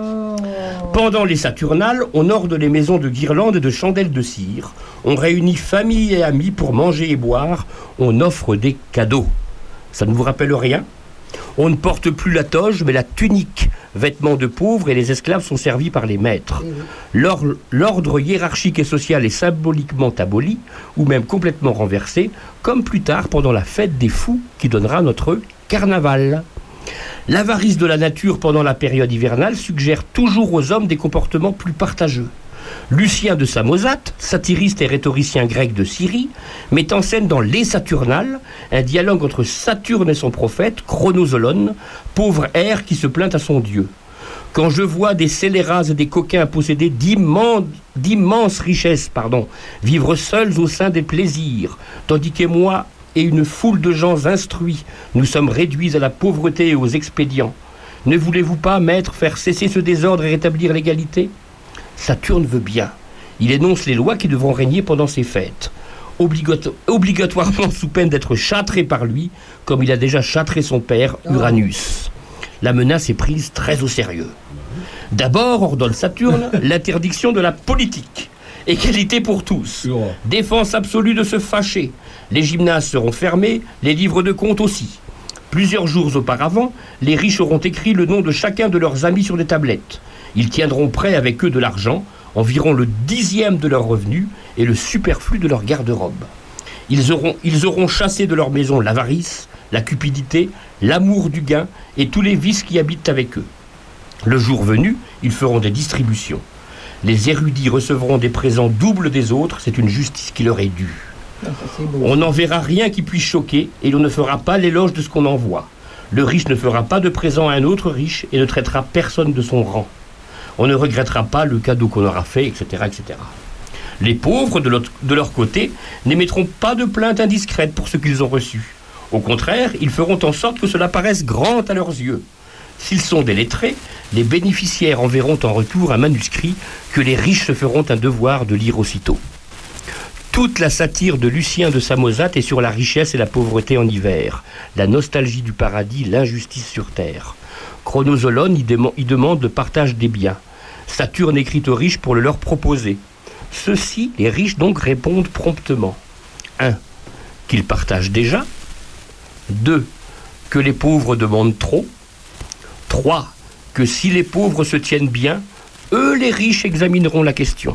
Pendant les Saturnales, on orde les maisons de guirlandes et de chandelles de cire. On réunit famille et amis pour manger et boire. On offre des cadeaux. Ça ne vous rappelle rien ? On ne porte plus la toge, mais la tunique, vêtements de pauvres, et les esclaves sont servis par les maîtres. L'ordre hiérarchique et social est symboliquement aboli, ou même complètement renversé, comme plus tard pendant la fête des fous qui donnera notre carnaval. L'avarice de la nature pendant la période hivernale suggère toujours aux hommes des comportements plus partageux. Lucien de Samosate, satiriste et rhétoricien grec de Syrie, met en scène dans Les Saturnales un dialogue entre Saturne et son prophète, Chronozolone, pauvre air qui se plaint à son dieu. Quand je vois des scélérats et des coquins posséder d'immenses richesses, vivre seuls au sein des plaisirs, tandis que moi et une foule de gens instruits, nous sommes réduits à la pauvreté et aux expédients. Ne voulez-vous pas, maître, faire cesser ce désordre et rétablir l'égalité ? Saturne veut bien. Il énonce les lois qui devront régner pendant ces fêtes. Obligatoirement sous peine d'être châtré par lui, comme il a déjà châtré son père, Uranus. La menace est prise très au sérieux. D'abord, ordonne Saturne, l'interdiction de la politique. Égalité pour tous. Défense absolue de se fâcher. Les gymnases seront fermés, les livres de comptes aussi. Plusieurs jours auparavant, les riches auront écrit le nom de chacun de leurs amis sur des tablettes. Ils tiendront prêt avec eux de l'argent, environ le 10e de leurs revenus et le superflu de leur garde-robe. Ils auront chassé de leur maison l'avarice, la cupidité, l'amour du gain et tous les vices qui habitent avec eux. Le jour venu, ils feront des distributions. Les érudits recevront des présents doubles des autres, c'est une justice qui leur est due. On n'en verra rien qui puisse choquer et l'on ne fera pas l'éloge de ce qu'on envoie. Le riche ne fera pas de présent à un autre riche et ne traitera personne de son rang. On ne regrettera pas le cadeau qu'on aura fait, etc., etc. Les pauvres, de leur côté, n'émettront pas de plainte indiscrète pour ce qu'ils ont reçu. Au contraire, ils feront en sorte que cela paraisse grand à leurs yeux. S'ils sont des lettrés, les bénéficiaires enverront en retour un manuscrit que les riches se feront un devoir de lire aussitôt. Toute la satire de Lucien de Samosate est sur la richesse et la pauvreté en hiver, la nostalgie du paradis, l'injustice sur terre. Chronozolone y demande le partage des biens. Saturne écrit aux riches pour le leur proposer. Ceux-ci, les riches donc, répondent promptement. 1. Qu'ils partagent déjà. 2. Que les pauvres demandent trop. 3. Que si les pauvres se tiennent bien, eux, les riches, examineront la question.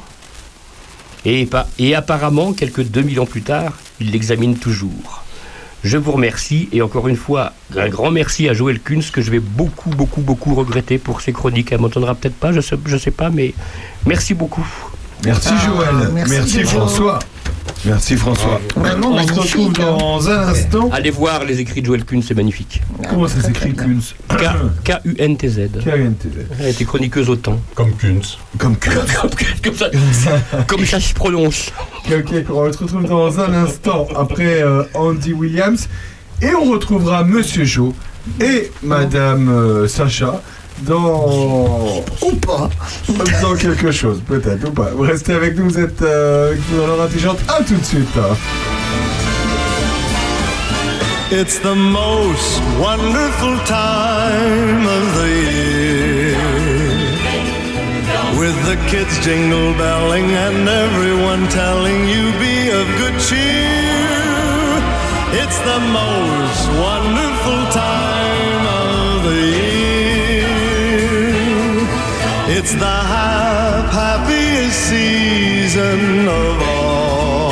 Et apparemment, quelques 2000 ans plus tard, ils l'examinent toujours. Je vous remercie, et encore une fois, un grand merci à Joël Kunz, que je vais beaucoup regretter pour ses chroniques. Elle m'entendra peut-être pas, je sais pas, mais merci beaucoup. Merci Joël, merci François. Merci François. Vraiment on se retrouve dans un instant. Allez voir les écrits de Joël Kunz, c'est magnifique. Comment ça s'écrit Kunz? K-U-N-T-Z. Elle était chroniqueuse au temps. Comme Kunz. Comme ça se prononce. Ok, on se retrouve dans un instant après Andy Williams. Et on retrouvera Monsieur Jo et Madame Sacha dans... Ou pas. Dans quelque chose, peut-être, ou pas. Vous restez avec nous, vous êtes avec nous dans l'heure intelligente. À tout de suite. It's the most wonderful time of the year, with the kids jingle belling and everyone telling you be of good cheer. It's the most wonderful time of the year. It's the happiest season of all,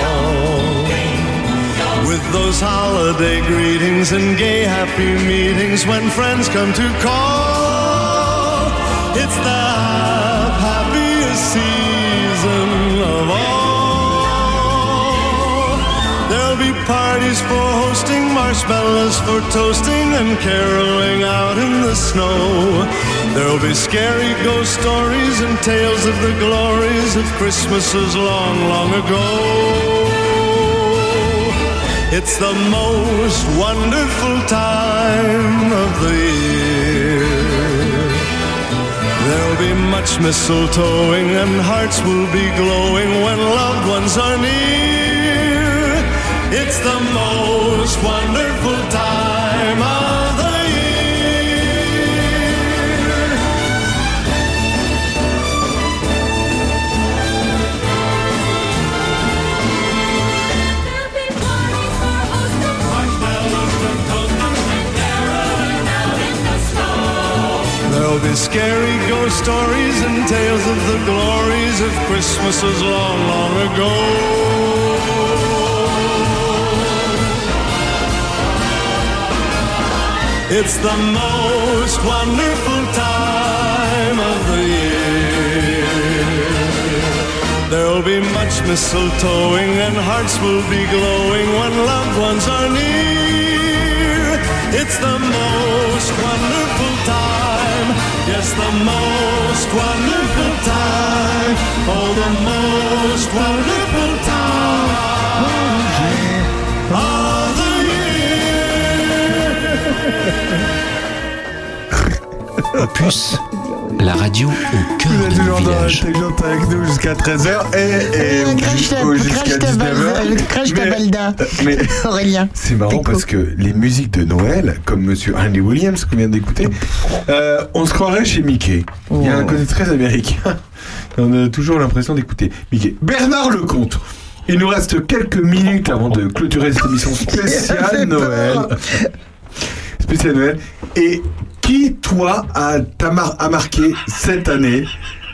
with those holiday greetings and gay happy meetings when friends come to call. It's the happiest season of all. There'll be parties for hosting, marshmallows for toasting, and caroling out in the snow. There'll be scary ghost stories and tales of the glories of Christmases long, long ago. It's the most wonderful time of the year. There'll be much mistletoeing and hearts will be glowing when loved ones are near. It's the most wonderful time of the year. There'll be scary ghost stories and tales of the glories of Christmases long, long ago. It's the most wonderful time of the year. There'll be much mistletoeing and hearts will be glowing when loved ones are near. It's the most wonderful time. Yes, the most wonderful time. Oh, the most wonderful time of the year. Opus, la radio au cœur de nos villages. Intelligente avec nous jusqu'à 13h et jusqu'à 19h. Crash ta balda, Aurélien. C'est marrant parce que les musiques de Noël, comme Monsieur Andy Williams qu'on vient d'écouter, on se croirait chez Mickey. Il y a un côté très américain. On a toujours l'impression d'écouter Mickey. Bernard Lecomte. Il nous reste quelques minutes avant de clôturer cette émission spéciale Noël. Spéciale Noël. Et qui, toi, a marqué cette année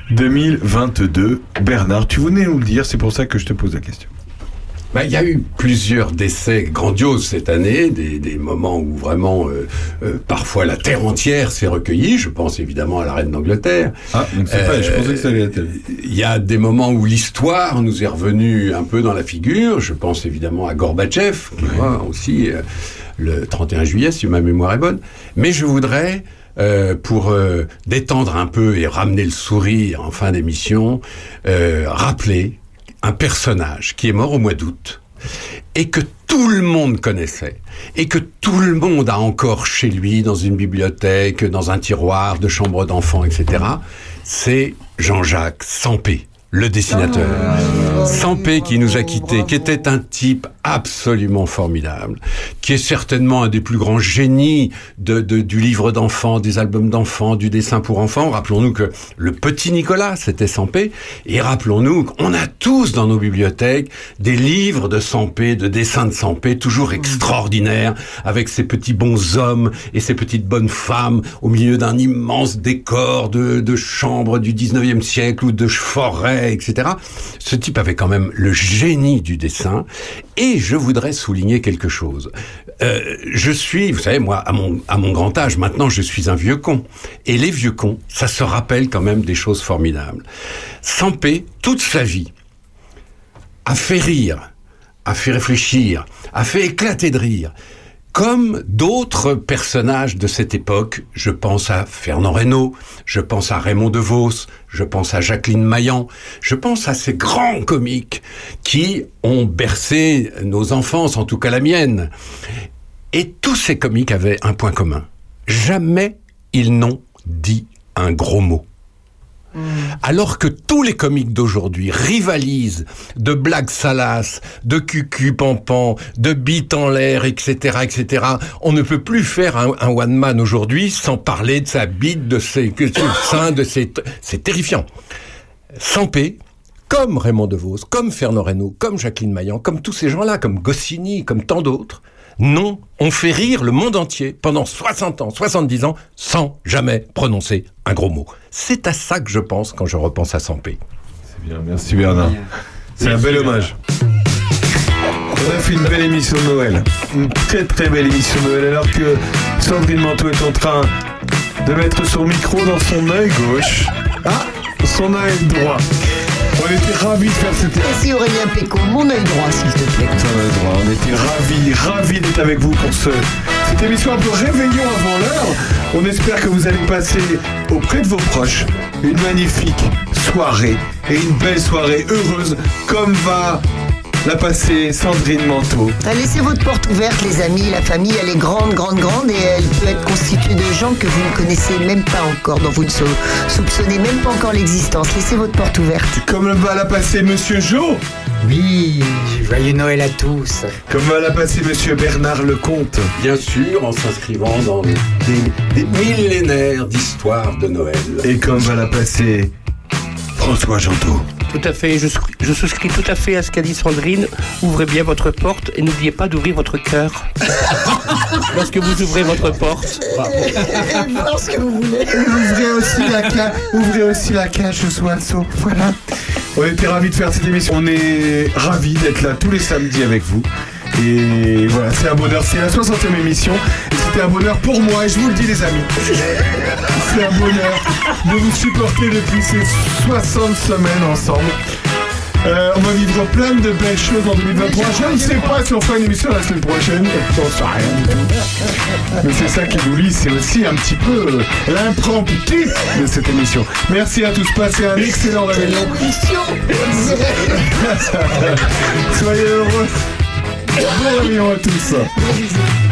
2022? Bernard, tu venais nous le dire, c'est pour ça que je te pose la question. Il y a eu plusieurs décès grandioses cette année, des moments où vraiment, parfois la terre entière s'est recueillie. Je pense évidemment à la reine d'Angleterre. Ah, donc c'est pas, je pensais que ça allait être... Il y a des moments où l'histoire nous est revenue un peu dans la figure. Je pense évidemment à Gorbatchev, qui moi aussi, le 31 juillet, si ma mémoire est bonne. Mais je voudrais... pour détendre un peu et ramener le sourire en fin d'émission, rappeler un personnage qui est mort au mois d'août et que tout le monde connaissait et que tout le monde a encore chez lui dans une bibliothèque, dans un tiroir de chambre d'enfants, etc. C'est Jean-Jacques Sempé, le dessinateur. Sempé qui nous a quittés, qui était un type absolument formidable, qui est certainement un des plus grands génies du livre d'enfants, des albums d'enfants, du dessin pour enfants. Rappelons-nous que le petit Nicolas, c'était Sempé, et rappelons-nous qu'on a tous dans nos bibliothèques des livres de Sempé, de dessins de Sempé, toujours extraordinaires, avec ces petits bons hommes et ces petites bonnes femmes au milieu d'un immense décor de chambres du 19e siècle ou de forêts, etc. Ce type avait quand même le génie du dessin. Et je voudrais souligner quelque chose. Je suis, vous savez, moi, à mon grand âge, maintenant, je suis un vieux con. Et les vieux cons, ça se rappelle quand même des choses formidables. Sempé, toute sa vie, a fait rire, a fait réfléchir, a fait éclater de rire. Comme d'autres personnages de cette époque, je pense à Fernand Reynaud, je pense à Raymond DeVos, je pense à Jacqueline Maillan, je pense à ces grands comiques qui ont bercé nos enfances, en tout cas la mienne. Et tous ces comiques avaient un point commun. Jamais ils n'ont dit un gros mot. Alors que tous les comiques d'aujourd'hui rivalisent de blagues salaces, de cucu pampan, de bites en l'air, etc., etc., on ne peut plus faire un one-man aujourd'hui sans parler de sa bite, de ses seins, c'est terrifiant. Sempé, comme Raymond DeVos, comme Fernand Reynaud, comme Jacqueline Maillan, comme tous ces gens-là, comme Goscinny, comme tant d'autres, non, on fait rire le monde entier pendant 60 ans, 70 ans, sans jamais prononcer un gros mot. C'est à ça que je pense quand je repense à Sempé. C'est bien, merci Bernard. C'est un bel hommage. On a fait une belle émission de Noël. Une très très belle émission de Noël, alors que Sandrine Manteau est en train de mettre son micro dans son œil gauche. Ah, son œil droit. On était ravis de faire cette émission. Merci Aurélien Péco, mon œil droit s'il te plaît. Ton œil droit, on était ravis d'être avec vous pour cette émission un peu réveillon avant l'heure. On espère que vous allez passer auprès de vos proches une magnifique soirée et une belle soirée heureuse comme va la passer Sandrine Manteau. Laissez votre porte ouverte les amis, la famille elle est grande et elle peut être constituée de gens que vous ne connaissez même pas encore, dont vous ne soupçonnez même pas encore l'existence. Laissez votre porte ouverte. Comme va la passer Monsieur Jo. Oui, joyeux Noël à tous. Comme va la passer Monsieur Bernard Lecomte. Bien sûr, en s'inscrivant dans des millénaires d'histoires de Noël. Et comme va la passer François Janteau. Tout à fait, je souscris tout à fait à ce qu'a dit Sandrine. Ouvrez bien votre porte et n'oubliez pas d'ouvrir votre cœur lorsque vous ouvrez votre porte. Lorsque vous voulez. Ouvrez aussi la cage aux oiseaux. Voilà. On était ravis de faire cette émission. On est ravis d'être là tous les samedis avec vous. Et voilà, c'est un bonheur. C'est la 60e émission. Et c'était un bonheur pour moi. Et je vous le dis, les amis. C'est un bonheur de vous supporter depuis ces 60 semaines ensemble. On va vivre plein de belles choses en 2023. Je ne sais pas si on fera une émission la semaine prochaine. J'en sais rien. Mais c'est ça qui nous lie. C'est aussi un petit peu l'impromptu de cette émission. Merci à tous. Passez un excellent réveillon. Soyez heureux. Bon réveillon à tous.